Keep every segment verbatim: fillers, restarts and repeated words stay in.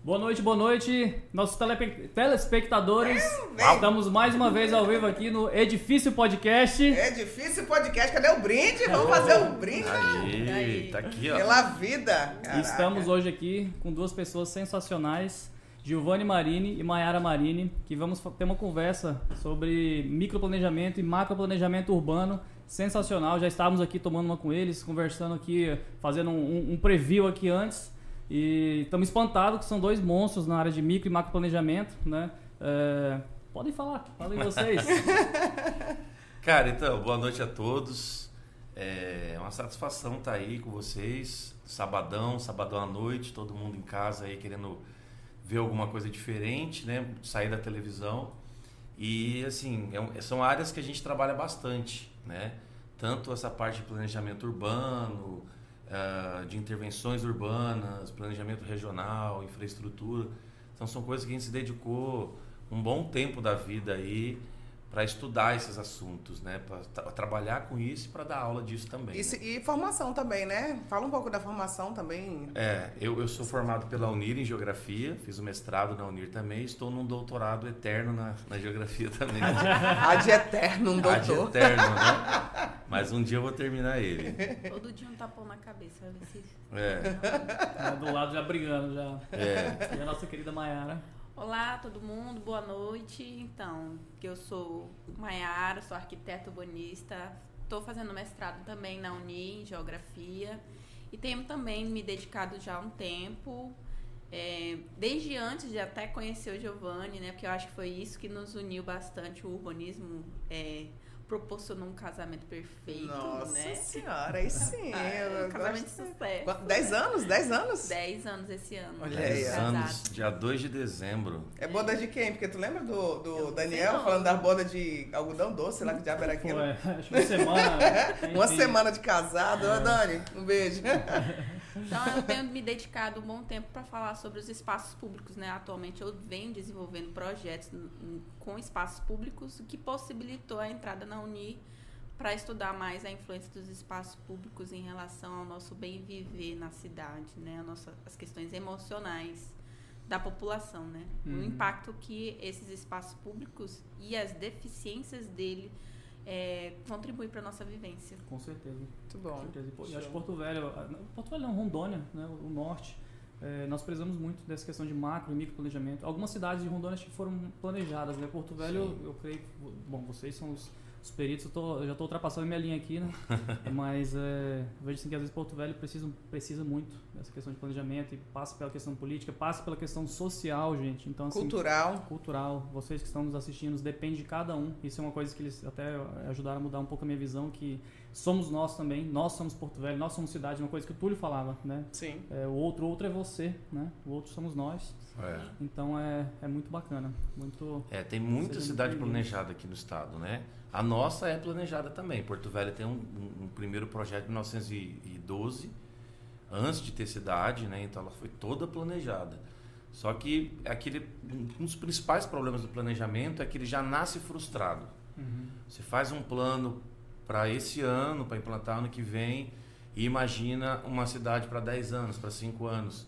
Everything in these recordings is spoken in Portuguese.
Boa noite, boa noite, nossos tele- telespectadores. É, Estamos mais uma vez ao vivo aqui no Edifício Podcast. Edifício Podcast, cadê o brinde? Vamos fazer o brinde. Aí, aí, tá aqui, ó. Pela vida. Caraca. Estamos hoje aqui com duas pessoas sensacionais, Giovanni Marini e Mayara Marini, que vamos ter uma conversa sobre microplanejamento e macroplanejamento urbano. Sensacional, já estávamos aqui tomando uma com eles, conversando aqui, fazendo um, um preview aqui antes. E estamos espantados que são dois monstros na área de micro e macro planejamento, né? É, podem falar, falem vocês. Cara, então, boa noite a todos. É uma satisfação estar aí com vocês. Sabadão, sabadão à noite, todo mundo em casa aí querendo ver alguma coisa diferente, né? Sair da televisão. E, assim, é, são áreas que a gente trabalha bastante, né? Tanto essa parte de planejamento urbano, Uh, de intervenções urbanas, planejamento regional, infraestrutura. Então são coisas que a gente se dedicou um bom tempo da vida aí para estudar esses assuntos, né? Para tra- trabalhar com isso e para dar aula disso também. Isso, né? E formação também, né? Fala um pouco da formação também. É, eu, eu sou formado pela Unir em Geografia, fiz o mestrado na Unir também, estou num doutorado eterno na, na Geografia também. Ad eterno, um doutor. Ad eterno, né? Mas um dia eu vou terminar ele. Todo dia um tapão na cabeça, vai ver se... É. Do lado já brigando já. É. E a nossa querida Mayara. Olá, todo mundo, boa noite. Então, eu sou Mayara, sou arquiteta urbanista, estou fazendo mestrado também na Uni em Geografia e tenho também me dedicado já há um tempo, é, desde antes de até conhecer o Giovanni, né? Porque eu acho que foi isso que nos uniu bastante, o urbanismo é, proporcionou um casamento perfeito, Nossa né? senhora, aí sim. Ah, eu um casamento de gosto. sucesso. Quanto- Dez anos? Dez anos? Dez anos esse ano. Olha né, aí, dez ó. anos, casado. dia dois de dezembro. É boda de quem? Porque tu lembra do, do Eu não Daniel sei não. falando da boda de algodão doce, sei lá que diabo era aquilo? Pô, é, acho que uma semana. Uma enfim. semana de casado. Ô, Dani, um beijo. Então, eu tenho me dedicado um bom tempo para falar sobre os espaços públicos, né? Atualmente, eu venho desenvolvendo projetos n- n- com espaços públicos, o que possibilitou a entrada na Uni para estudar mais a influência dos espaços públicos em relação ao nosso bem viver na cidade, né? A nossa, as questões emocionais da população, né? Uhum. O impacto que esses espaços públicos e as deficiências dele é, contribuem para a nossa vivência. Com certeza. Muito bom. Com certeza. E, pô, e Show. acho que Porto Velho, Porto Velho não, Rondônia, né, o norte, é, nós precisamos muito dessa questão de macro e micro planejamento. Algumas cidades de Rondônia acho que foram planejadas, né? Porto Velho, Sim. eu creio que, bom, vocês são os, os peritos, eu, tô, eu já estou ultrapassando minha linha aqui, né? Mas é, eu vejo assim, que às vezes Porto Velho precisa, precisa muito dessa questão de planejamento e passa pela questão política, passa pela questão social, gente. Então, assim, Cultural. cultural, vocês que estão nos assistindo, depende de cada um. Isso é uma coisa que eles até ajudaram a mudar um pouco a minha visão, que somos nós também, nós somos Porto Velho, nós somos cidade, uma coisa que o Túlio falava, né? Sim. É, o outro, o outro é você, né? O outro somos nós. É. Então é, é muito bacana, muito... É, tem muita Seja cidade muito planejada aqui no estado, né? A nossa é planejada também. Porto Velho tem um, um, um primeiro projeto de mil novecentos e doze, antes de ter cidade, né? Então ela foi toda planejada. Só que aquele, um dos principais problemas do planejamento é que ele já nasce frustrado. Uhum. Você faz um plano para esse ano, para implantar ano que vem, e imagina uma cidade para dez anos, para cinco anos.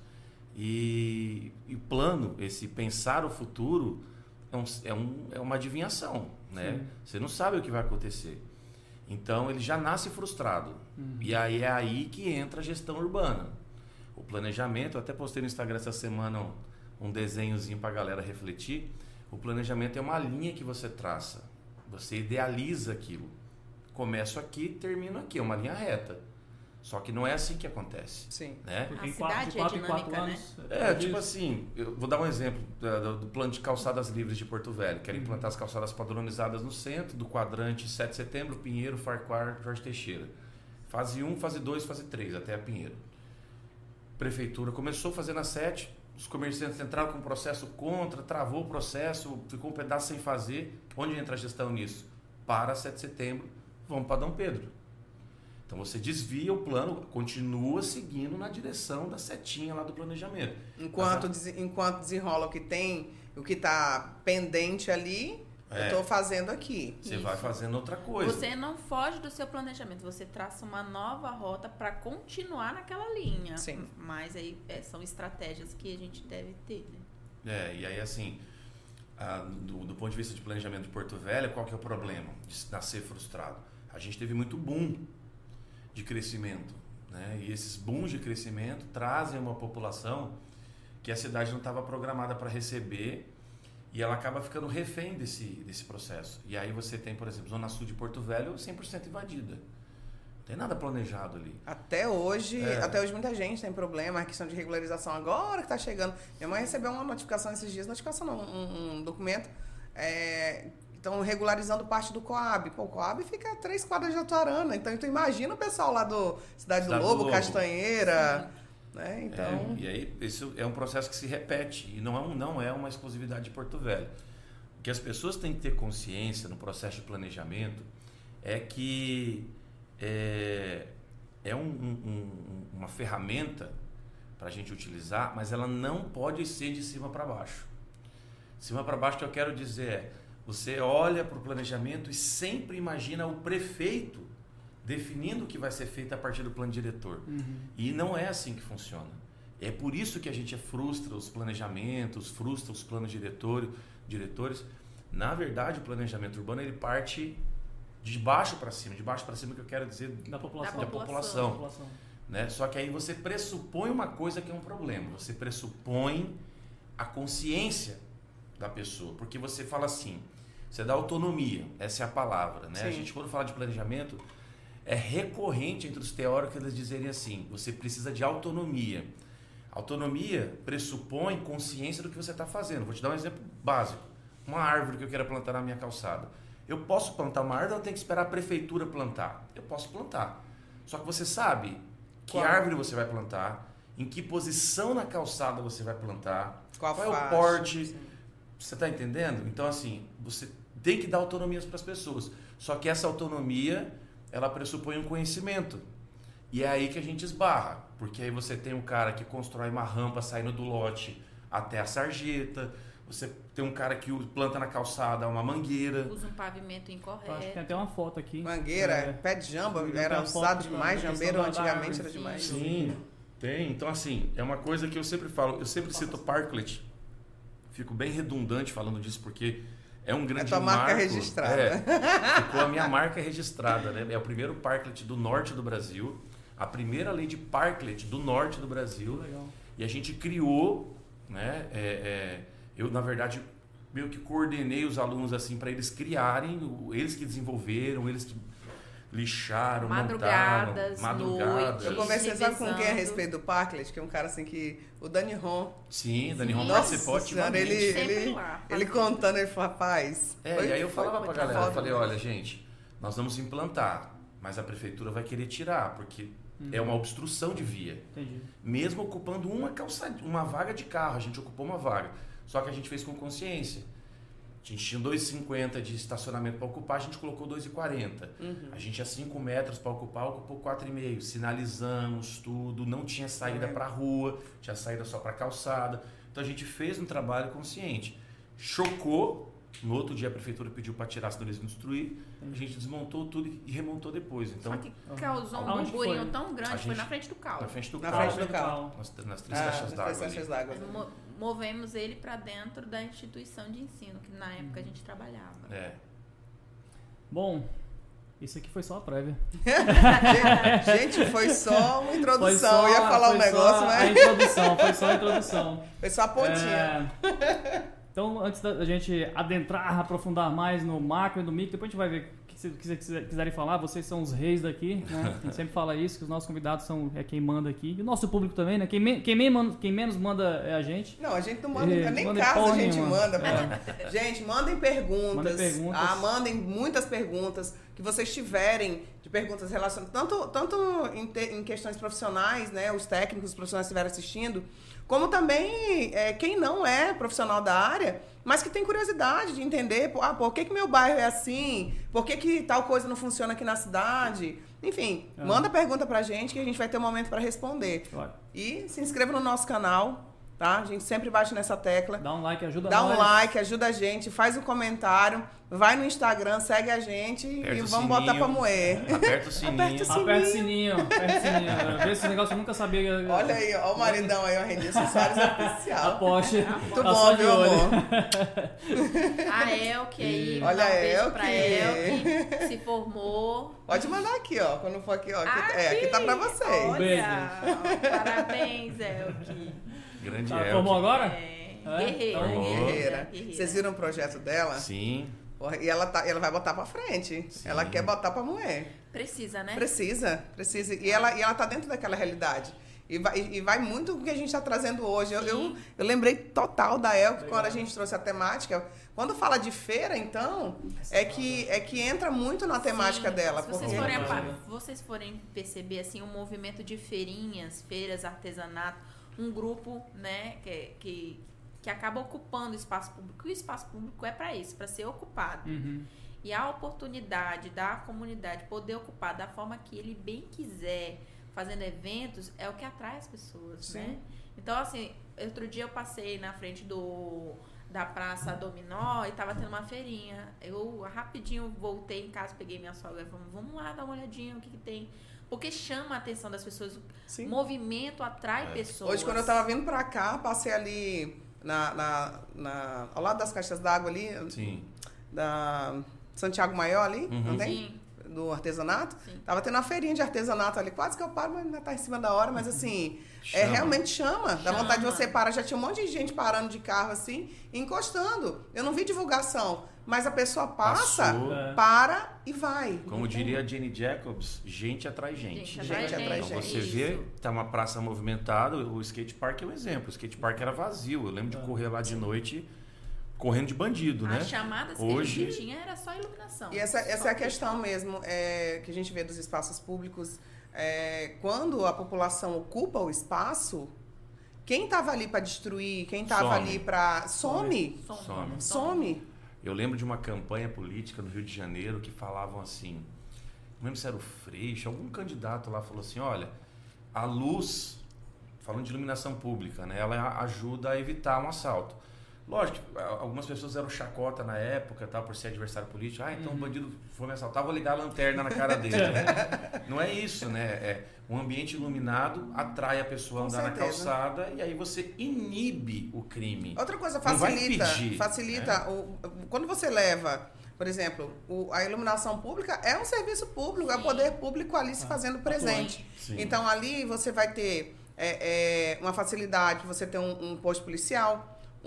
E, e plano, esse pensar o futuro, é, um, é, um, é uma adivinhação, né? Sim. Você não sabe o que vai acontecer. Então, ele já nasce frustrado. Uhum. E aí é aí que entra a gestão urbana. O planejamento, eu até postei no Instagram essa semana um, um desenhozinho para a galera refletir. O planejamento é uma linha que você traça. Você idealiza aquilo. Começo aqui, termino aqui. É uma linha reta. Só que não é assim que acontece. Sim. Né? Porque A em quatro, de cidade é quatro em quatro dinâmica, anos... É, disso. tipo assim, eu vou dar um exemplo do, do plano de calçadas livres de Porto Velho. Quero Uhum. implantar as calçadas padronizadas no centro, do quadrante sete de setembro, Pinheiro, Farquhar, Jorge Teixeira. Fase um, fase dois, fase três, até a Pinheiro. Prefeitura começou fazendo a sete, os comerciantes entraram com um processo contra, travou o processo, ficou um pedaço sem fazer. Onde entra a gestão nisso? Para sete de setembro, vamos para Dom Pedro. Então você desvia o plano, continua seguindo na direção da setinha lá do planejamento. Enquanto, Mas des- enquanto desenrola o que tem, o que está pendente ali, É. Eu tô fazendo aqui. Você Isso. vai fazendo outra coisa. Você não foge do seu planejamento, você traça uma nova rota para continuar naquela linha. Sim. Mas aí é, são estratégias que a gente deve ter, né? É, e aí assim, a, do, do ponto de vista de planejamento de Porto Velho, qual que é o problema de nascer frustrado? A gente teve muito boom de crescimento, né? E esses booms de crescimento trazem uma população que a cidade não estava programada para receber e ela acaba ficando refém desse, desse processo. E aí você tem, por exemplo, Zona Sul de Porto Velho cem por cento invadida. Não tem nada planejado ali. Até hoje, É. até hoje muita gente tem problema, a questão de regularização agora que está chegando. Minha mãe recebeu uma notificação esses dias, notificação não, um, um documento, é, estão regularizando parte do Coab. Pô, o Coab fica a três quadras de Atuarana, então tu imagina o pessoal lá do Cidade, Cidade do do Lobo, Lobo. Castanheira, né? Então, É, e aí isso é um processo que se repete e não é, um, não é uma exclusividade de Porto Velho. O que as pessoas têm que ter consciência no processo de planejamento é que é, é um, um, uma ferramenta para a gente utilizar, mas ela não pode ser de cima para baixo. De cima para baixo, o que eu quero dizer é, você olha para o planejamento e sempre imagina o prefeito definindo o que vai ser feito a partir do plano diretor. Uhum. E não é assim que funciona. É por isso que a gente frustra os planejamentos, frustra os planos diretor, diretores. Na verdade, o planejamento urbano ele parte de baixo para cima. De baixo para cima que eu quero dizer Da população. da população. Da população. Né? Só que aí você pressupõe uma coisa que é um problema. Você pressupõe a consciência da pessoa. Porque você fala assim, você dá autonomia. Essa é a palavra. Né? A gente, quando fala de planejamento, é recorrente entre os teóricos eles dizerem assim, você precisa de autonomia. Autonomia pressupõe consciência do que você está fazendo. Vou te dar um exemplo básico. Uma árvore que eu quero plantar na minha calçada. Eu posso plantar uma árvore ou eu tenho que esperar a prefeitura plantar? Eu posso plantar. Só que você sabe que Qual? árvore você vai plantar, em que posição na calçada você vai plantar, qual, qual é o faixa? porte. Sim. Você está entendendo? Então, assim, você tem que dar autonomia para as pessoas. Só que essa autonomia, ela pressupõe um conhecimento. E é aí que a gente esbarra. Porque aí você tem um cara que constrói uma rampa saindo do lote até a sarjeta. Você tem um cara que planta na calçada uma mangueira. Usa um pavimento Eu acho que incorreto. tem até uma foto aqui. Mangueira, É. pé de jamba, Tem era uma foto usado da- demais, da questão jambeiro da- da antigamente árvore. era demais. Sim, tem. Então, assim, é uma coisa que eu sempre falo. Eu sempre cito Parklet. Fico bem redundante falando disso, porque é um grande É tua marca marco. registrada. É, ficou a minha marca registrada, né? É o primeiro Parklet do norte do Brasil. A primeira lei de Parklet do norte do Brasil. Legal. E a gente criou, né? É, é, eu, na verdade, meio que coordenei os alunos assim para eles criarem, o- eles que desenvolveram, eles que lixaram, Madrugadas, montaram, madrugadas. noites. Eu conversei, sabe com quem a revezando. respeito do Parklet? Que é um cara assim que... O Dani Ron. Sim, Dani Ron Nossa participou Senhora, ativamente. ele, Sempre ele, lá, ele fazendo. contando, ele falou, rapaz... É, foi- e aí eu foi- falava foi pra galera, eu foda. falei, olha, gente, nós vamos implantar, mas a prefeitura vai querer tirar, porque é uma obstrução de via. Entendi. Mesmo ocupando uma calçada, uma vaga de carro, a gente ocupou uma vaga. Só que a gente fez com consciência. A gente tinha dois e cinquenta de estacionamento para ocupar, a gente colocou dois e quarenta. Uhum. A gente tinha cinco metros para ocupar, ocupou quatro e meio. Sinalizamos tudo, não tinha saída Uhum. para rua, tinha saída só para calçada. Então a gente fez um trabalho consciente. Chocou, no outro dia a prefeitura pediu para tirar, senão eles iam destruir. A gente desmontou tudo e remontou depois. Então, Só que causou um Aonde burburinho foi? tão grande, A foi gente- na frente do na carro. frente do Na carro, frente do carro. nas, nas três Ah, caixas nas d'água três ali. caixas d'água. Nós mo- movemos ele para dentro da instituição de ensino, que na época a gente trabalhava. É. Bom, isso aqui foi só a prévia. Gente, foi só uma Foi introdução. só- Eu ia falar foi um só negócio, a mas introdução, foi só a introdução. foi só a pontinha. É, então, antes da gente adentrar, aprofundar mais no macro e no micro, depois a gente vai ver o que vocês quiser- quiser- quiserem falar. Vocês são os reis daqui, né? A gente sempre fala isso, que os nossos convidados são é quem manda aqui. E o nosso público também, né? Quem, me- quem, me- man- quem menos manda é a gente. Não, a gente não manda, É, nem manda casa porra a gente nenhuma. manda. mano. Gente, mandem perguntas. Mandem perguntas. Ah, mandem muitas perguntas que vocês tiverem de perguntas relacionadas, tanto, tanto em, te- em questões profissionais, né? Os técnicos, os profissionais que estiverem assistindo, como também é, quem não é profissional da área, mas que tem curiosidade de entender, pô, ah, por que, que meu bairro é assim? Por que, que tal coisa não funciona aqui na cidade? Enfim, Ah. manda pergunta pra gente que a gente vai ter um momento para responder. Olha, E se inscreva no nosso canal, tá? A gente sempre bate nessa tecla. Dá um like, ajuda Dá nós. um like, ajuda a gente, faz um comentário, vai no Instagram, segue a gente Aperta e o vamos sininho, botar pra moer. Aperta o sininho. Aperta o sininho. Aperta o sininho, aperta o sininho. Vê esse negócio eu nunca sabia. Olha aí, ó o maridão aí, o Renilson Soares oficial. Aposte. Muito Tá bom, só de viu, olho. amor? A Elke aí, Olha mandar um a beijo pra Elke. Elke, se formou. Pode mandar aqui, ó, quando for aqui, ó. Aqui, Aqui, é, aqui tá pra vocês. Olha, parabéns, Elke. Grande Tá, Elke. formou agora? É, É? guerreira, Então- Guerreira. guerreira. Vocês viram o projeto dela? Sim. Porra, e ela, tá, ela vai botar pra frente. Sim. Ela quer botar pra moer. Precisa, né? Precisa, precisa. E ela, e ela tá dentro daquela realidade. E vai, e vai muito com o que a gente está trazendo hoje. Eu, eu, eu lembrei total da Elke quando a gente trouxe a temática. Quando fala de feira, então, é que, é que entra muito na temática Sim, dela. Se vocês porque- forem, apa- vocês forem perceber assim, um movimento de feirinhas, feiras, artesanato, um grupo, né, que, que, que acaba ocupando o espaço público. E o espaço público é para isso, para ser ocupado. Uhum. E a oportunidade da comunidade poder ocupar da forma que ele bem quiser, fazendo eventos, é o que atrai as pessoas, Sim. né? Então, assim, outro dia eu passei na frente do, da Praça Dominó e tava tendo uma feirinha. Eu rapidinho voltei em casa, peguei minha sogra e falei, vamos lá dar uma olhadinha, o que que tem? Porque chama a atenção das pessoas. Sim. O movimento atrai É. pessoas. Hoje, quando eu tava vindo pra cá, passei ali na, na, na- ao lado das caixas d'água ali, Sim. da Santiago Maior ali, Uhum. não tem? Sim, Do artesanato. sim. Tava tendo uma feirinha de artesanato ali. Quase que eu paro, mas ainda tá em cima da hora. Mas assim, é, Chama. realmente chama. Dá Chama. vontade de você parar. Já tinha um monte de gente parando de carro assim, e encostando. Eu não vi divulgação, mas a pessoa passa, Passou. É. para e vai. Como diria a Jenny Jacobs, gente atrai gente. Gente atrai Gente atrai Então gente. você Isso. vê, tá uma praça movimentada, o skate park é um exemplo. O skate park era vazio. Eu lembro de correr lá de noite, correndo de bandido, né? As chamadas Hoje- que ele tinha era só iluminação. E essa, essa Só é a questão mesmo é, que a gente vê dos espaços públicos. É, quando a população ocupa o espaço, quem estava ali para destruir, quem estava Some. ali para. Some! Some. Some. Some! Eu lembro de uma campanha política no Rio de Janeiro que falavam assim, não lembro se era o Freixo, algum candidato lá falou assim, olha, a luz, falando de iluminação pública, né, ela ajuda a evitar um assalto. Lógico, algumas pessoas eram chacota na época, tá, por ser adversário político. Ah, então o bandido foi me assaltar, vou ligar a lanterna na cara dele. Né? Não é isso, né? É, um ambiente iluminado atrai a pessoa a Com andar na certeza. calçada e aí você inibe o crime. Outra coisa, Não vai facilita. impedir, facilita o, quando você leva, por exemplo, o- a iluminação pública é um serviço público, é o Sim. poder público ali se fazendo presente. Sim. Então ali você vai ter é, é, uma facilidade, você ter um, um posto policial, um-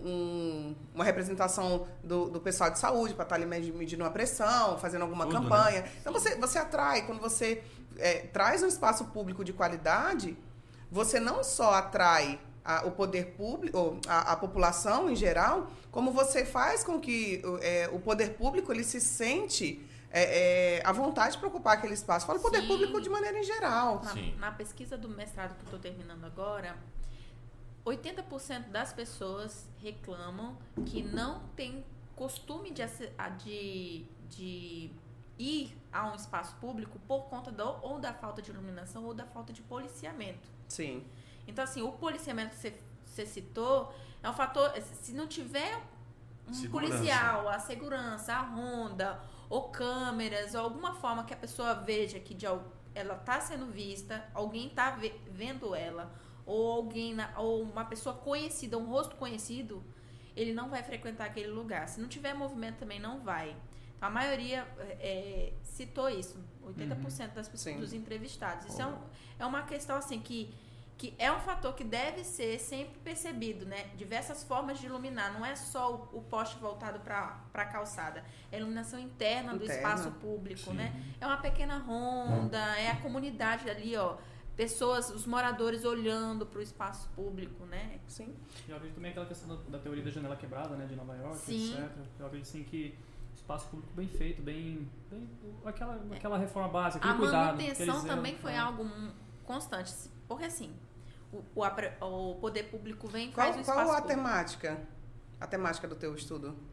um- uma representação do, do pessoal de saúde para estar ali med- medindo uma pressão, fazendo alguma Tudo, campanha. Então você, você atrai, quando você é, traz um espaço público de qualidade, você não só atrai a- o poder público, ou a, a população em geral, como você faz com que é, o poder público ele se sente é, é, à vontade para ocupar aquele espaço. Fala o poder Sim. público de maneira em geral. Na, Sim. na pesquisa do mestrado que eu estou terminando agora, oitenta por cento das pessoas reclamam que não tem costume de, ace- a- de, de ir a um espaço público por conta do, ou da falta de iluminação ou da falta de policiamento. Sim. Então, assim, o policiamento que você, você citou é um fator. Se não tiver um Segurança. policial, a segurança, a ronda, ou câmeras, ou alguma forma que a pessoa veja que de, al- ela está sendo vista, alguém está vendo ela, ou alguém, na- ou uma pessoa conhecida, um rosto conhecido, ele não vai frequentar aquele lugar. Se não tiver movimento, também não vai. Então, a maioria é, citou isso, oitenta por cento das pessoas, Sim. dos entrevistados. Isso é, um- é uma questão assim que, que é um fator que deve ser sempre percebido, né? Diversas formas de iluminar, não é só o, o poste voltado para a calçada, é a iluminação interna, do Interna. espaço público, Sim. né? É uma pequena ronda, é a comunidade ali, ó, pessoas, os moradores olhando para o espaço público, né? Sim. Já vejo também aquela questão da, da teoria da janela quebrada, né, de Nova York, Sim. etcétera. Já vejo assim que espaço público bem feito, bem, bem aquela, aquela reforma básica, aquele A cuidado. manutenção aquele zelo, também foi né? algo hum, constante, porque assim, o, o, apre- o poder público vem e Qual, faz o qual espaço a público. temática? A temática do teu estudo?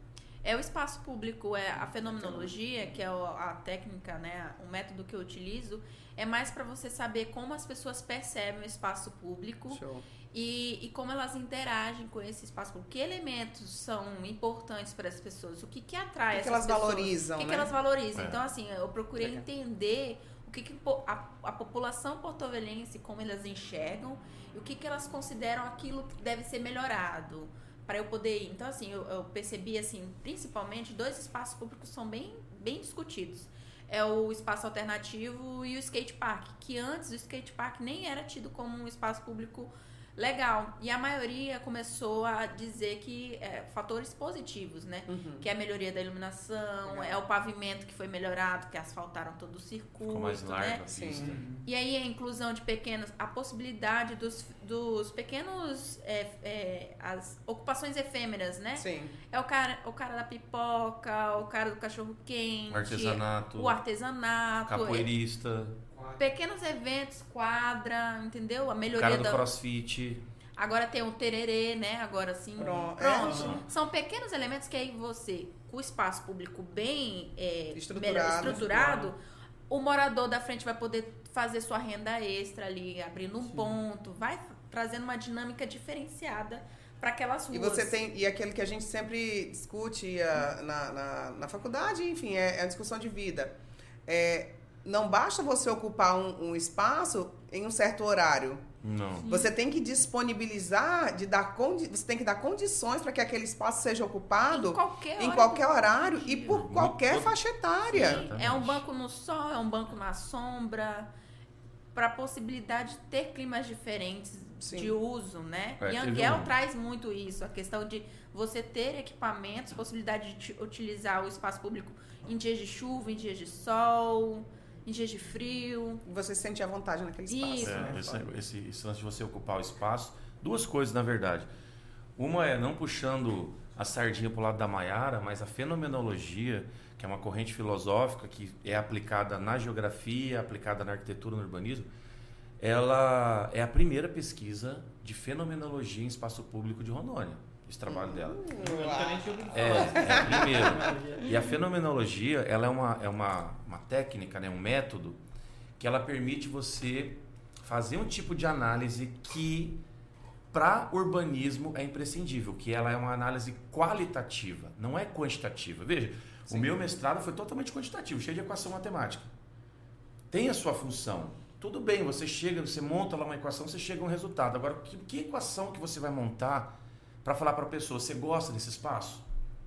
É o espaço público, é a fenomenologia, que é a técnica, né, o método que eu utilizo, é mais para você saber como as pessoas percebem o espaço público. Show. E, e como elas interagem com esse espaço público. Que elementos são importantes para as pessoas? O que, que atrai O que, que essas elas pessoas? valorizam, O que, né? que elas valorizam? É. Então, assim, eu procurei Legal. entender o que, que a, a população porto-velhense, como elas enxergam, e o que, que elas consideram aquilo que deve ser melhorado para eu poder ir. Então, assim, eu, eu percebi, assim, principalmente, dois espaços públicos são bem, bem discutidos. É o espaço alternativo e o skate park, que antes o skate park nem era tido como um espaço público legal. E a maioria começou a dizer que é, fatores positivos, né? Uhum. Que é a melhoria da iluminação, Legal. é o pavimento que foi melhorado, que asfaltaram todo o circuito, Ficou mais larga né? a pista. E aí a inclusão de pequenos, a possibilidade dos, dos pequenos, é, é, as ocupações efêmeras, né? Sim. É o cara, o cara da pipoca, o cara do cachorro quente, O artesanato, o artesanato, capoeirista, pequenos eventos, quadra, entendeu? A o melhoria cara do da... crossfit. Agora tem o tererê, né? Agora sim. Pronto. Pronto. É. São pequenos elementos que aí você, com o espaço público bem é, Estruturado. melhor estruturado, o morador da frente vai poder fazer sua renda extra ali, abrindo um Sim. ponto, vai trazendo uma dinâmica diferenciada para aquelas ruas. E você tem, e aquele que a gente sempre discute uh, na, na, na faculdade, enfim, é, é a discussão de vida. É, não basta você ocupar um, um espaço em um certo horário. Não. Você tem que disponibilizar, de dar condi- você tem que dar condições para que aquele espaço seja ocupado em qualquer, em hora qualquer do horário dia. e por qualquer Muito- faixa etária. Sim, é um banco no sol, é um banco na sombra, para a possibilidade de ter climas diferentes Sim. de uso, né? É, e teve Angel um- traz muito isso, a questão de você ter equipamentos, possibilidade de ti- utilizar o espaço público em dias de chuva, em dias de sol, em dias de frio. Você se sente à vontade naquele espaço. Isso. né? É, esse, esse, esse lance de você ocupar o espaço. Duas coisas, na verdade. Uma é não puxando a sardinha para o lado da Maiara, mas a fenomenologia, que é uma corrente filosófica que é aplicada na geografia, aplicada na arquitetura, no urbanismo, ela é a primeira pesquisa de fenomenologia em espaço público de Rondônia. Esse trabalho dela. Eu nunca nem tinha ouvido É, falar. é a primeira. E a fenomenologia, ela é uma, é uma, uma técnica, né, um método que ela permite você fazer um tipo de análise que para urbanismo é imprescindível, que ela é uma análise qualitativa, não é quantitativa. Veja, Sim. o meu mestrado foi totalmente quantitativo, cheio de equação matemática. Tem a sua função. Tudo bem, você chega, você monta lá uma equação, você chega a um resultado. Agora, que, que equação que você vai montar para falar para a pessoa, você gosta desse espaço?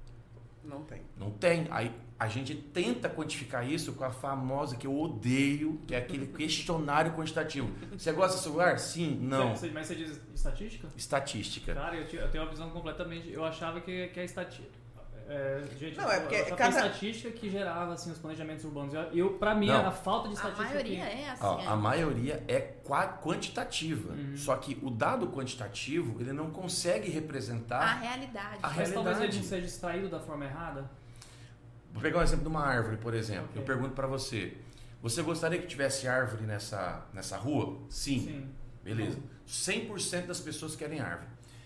Não tem. Não tem. Aí a gente tenta quantificar isso com a famosa que eu odeio, que é aquele questionário quantitativo. Você gosta desse lugar? Sim, não. Você- mas você diz estatística? Estatística. Cara, eu, tinha- eu tenho uma visão completamente. Eu achava que, que a estatística. É, gente, Não, é eu porque achava que cada- a estatística que gerava assim, os planejamentos urbanos. Eu, eu, pra mim, Não. a falta de A estatística. maioria que- é assim. Ó, é. a maioria é qua- quantitativa. Uhum. Só que o dado quantitativo, ele não consegue A representar. realidade. A Mas talvez ele realidade. não seja extraído da forma errada. Vou pegar um exemplo de uma árvore, por exemplo. Ok. Eu pergunto para você: você gostaria que tivesse árvore nessa, nessa rua? Sim. Sim. Beleza. cem por cento das pessoas querem árvore.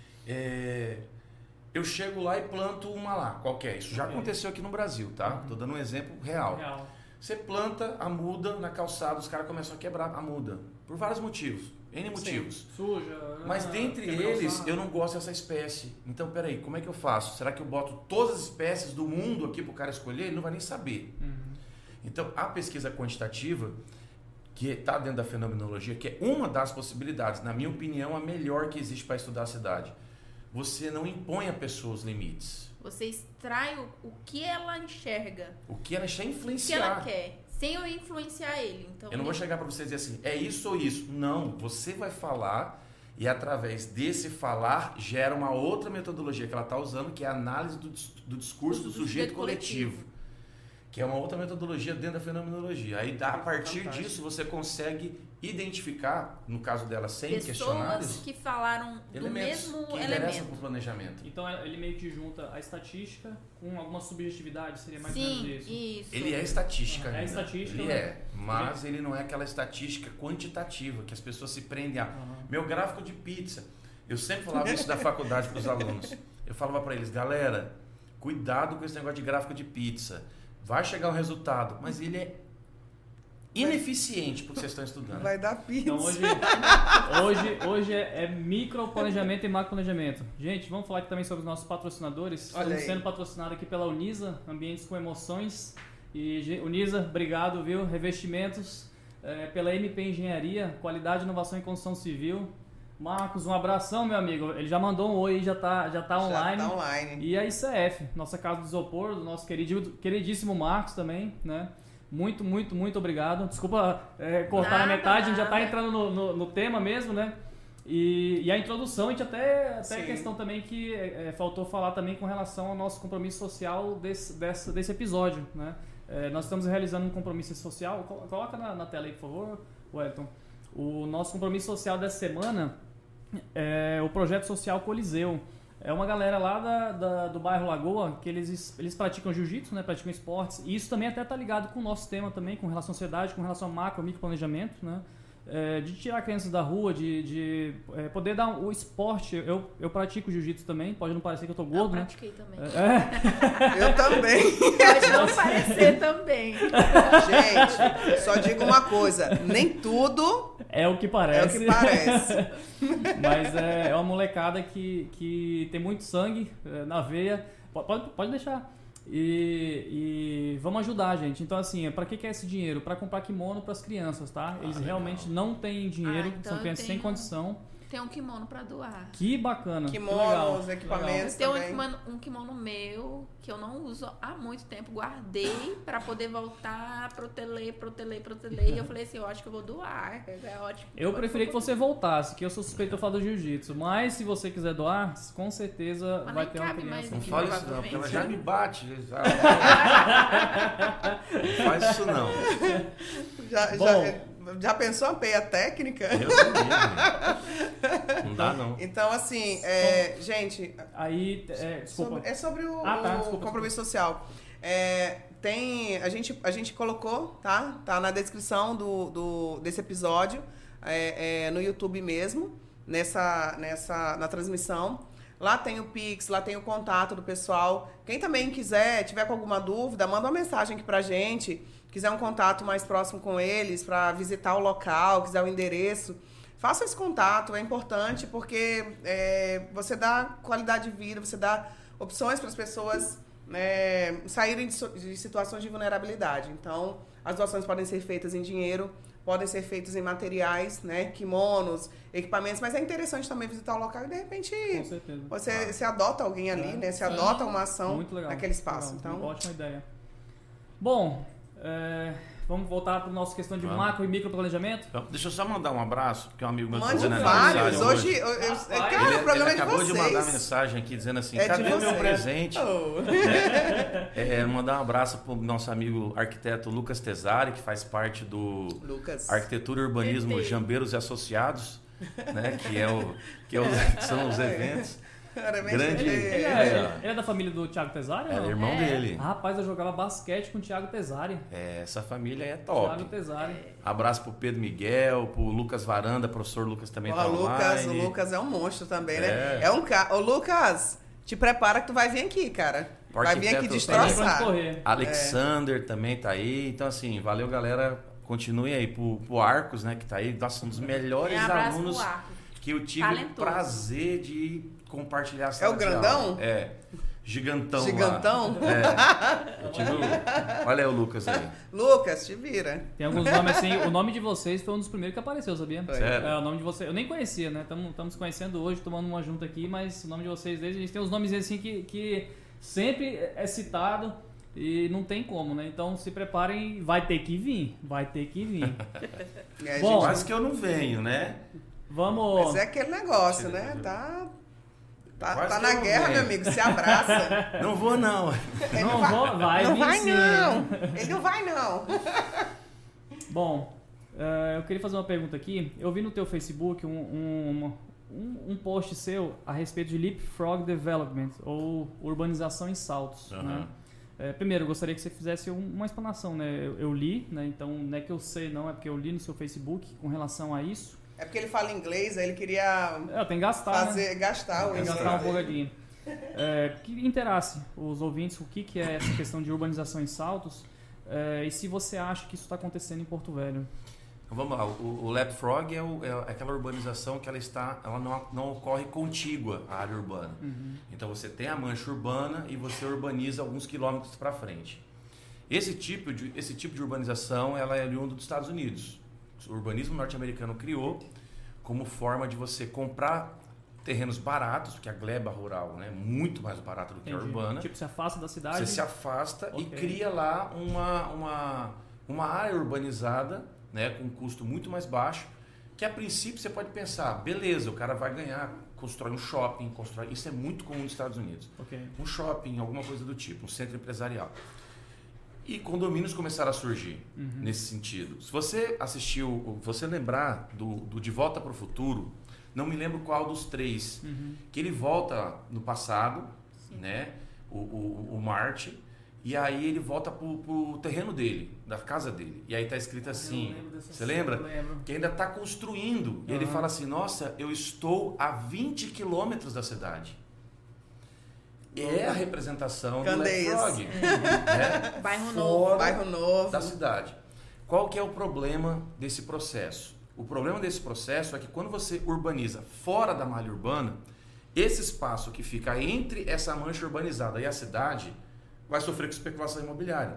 É, eu chego lá e planto uma lá, qualquer. Isso já Ok. aconteceu aqui no Brasil, tá? Tô dando um exemplo real. Real. Você planta a muda na calçada, os caras começam a quebrar a muda. Por vários motivos. N motivos. Suja. Mas ah, dentre quebra eles, calçado. eu não gosto dessa espécie. Então, peraí, como é que eu faço? Será que eu boto todas as espécies do mundo aqui pro cara escolher? Ele não vai nem saber. Uhum. Então, a pesquisa quantitativa, que está dentro da fenomenologia, que é uma das possibilidades, na minha opinião, a melhor que existe para estudar a cidade. Você não impõe a pessoa os limites. Você extrai o, o que ela enxerga, O que ela quer o que ela influenciar. quer, sem eu influenciar ele. Então, Eu não vou chegar para você e dizer assim, é isso ou isso. Não, você vai falar e através desse falar gera uma outra metodologia que ela está usando, que é a análise do, dis- do discurso do, Do sujeito sujeito coletivo. coletivo. Que é uma outra metodologia dentro da fenomenologia. Aí, a partir Fantástico. disso, você consegue identificar, no caso dela, sem pessoas questionários, que falaram do elementos mesmo que interessam elemento. para o planejamento. Então ele meio que junta a estatística com alguma subjetividade, seria mais ou Sim, menos isso. isso. Ele é estatística É ainda. estatística, Ele né? é, mas ele não é aquela estatística quantitativa, que as pessoas se prendem a... Aham. Meu gráfico de pizza. Eu sempre falava isso da faculdade para os alunos. Eu falava para eles, galera, cuidado com esse negócio de gráfico de pizza. Vai chegar o resultado, mas ele é ineficiente porque vocês estão estudando. Vai dar pizza. Então hoje, hoje, hoje é, é microplanejamento e macroplanejamento. Gente, vamos falar aqui também sobre os nossos patrocinadores. Olha Estamos aí. sendo patrocinados aqui pela Unisa, Ambientes com Emoções. E Ge- Unisa, obrigado, viu? Revestimentos, é, pela M P Engenharia, qualidade, inovação e construção civil. Marcos, um abração, meu amigo. Ele já mandou um oi, já tá, já tá online. Já tá online. E a I C F, nossa casa do isopor, do nosso querido, queridíssimo Marcos também, né? Muito, muito, muito obrigado. Desculpa é, cortar na Nada, metade, a gente já tá nada. entrando no, no, no tema mesmo, né? E, e a introdução, a gente até, até Sim. questão também que é, faltou falar também com relação ao nosso compromisso social desse, desse, desse episódio, né? É, nós estamos realizando um compromisso social, colo- coloca na, na tela aí, por favor, Wellington. O nosso compromisso social dessa semana é o Projeto Social Coliseu. É uma galera lá da, da- do bairro Lagoa que eles, eles praticam jiu-jitsu, né? Praticam esportes. E isso também até está ligado com o nosso tema também, com relação à sociedade, com relação ao macro, micro planejamento, né? É, de tirar crianças da rua, de, de é, poder dar o esporte. Eu, eu pratico jiu-jitsu também, pode não parecer que eu tô Eu gordo, né? pratiquei também. É, Eu também. Pode não parecer também. Gente, só digo uma coisa. Nem tudo é o que é o parece. que parece. Mas é, é uma molecada que, que tem muito sangue é, na veia. Pode, pode, pode deixar. E, e vamos ajudar, gente. Então, assim, para que, que é esse dinheiro? Para comprar kimono para as crianças, tá? Eles Ah, legal. realmente não têm dinheiro, Ah, então são eu crianças sem tenho- condição. Tem um kimono pra doar. Que bacana. que Kimonos, legal, que equipamentos. Eu tenho um também. kimono, um kimono meu que eu não uso há muito tempo, guardei pra poder voltar, proteler, proteler, proteler. E eu falei assim, eu acho que eu vou doar. É ótimo. Eu preferi que você voltasse, que eu sou suspeito de falar do jiu-jitsu. Mas se você quiser doar, com certeza Mas vai nem ter uma cabe criança. mais Não Sim, fala isso não, porque ela já provavelmente. me bate. já- Não faz isso não. Já, Bom. já, já pensou a peia técnica? Eu sou mesmo. Não dá não. Então, assim, é, gente, Aí, é, desculpa. sobre- é sobre o, Ah, tá, o desculpa, compromisso social. É, tem, a gente, a gente colocou, tá? Tá na descrição do, do, desse episódio, é, é, no YouTube mesmo, nessa, nessa, na transmissão. Lá tem o Pix, lá tem o contato do pessoal. Quem também quiser, tiver com alguma dúvida, manda uma mensagem aqui pra gente. Quiser um contato mais próximo com eles, para visitar o local, quiser o endereço, faça esse contato, é importante porque é, você dá qualidade de vida, você dá opções para as pessoas né, saírem de, so- de situações de vulnerabilidade. Então, as doações podem ser feitas em dinheiro, podem ser feitas em materiais, né, kimonos, equipamentos, mas é interessante também visitar o local e de repente Com certeza. você, você adota alguém ali, É. né? Você Sim. adota uma ação Muito legal. naquele espaço. Legal, Então, ótima ideia. Bom, é, vamos voltar para a nossa questão de Vamos. macro e micro planejamento. Então, deixa eu só mandar um abraço, porque um amigo meu tá mande fazendo vários. aniversário Hoje, eu, eu- Rapaz, cara, Ele, o problema ele é de acabou vocês. de mandar mensagem aqui dizendo assim, É de cadê o meu vocês. presente? Oh. É, mandar um abraço pro nosso amigo arquiteto Lucas Tesari, que faz parte do Lucas. Arquitetura e Urbanismo Perfeito. Jambeiros e Associados, né, que, é o, que, é o, que são os eventos. Cara, Grande- Ele é, é, É. ele é da família do Thiago Tesari? ou É não? irmão É. dele. Rapaz, eu jogava basquete com o Thiago Tesari. É, essa família é Thiago top. Tesari. Abraço pro Pedro Miguel, pro Lucas Varanda, professor Lucas também Ó, tá o Lucas, o online. Lucas é um monstro também, né? É. É um cara. Ô, Lucas, te prepara que tu vai vir aqui, cara. O Vai vir aqui arquiteto- Tem pra onde destroçar. correr. Alexander também tá aí. Então, assim, valeu, galera. Continue aí pro, pro Arcos, né, que tá aí. Nossa, um dos melhores Um abraço alunos pro Arco. que eu tive Talentoso. o prazer de compartilhar a É sala o de grandão? aula. É. Gigantão lá. Gigantão? É. Eu tive o... Olha aí o Lucas aí. Lucas, te vira. Tem alguns nomes assim. O nome de vocês foi um dos primeiros que apareceu, sabia? Sério? É, o nome de vocês. Eu nem conhecia, né? Estamos conhecendo hoje, tomando uma junta aqui, mas o nome de vocês, desde a gente tem uns nomes assim que, que sempre é citado e não tem como, né? Então se preparem, vai ter que vir. Vai ter que vir. É, Bom, gente, Quase que eu não venho, né? Vamos. mas é aquele negócio, né? Tá, tá, Quase tá que na eu guerra, venho. meu amigo. Se abraça. Não vou, não. Ele Não vou, vai não vir vai, sim. não. Ele não vai, não. Bom, eh, eu queria fazer uma pergunta aqui. Eu vi no teu Facebook um, um, um, um post seu a respeito de Leapfrog Development, ou urbanização em saltos. Aham. Né? Eh, primeiro, eu gostaria que você fizesse um- uma explanação. Né? Eu, eu li, né? Então não é que eu sei, não, é porque eu li no seu Facebook com relação a isso. É porque ele fala inglês, aí ele queria É, tem que gastar, né? fazer, gastar o Tem que inglês. gastar um dele. bocadinho. É, que interasse os ouvintes o que, que é essa questão de urbanização em Saltos é, e se você acha que isso está acontecendo em Porto Velho. Então, vamos lá, o, o Leapfrog é, o, é aquela urbanização que ela, está, ela não, não ocorre contígua à área urbana. Uhum. Então você tem a mancha urbana e você urbaniza alguns quilômetros para frente. Esse tipo, de, esse tipo de urbanização ela é oriundo dos Estados Unidos. O urbanismo norte-americano criou como forma de você comprar terrenos baratos, porque a gleba rural né, é muito mais barata do que Entendi. a urbana. Tipo, se afasta da cidade. Você se afasta Okay. e cria lá uma, uma, uma área urbanizada, né, com um custo muito mais baixo, que a princípio você pode pensar, beleza, o cara vai ganhar, constrói um shopping, constrói, isso é muito comum nos Estados Unidos. Okay. Um shopping, alguma coisa do tipo, um centro empresarial. E condomínios começaram a surgir Uhum. nesse sentido. Se você assistiu, você lembrar do, do De Volta para o Futuro, não me lembro qual dos três, Uhum. que ele volta no passado, né, o, o, o Marte, e aí ele volta pro, pro terreno dele, da casa dele. E aí tá escrito assim, você lembra? Lembro. Que ainda está construindo. E ele Uhum. fala assim, nossa, eu estou a vinte quilômetros da cidade. É a representação Candeias. do Leapfrog. Né? Bairro Fora Novo. Bairro Novo. da cidade. Qual que é o problema desse processo? O problema desse processo é que quando você urbaniza fora da malha urbana, esse espaço que fica entre essa mancha urbanizada e a cidade vai sofrer com especulação imobiliária.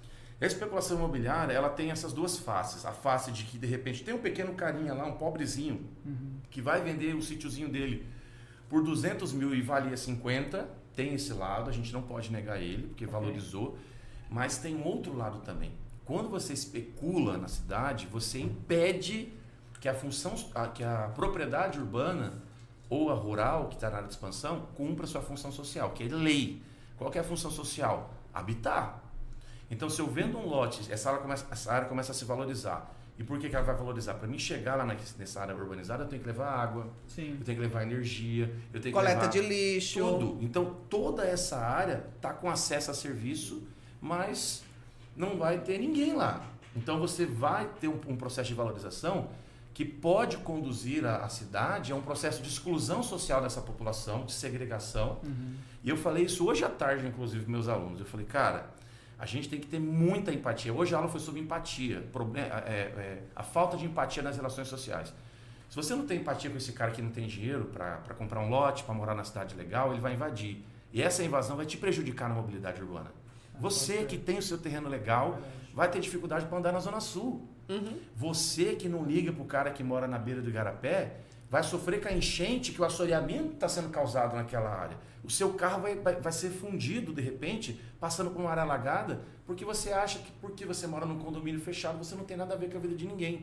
A especulação imobiliária ela tem essas duas faces. A face de que de repente tem um pequeno carinha lá, um pobrezinho, Uhum. que vai vender o sítiozinho dele por duzentos mil e valia cinquenta. Tem esse lado, a gente não pode negar ele, porque Ok. valorizou. Mas tem um outro lado também. Quando você especula na cidade, você impede que a função, que a propriedade urbana ou a rural, que está na área de expansão, cumpra sua função social, que é lei. Qual que é a função social? Habitar. Então, se eu vendo um lote, essa área começa, essa área começa a se valorizar. E por que, que ela vai valorizar? Para mim chegar lá nessa área urbanizada, eu tenho que levar água, Sim. eu tenho que levar energia, eu tenho Coleta que levar de lixo. tudo. Então, toda essa área está com acesso a serviço, mas não vai ter ninguém lá. Então, você vai ter um, um processo de valorização que pode conduzir a, a cidade a um processo de exclusão social dessa população, de segregação. Uhum. E eu falei isso hoje à tarde, inclusive, com meus alunos. Eu falei, cara, a gente tem que ter muita empatia. Hoje a aula foi sobre empatia, problema, é, é, a falta de empatia nas relações sociais. Se você não tem empatia com esse cara que não tem dinheiro para comprar um lote, para morar na cidade legal, ele vai invadir. E essa invasão vai te prejudicar na mobilidade urbana. Você que tem o seu terreno legal vai ter dificuldade para andar na Zona Sul. Uhum. Você que não liga para o cara que mora na beira do Igarapé vai sofrer com a enchente que o assoreamento está sendo causado naquela área. O seu carro vai, vai, vai ser fundido, de repente, passando por uma área alagada, porque você acha que porque você mora num condomínio fechado, você não tem nada a ver com a vida de ninguém.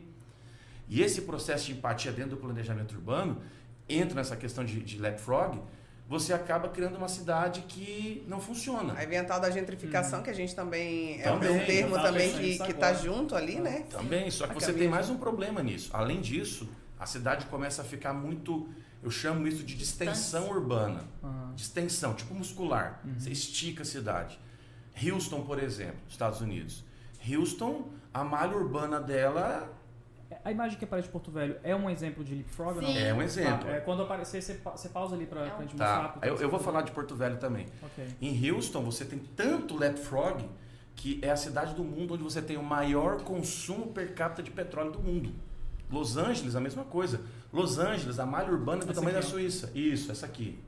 E esse processo de empatia dentro do planejamento urbano, entra nessa questão de, de Leapfrog, você acaba criando uma cidade que não funciona. Aí vem a tal da gentrificação, hum. que a gente também, também é um termo também que, que tá agora. junto ali, né? Também, só que você tem mais um problema nisso. Além disso, a cidade começa a ficar muito, eu chamo isso de distensão urbana. Uhum. Distensão, tipo muscular. Uhum. Você estica a cidade. Houston, por exemplo, Estados Unidos. Houston, a malha urbana dela... A imagem que aparece de Porto Velho é um exemplo de Leapfrog ou não? Sim. É um exemplo. Tá, é, quando aparecer, você, você pausa ali para É um- a gente Tá, mostrar. eu, eu vou falar de Porto Velho também. Ok. Em Houston, você tem tanto Leapfrog que é a cidade do mundo onde você tem o maior consumo per capita de petróleo do mundo. Los Angeles, a mesma coisa. Los Angeles, a malha urbana do Essa tamanho da aqui, ó. Suíça. Isso, essa aqui.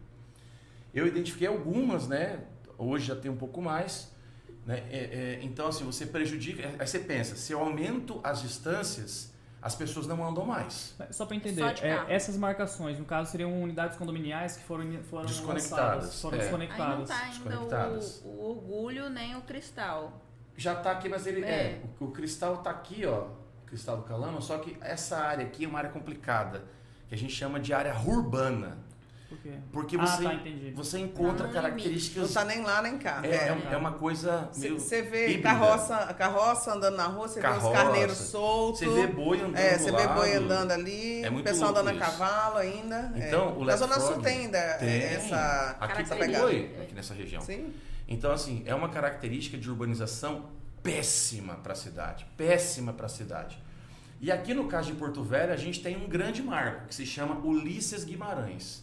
Eu identifiquei algumas, né? Hoje já tem um pouco mais. Né? É, é, então, assim, você prejudica... Aí você pensa, se eu aumento as distâncias, as pessoas não andam mais. Só para entender, Só de é, carro. essas marcações, no caso, seriam unidades condominiais que foram, foram Desconectadas, lançadas, foram é. Aí não desconectadas. tá ainda Desconectadas. o, o orgulho nem o cristal. Já está aqui, mas ele... É. É. o, o cristal está aqui, ó. O cristal do Calama, só que essa área aqui é uma área complicada, que a gente chama de área urbana. Por quê? Porque Ah, você, tá, entendi. você encontra Tá no características... Não tá nem lá nem cá. É, é, um- é uma coisa meio Você vê híbrida. carroça, carroça andando na rua, você Carroça. vê os carneiros soltos. Você vê boi andando É, do você vê lado. boi andando ali, É o muito pessoal louco andando a isso. cavalo ainda. Então, é. o Na Zona Leapfrog Sul tem ainda tem. essa... Aqui essa tem pegada. boi, aqui nessa região. Sim. Então, assim, é uma característica de urbanização péssima para a cidade. Péssima para a cidade. E aqui no caso de Porto Velho, a gente tem um grande marco, que se chama Ulisses Guimarães.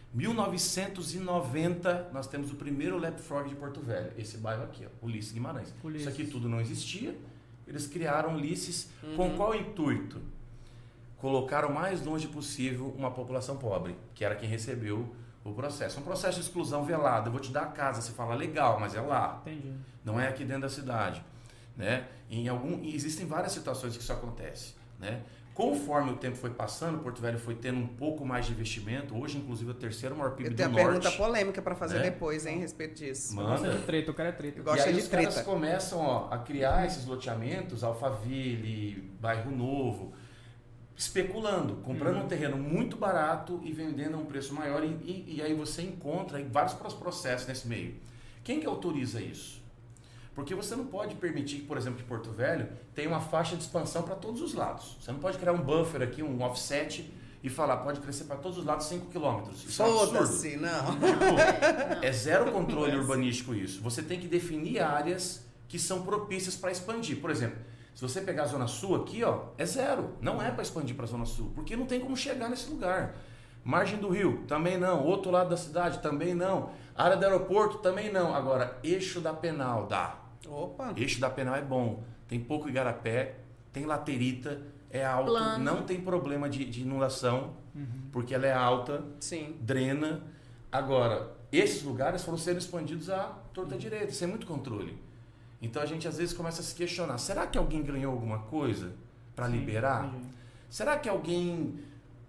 mil novecentos e noventa, nós temos o primeiro Leapfrog de Porto Velho. Esse bairro aqui, ó, Ulisses Guimarães. Ulisses. Isso aqui tudo não existia. Eles criaram Ulisses Uhum. com qual intuito? Colocaram o mais longe possível uma população pobre, que era quem recebeu o processo. Um processo de exclusão velado. Eu vou te dar a casa, você fala legal, mas é lá. Entendi. Não é aqui dentro da cidade. Né? Em algum, existem várias situações que isso acontece. Né? Conforme o tempo foi passando, Porto Velho foi tendo um pouco mais de investimento. Hoje, inclusive, é o terceiro maior P I B Eu do tenho a Norte. pergunta polêmica para fazer né? depois, hein, a respeito disso. Eu gosto Manda. de treta, eu quero é treta. Eu E gosto aí de os caras treta. começam ó, a criar esses loteamentos, Alphaville, Bairro Novo, especulando, comprando Uhum. um terreno muito barato e vendendo a um preço maior. E, e, e aí você encontra vários processos nesse meio. Quem que autoriza isso? Porque você não pode permitir que, por exemplo, que Porto Velho tenha uma faixa de expansão para todos os lados. Você não pode criar um buffer aqui, um offset e falar, pode crescer para todos os lados cinco quilômetros. Isso é um absurdo. Foda-se, não. Tipo, é zero controle urbanístico isso. Você tem que definir áreas que são propícias para expandir. Por exemplo, se você pegar a Zona Sul aqui, ó, é zero. Não é para expandir para a Zona Sul, porque não tem como chegar nesse lugar. Margem do Rio, também não. Outro lado da cidade, também não. Área do aeroporto, também não. Agora, eixo da Penal, dá. Opa. Eixo da Penal é bom. Tem pouco igarapé, tem laterita, é alto, Plano. não tem problema de, de inundação, Uhum. porque ela é alta, Sim. drena. Agora, esses lugares foram sendo expandidos à torta direita, sem muito controle. Então a gente às vezes começa a se questionar, será que alguém ganhou alguma coisa para Sim, liberar? entendi. Será que alguém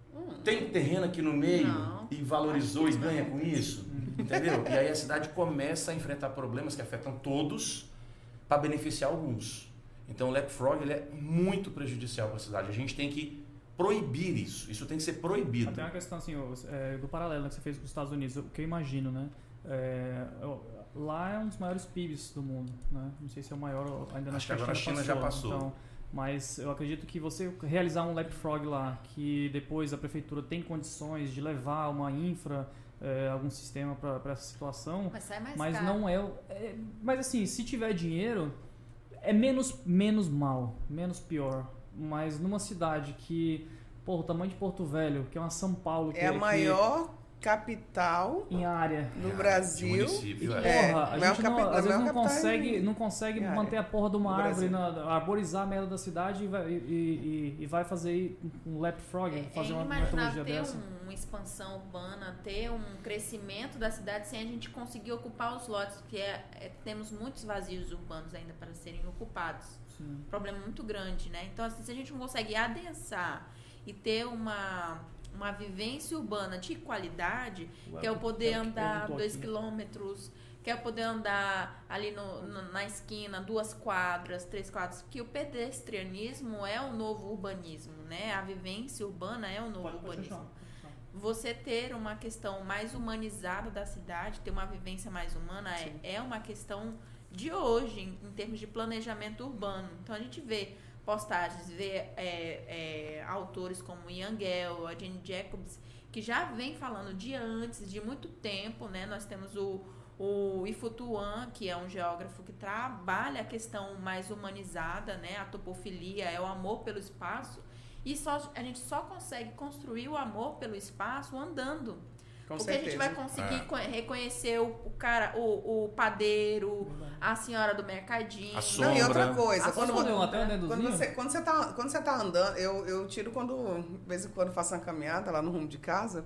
tem terreno aqui no meio Não. e valorizou e Acho que ganha não. com isso? Entendeu? E aí a cidade começa a enfrentar problemas que afetam todos para beneficiar alguns. Então o Leapfrog ele é muito prejudicial para a cidade. A gente tem que proibir isso. Isso tem que ser proibido. Até uma questão assim, o- é, do paralelo que você fez com os Estados Unidos, o que eu imagino, né? É, eu- lá é um dos maiores P I Bs do mundo, né? Não sei se é o maior, ou ainda não Acho que agora a China já passou. Então, mas eu acredito que você realizar um Leapfrog lá, que depois a prefeitura tem condições de levar uma infra, é, algum sistema para essa situação, Mas sai mais mas caro. não é, o- é. Mas assim, se tiver dinheiro, é menos, menos mal, menos pior. Mas numa cidade que, pô, o tamanho de Porto Velho, que é uma São Paulo, que É a que maior capital em área. do É, Brasil. de município, Porra, é. É, a maior gente não, capi- às vezes maior não capital consegue, em- não consegue em área manter a porra de uma do árvore, Brasil. na, arborizar a merda da cidade e vai, e, e- e vai fazer um leapfrog, É, fazer é uma inimaginável metodologia ter dessa. um- uma expansão urbana, ter um crescimento da cidade sem a gente conseguir ocupar os lotes, porque é- é- temos muitos vazios urbanos ainda para serem ocupados. Sim. Um problema muito grande, né? Então, assim, se a gente não consegue adensar e ter uma, uma vivência urbana de qualidade, que é o poder É o que andar perguntou dois aqui. quilômetros, que é o poder andar ali no, no- na esquina, duas quadras, três quadras, que o pedestrianismo é o novo urbanismo, né? A vivência urbana é o novo Pode- pode urbanismo. continuar. Você ter uma questão mais humanizada da cidade, ter uma vivência mais humana, é, é uma questão de hoje, em, em termos de planejamento urbano. Então, a gente vê postagens, vê é, é, autores como Ian Gell, a Jane Jacobs, que já vem falando de antes, de muito tempo, né? Nós temos o, o Ifutuan, que é um geógrafo que trabalha a questão mais humanizada, né? A topofilia é o amor pelo espaço. E só, a gente só consegue construir o amor pelo espaço andando. Com Porque certeza. a gente vai conseguir É. co- reconhecer o, o cara, o, o padeiro, a senhora do mercadinho. A Não, e outra sombra. coisa, A quando, Posso vo- fazer um até um quando, deduzinho? você, quando, você tá, quando você tá andando, eu, eu tiro quando, de vez em quando, faço uma caminhada lá no rumo de casa.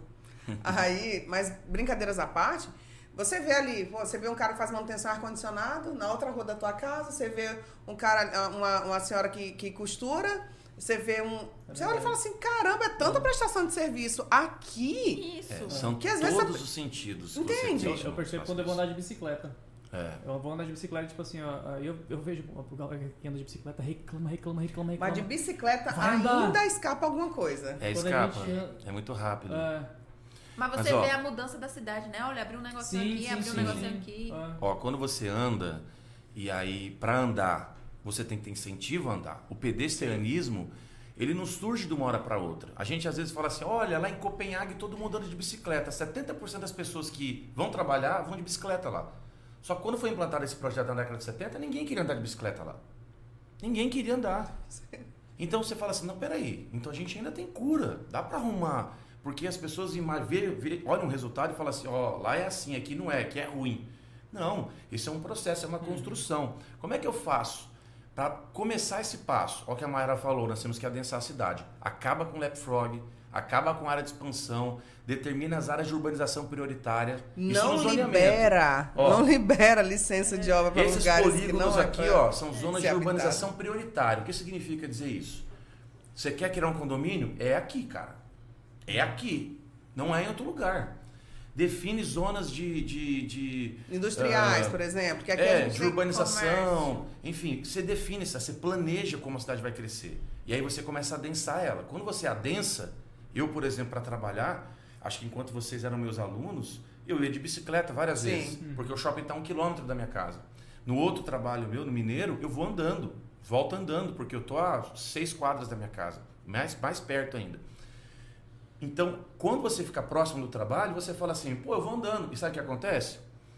Aí, mas brincadeiras à parte, você vê ali, pô, você vê um cara que faz manutenção ar-condicionado, na outra rua da tua casa, você vê um cara, uma, uma senhora que, que costura, você vê um. Você olha e fala assim: caramba, é tanta prestação de serviço aqui. Isso. É, são Que às vezes todos você- os sentidos. que Entende? você Eu, tem, eu percebo faz quando eu vou isso. andar de bicicleta. É. Eu vou andar de bicicleta, tipo assim, ó, eu, eu vejo o galera que anda de bicicleta reclama, reclama, reclama, reclama. Mas de bicicleta Vai ainda andar. escapa alguma coisa. É, Quando a escapa. gente- É muito rápido. É, Mas você Mas, ó, vê a mudança da cidade, né? Olha, abriu um negocinho sim, aqui, sim, abriu sim, um negocinho sim. aqui. É. Ó, quando você anda, e aí, para andar, você tem que ter incentivo a andar. O pedestrianismo, ele não surge de uma hora para outra. A gente às vezes fala assim, olha, lá em Copenhague todo mundo anda de bicicleta. setenta por cento das pessoas que vão trabalhar vão de bicicleta lá. Só que quando foi implantado esse projeto na década de setenta, ninguém queria andar de bicicleta lá. Ninguém queria andar. Então você fala assim, não, peraí, então a gente ainda tem cura. Dá para arrumar Porque as pessoas ima- vê, vê, olham o resultado e falam assim, ó, lá é assim, aqui não é, aqui é ruim. Não, isso é um processo, é uma construção. Como é que eu faço para começar esse passo? Olha o que a Mayara falou, nós temos que adensar a cidade. Acaba com o leapfrog, acaba com a área de expansão, determina as áreas de urbanização prioritária. Isso Não no zoneamento. libera, Ó, não libera licença de obra para esses lugares que polígonos não é aqui, pra ó, são zonas ser de urbanização habitado. prioritária. O que significa dizer isso? Você quer criar um condomínio? É aqui, cara. É aqui. Não é em outro lugar. Define zonas de... de, de Industriais, ah, por exemplo, que aqui a é, gente de tem urbanização. comércio. Enfim, você define isso, você planeja como a cidade vai crescer. E aí você começa a adensar ela. Quando você adensa, eu, por exemplo, para trabalhar, acho que enquanto vocês eram meus alunos, eu ia de bicicleta várias Sim. vezes, porque o shopping está a um quilômetro da minha casa. No outro trabalho meu, no Mineiro, eu vou andando, volto andando, porque eu estou a seis quadras da minha casa, mais, mais perto ainda. Então, quando você fica próximo do trabalho, você fala assim, pô, eu vou andando. E sabe o que acontece?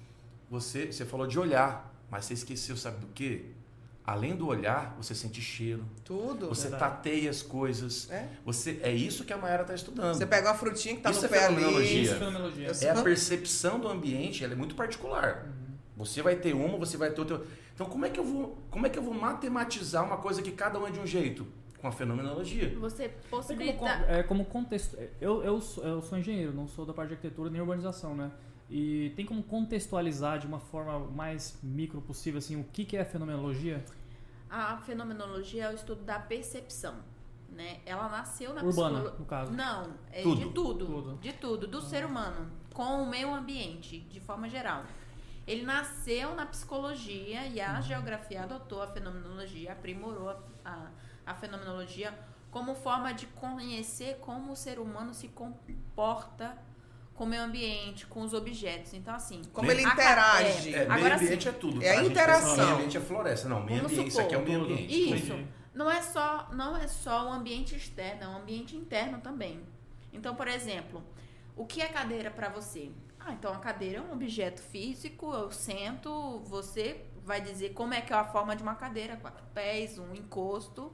Você, você falou de olhar, mas você esqueceu, sabe do quê? Além do olhar, você sente cheiro. Tudo. Você Verdade. tateia as coisas. É. Você, é isso que a Mayara está estudando. Você pega uma frutinha que tá Isso no é pé ali. fenomenologia. Isso é fenomenologia. Eu É a percepção do ambiente, ela é muito particular. Você vai ter uma, você vai ter outra. Então, como é que eu vou, como é que eu vou matematizar uma coisa que cada um é de um jeito? Com a fenomenologia. Você É como, possibilita. é como contexto. Eu, eu, sou, eu sou engenheiro, não sou da parte de arquitetura nem urbanização, né? E tem como contextualizar de uma forma mais micro possível assim, o que, que é a fenomenologia? A fenomenologia é o estudo da percepção, né? Ela nasceu na Urbana, psicolo- no caso. Não, é Tudo. de tudo, Tudo. de tudo, do ser humano, com o meio ambiente, de forma geral. Ele nasceu na psicologia e a geografia adotou a fenomenologia, aprimorou a, a, a fenomenologia como forma de conhecer como o ser humano se comporta com o meio ambiente, com os objetos. Então, assim... Como ele a ca- interage. É, meio Agora ambiente sim. é tudo. É a tá? gente interação. pensa, meio ambiente é floresta. Não, meio Vamos ambiente, isso aqui é o meio supor, ambiente. Isso. Não é só, não é só o ambiente externo, é o ambiente interno também. Então, por exemplo, o que é cadeira para você? Ah, então a cadeira é um objeto físico, eu sento, você vai dizer como é que é a forma de uma cadeira, quatro pés, um encosto.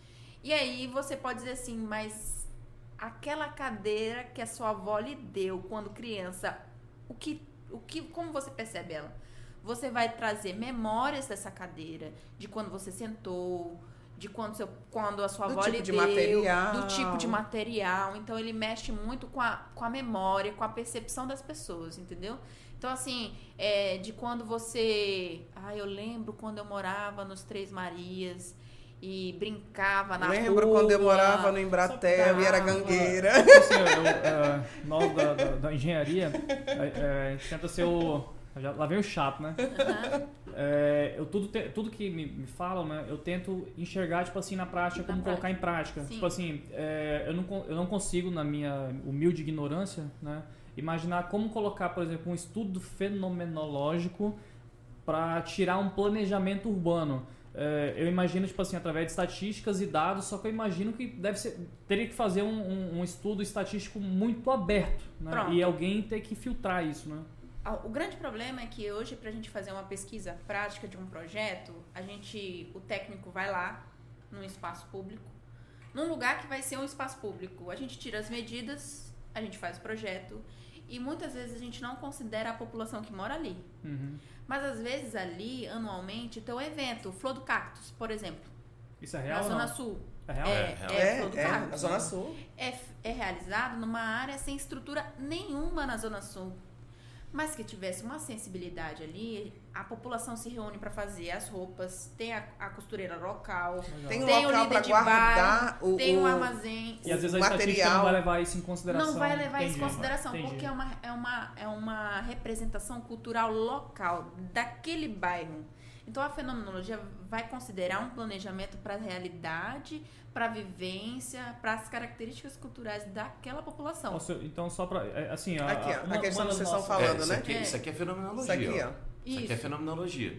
E aí você pode dizer assim, mas aquela cadeira que a sua avó lhe deu quando criança, o que, o que, como você percebe ela? Você vai trazer memórias dessa cadeira, de quando você sentou, de quando, seu, quando a sua Do avó tipo lhe de deu, material. do tipo de material. Então, ele mexe muito com a, com a memória, com a percepção das pessoas, entendeu? Então, assim, é, de quando você... Ah, eu lembro quando eu morava nos Três Marias e brincava na Lembro rua. quando eu morava no Embratel e era brincava. gangueira. Assim, eu, é, nós da, da, da engenharia, é, é, a gente tenta ser o... já- lá vem o chato, né? Aham. É, eu tudo, te- tudo que me, me falam, né? Eu tento enxergar, tipo assim, na prática, Na como prática. colocar em prática. Sim. Tipo assim, é, eu, não, con- eu não consigo, na minha humilde ignorância, né? Imaginar como colocar, por exemplo, um estudo fenomenológico para tirar um planejamento urbano. É, eu imagino, tipo assim, através de estatísticas e dados, só que eu imagino que deve ser, teria que fazer um, um- um estudo estatístico muito aberto, né? Pronto. E alguém ter que filtrar isso, né? Ah, o grande problema é que hoje, para a gente fazer uma pesquisa prática de um projeto, a gente, o técnico vai lá num espaço público, num lugar que vai ser um espaço público. A gente tira as medidas, a gente faz o projeto e muitas vezes a gente não considera a população que mora ali. Uhum. Mas às vezes ali, anualmente, tem um evento, Flor do Cactus, por exemplo, Isso é na real ou Zona não? Sul. É real? É, real. é, É, Flor do é, Cactus. na Zona Sul. É, é realizado numa área sem estrutura nenhuma na Zona Sul. Mas que tivesse uma sensibilidade ali, a população se reúne para fazer as roupas, tem a, a costureira local, Legal. Tem um tem o local líder para de guardar bairro, o, tem um o- armazém. E às vezes o a estatística material. não vai levar isso em consideração. Não vai levar isso em Entendi. consideração, Entendi. porque é uma, é, uma, é uma representação cultural local daquele bairro. Então a fenomenologia vai considerar um planejamento para a realidade, para a vivência, para as características culturais daquela população. Nossa, então só pra... é, assim, a, Aqui, ó, uma- a questão uma que das vocês estão nossas- falando, isso né? Aqui, É. Isso aqui é fenomenologia. Isso aqui, ó. Isso aqui é Isso. fenomenologia.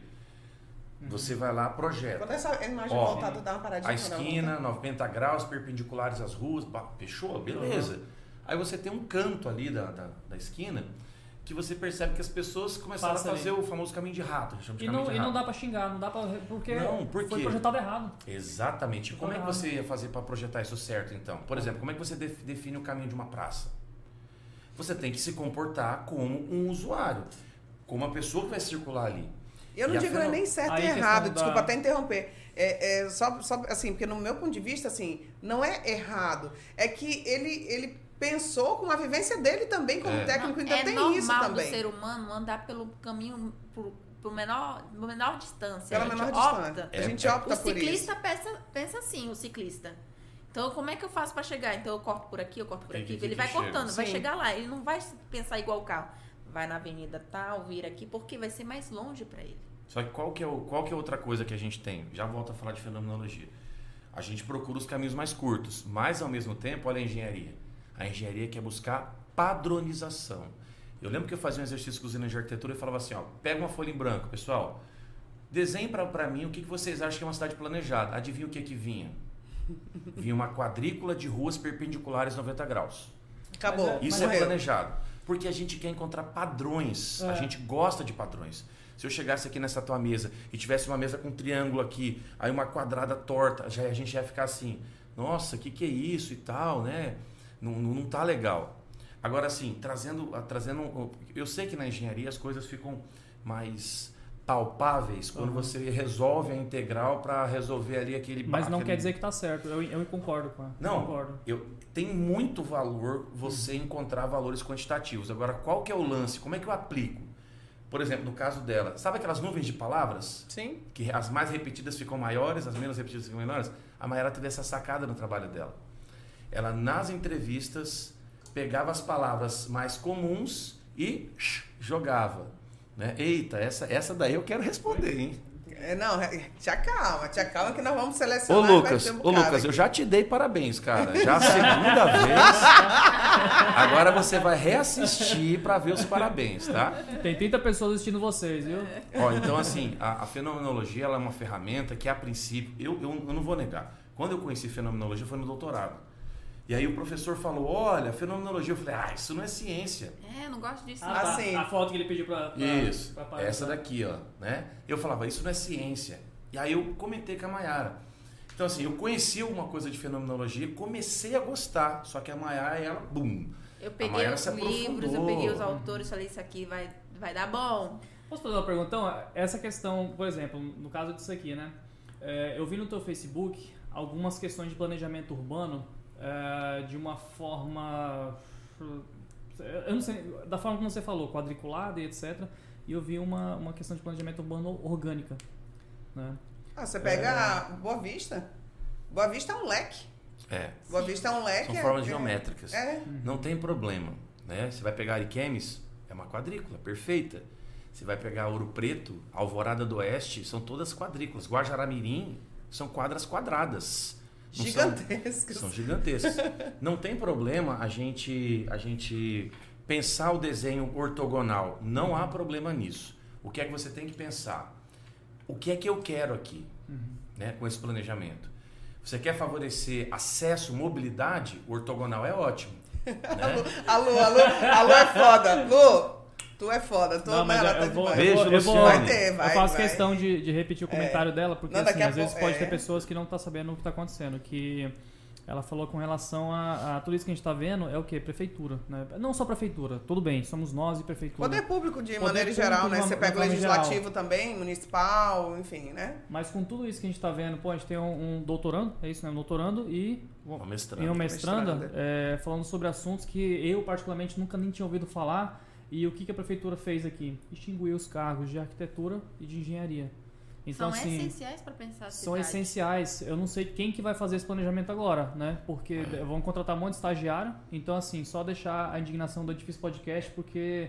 Você vai lá, projeta. Quando essa imagem Ó, voltada, dá uma paradinha. A pra dar uma esquina, voltada. noventa graus, perpendiculares às ruas, ba- fechou? Beleza. Aí você tem um canto ali da, da, da esquina que você percebe que as pessoas começaram Passa a fazer ali. o famoso caminho de rato. Chama de E caminho não, de e não rato. dá pra xingar, não dá pra... Porque Não, por foi quê? projetado errado. Exatamente. Como é que Errado. você ia fazer para projetar isso certo, então? Por exemplo, como é que você def- define o caminho de uma praça? você tem que se comportar como um usuário, como uma pessoa que vai circular ali. Eu não e digo afinal, nem certo e errado, desculpa da... até interromper. É, é, só, só, assim, porque no meu ponto de vista, assim, não é errado. É que ele, ele pensou com a vivência dele também como é. técnico, então é tem isso também. É normal do ser humano andar pelo caminho, por, por menor, por menor distância. Pela menor distância. A gente é, opta o por isso. O ciclista pensa, pensa assim, o ciclista. Então, como é que eu faço para chegar? Então, eu corto por aqui, eu corto por tem aqui. Que, ele que vai chega. cortando, Sim. vai chegar lá. Ele não vai pensar igual o carro. Vai na avenida tal, vira aqui, porque vai ser mais longe para ele. Só que qual que, é o, qual que é outra coisa que a gente tem? Já volto a falar de fenomenologia. A gente procura os caminhos mais curtos, mas ao mesmo tempo, olha a engenharia. A engenharia quer buscar padronização. Eu lembro que eu fazia um exercício com usina de arquitetura e falava assim, ó, pega uma folha em branco, pessoal, desenhe para mim o que, que vocês acham que é uma cidade planejada. Adivinha o que que vinha? Vinha uma quadrícula de ruas perpendiculares noventa graus. Acabou. Mas é, Isso mas é eu... planejado. Porque a gente quer encontrar padrões. É. A gente gosta de padrões. Se eu chegasse aqui nessa tua mesa e tivesse uma mesa com um triângulo aqui, aí uma quadrada torta, já, a gente ia ficar assim, nossa, o que, que é isso e tal, né? Não, não, não tá legal. Agora, assim, trazendo, trazendo... Eu sei que na engenharia as coisas ficam mais palpáveis quando uhum. você resolve a integral para resolver ali aquele... Mas não aquele... quer dizer que tá certo. Eu, eu concordo com ela. Não, concordo. Eu, tem muito valor você uhum. encontrar valores quantitativos. Agora, qual que é o lance? Como é que eu aplico? Por exemplo, no caso dela, sabe aquelas nuvens de palavras? Sim. Que as mais repetidas ficam maiores, as menos repetidas ficam menores? A Mayara teve essa sacada no trabalho dela. Ela, nas entrevistas, pegava as palavras mais comuns e jogava. Né? Eita, essa, essa daí eu quero responder, hein? É, não, te acalma, te acalma que nós vamos selecionar. Ô Lucas, um ô Lucas, aqui. Eu já te dei parabéns, cara. Já a segunda vez. Agora você vai reassistir para ver os parabéns, tá? Tem trinta pessoas assistindo vocês, viu? Ó, então assim, a, a fenomenologia ela é uma ferramenta que a princípio, eu, eu, eu não vou negar. Quando eu conheci fenomenologia foi no doutorado. E aí o professor falou, olha, fenomenologia. Eu falei, ah, isso não é ciência. É, eu não gosto disso. Ah, tá. Assim. A foto que ele pediu pra... pra isso, pra essa daqui, ó. Né? Eu falava, isso não é ciência. E aí eu comentei com a Mayara. Então assim, eu conheci alguma coisa de fenomenologia, comecei a gostar. Só que a Mayara, ela, bum. Eu peguei os livros, eu peguei os autores, falei, isso aqui vai, vai dar bom. Posso fazer uma pergunta? Então, essa questão, por exemplo, no caso disso aqui, né? É, eu vi no teu Facebook algumas questões de planejamento urbano é, de uma forma, eu não sei, da forma como você falou, quadriculada e etcétera. E eu vi uma, uma questão de planejamento urbano orgânica, né? Ah, você pega é... Boa Vista. Boa Vista é um leque. É. Boa Vista é um leque. São formas é, geométricas. É. Não tem problema. Né? Você vai pegar Ariquemes, é uma quadrícula perfeita. Você vai pegar Ouro Preto, Alvorada do Oeste, são todas quadrículas. Guajará-Mirim são quadras quadradas. Não gigantescas. São, são gigantescas. Não tem problema a gente, a gente pensar o desenho ortogonal. Não há problema nisso. O que é que você tem que pensar? O que é que eu quero aqui, uhum. né, com esse planejamento? Você quer favorecer acesso, mobilidade? O ortogonal é ótimo. Né? Alô, alô, alô é foda. Lu, tu é foda. Tu não, mas ela eu, tá eu vou, Beijo, eu vou, eu vou, vai ter, vai, eu faço vai. questão de, de repetir o comentário é. dela, porque não, assim, às vezes pouco, pode é. ter pessoas que não estão sabendo o que está acontecendo. Que ela falou com relação a, a tudo isso que a gente está vendo é o quê? Prefeitura. Né? Não só prefeitura, tudo bem, somos nós e prefeitura. Poder público de Poder maneira público geral, né? Uma, Você pega o legislativo geral. também, municipal, enfim, né? Mas com tudo isso que a gente está vendo, pô, a gente tem um, um doutorando, é isso, né? Um doutorando e uma mestranda, e uma mestranda, mestranda. É, falando sobre assuntos que eu particularmente nunca nem tinha ouvido falar. E o que, que a prefeitura fez aqui? Extinguiu os cargos de arquitetura e de engenharia. Então, são assim, essenciais para pensar a cidade. São essenciais. Eu não sei quem que vai fazer esse planejamento agora, né? Porque é. vão contratar um monte de estagiário. Então, assim, só deixar a indignação do Edifício Podcast, porque...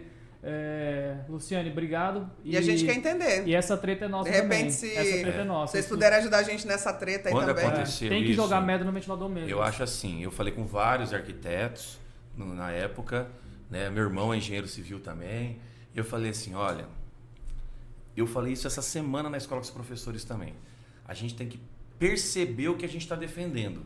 É, Luciane, obrigado. E, e a gente quer entender. E essa treta é nossa também. De repente, também. se essa treta é, é nossa. vocês puderem ajudar a gente nessa treta aí Quando também. aconteceu É, tem que isso, jogar merda no ventilador mesmo. Eu acho assim, eu falei com vários arquitetos no, na época, né? Meu irmão é engenheiro civil também. Eu falei assim, olha, eu falei isso essa semana na escola com os professores também. A gente tem que perceber o que a gente está defendendo.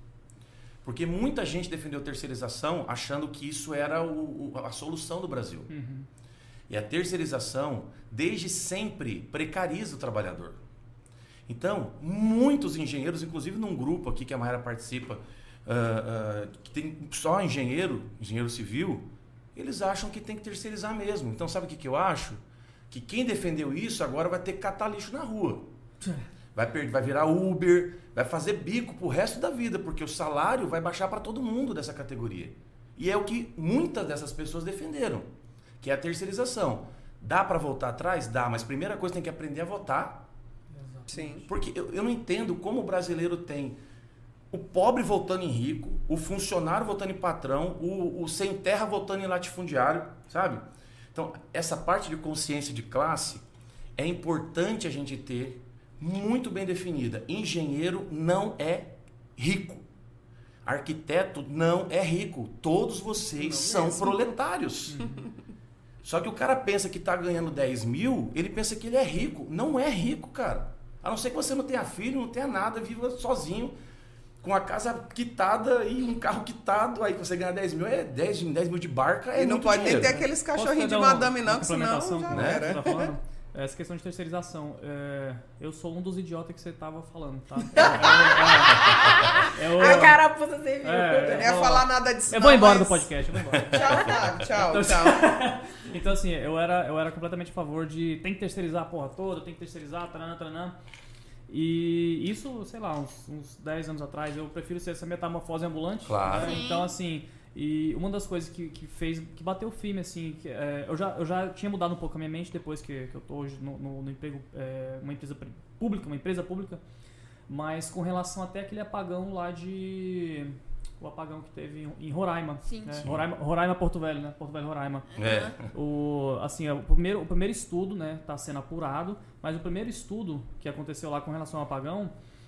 Porque muita gente defendeu terceirização achando que isso era o, o, a solução do Brasil. Uhum. E a terceirização, desde sempre, precariza o trabalhador. Então, muitos engenheiros, inclusive num grupo aqui que a Mayara participa, uh, uh, que tem só engenheiro, engenheiro civil, eles acham que tem que terceirizar mesmo. Então sabe o que, que eu acho? Que quem defendeu isso agora vai ter que catar lixo na rua. Vai, per- vai virar Uber, vai fazer bico pro resto da vida, porque o salário vai baixar para todo mundo dessa categoria. E é o que muitas dessas pessoas defenderam, que é a terceirização. Dá para voltar atrás? Dá, mas primeira coisa tem que aprender a votar. Sim. Porque eu, eu não entendo como o brasileiro tem o pobre votando em rico, o funcionário votando em patrão, o, o sem terra votando em latifundiário, sabe? Então, essa parte de consciência de classe é importante a gente ter muito bem definida. Engenheiro não é rico. Arquiteto não é rico. Todos vocês não são mesmo. Proletários. Só que o cara pensa que está ganhando dez mil, ele pensa que ele é rico. Não é rico, cara. A não ser que você não tenha filho, não tenha nada, viva sozinho, com a casa quitada e um carro quitado, aí você ganha dez mil, é dez, dez mil de barca, é E não muito pode dinheiro. nem ter aqueles cachorrinhos de madame não, que senão já né? era. Tá falando? Essa questão de terceirização, é, eu sou um dos idiotas que você tava falando, tá? É, é, é, é, o, a carapuça você viu. É, Não ia falar nada disso. Eu vou não, embora mas... do podcast, eu vou embora. Tchau, Flávio. Tchau, Então, tchau. Então, assim, eu era, eu era completamente a favor de tem que terceirizar a porra toda, tem que terceirizar, taranã, taranã. E isso, sei lá, uns, uns dez anos atrás, eu prefiro ser essa metamorfose ambulante. Claro. Né? Então, assim, e uma das coisas que, que fez, que bateu firme, assim, que, é, eu, já, eu já tinha mudado um pouco a minha mente depois que, que eu tô hoje no, no, no emprego, é, uma empresa pública, uma empresa pública, mas com relação até aquele apagão lá de... o apagão que teve em Roraima. Sim, né? sim. Roraima, Roraima, Porto Velho, né? Porto Velho, Roraima. É. O, assim, o primeiro, o primeiro estudo, né, tá sendo apurado, mas o primeiro estudo que aconteceu lá com relação ao apagão,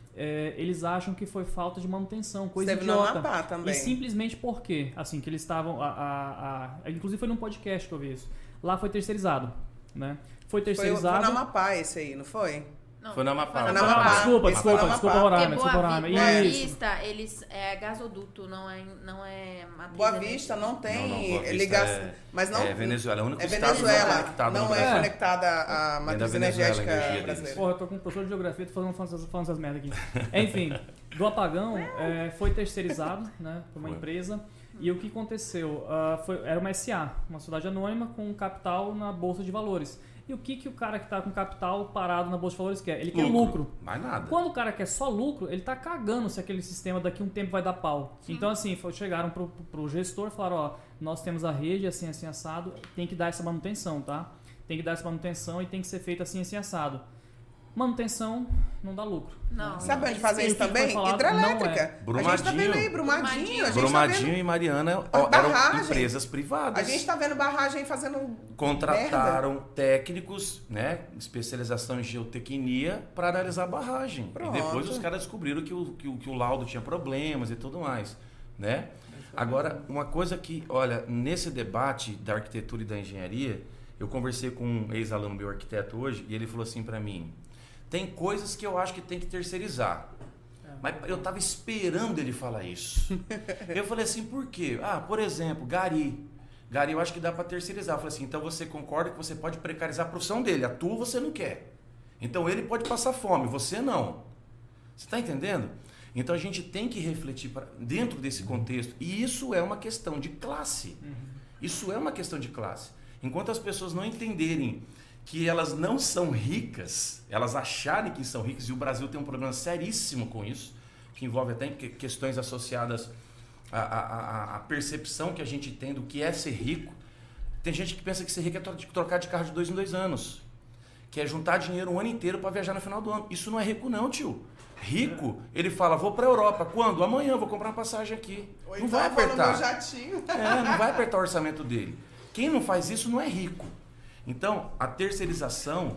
é, eles acham que foi falta de manutenção, coisa Esteve no idiota. Amapá também. E simplesmente por quê? Assim, que eles estavam... A, a, a, inclusive foi num podcast que eu vi isso. Lá foi terceirizado, né? Foi Foi, foi terceirizado... no Amapá esse aí, não foi? Não, Foi na Amapá. Foi na Ah, Amapá. desculpa, Esse foi desculpa, no desculpa, Amapá. Roraima, Porque desculpa, Boa, Roraima. Vi- Boa Isso. Vista, eles é gasoduto, não é, não é matriz Boa energética. Vista não tem Não, não, Boa Vista ligação. é- Mas não, é Venezuela, é o único é estado Venezuela, não conectado no não é Brasil. conectada à Vem da matriz Venezuela, energética a energia deles. brasileira. Porra, eu tô com um professor de geografia, tô falando, falando, essas- falando essas merda aqui. Enfim, do apagão, é, foi terceirizado, né, por uma Foi. empresa. E o que aconteceu? Ah, foi, era uma S A, uma sociedade anônima com capital na Bolsa de Valores. E o que, que o cara que está com capital parado na Bolsa de Valores quer? Ele quer lucro. Mais nada. Quando o cara quer só lucro, ele tá cagando se aquele sistema daqui a um tempo vai dar pau. Então, assim, foi- chegaram pro, pro gestor e falaram, ó, nós temos a rede assim, assim, assado, tem que dar essa manutenção, tá? Tem que dar essa manutenção e tem que ser feita assim, assim, assado. Manutenção não dá lucro. Não. Sabe onde Eles fazer isso o que foi também? falado Hidrelétrica. não é. A gente tá Brumadinho. vendo aí, Brumadinho. A gente tá Brumadinho vendo, e Mariana A ó, eram barragem. empresas privadas. a gente tá vendo barragem fazendo Contrataram técnicos, né, especialização em geotecnia, para analisar a barragem. Pronto. E depois os caras descobriram que o, que, o, que o laudo tinha problemas e tudo mais, né? Agora, uma coisa que, olha, nesse debate da arquitetura e da engenharia, eu conversei com um ex-aluno meu arquiteto hoje e ele falou assim para mim, tem coisas que eu acho que tem que terceirizar. Mas eu tava esperando ele falar isso. Eu falei assim, por quê? Ah, por exemplo, gari. Gari eu acho que dá para terceirizar. Eu falei assim, então você concorda que você pode precarizar a profissão dele. A tua você não quer. Então ele pode passar fome, você não. Você está entendendo? Então a gente tem que refletir pra, dentro desse contexto. E isso é uma questão de classe. Isso é uma questão de classe. Enquanto as pessoas não entenderem que elas não são ricas, elas acharem que são ricas, e o Brasil tem um problema seríssimo com isso, que envolve até questões associadas à, à, à percepção que a gente tem do que é ser rico. Tem gente que pensa que ser rico é trocar de carro de dois em dois anos, que é juntar dinheiro um ano inteiro para viajar no final do ano. Isso não é rico não, tio. Rico, ele fala, vou para a Europa. Quando? Amanhã, vou comprar uma passagem aqui. Ou Não então vai eu vou no meu apertar. jatinho. É, não vai apertar o orçamento dele. Quem não faz isso não é rico. Então, a terceirização,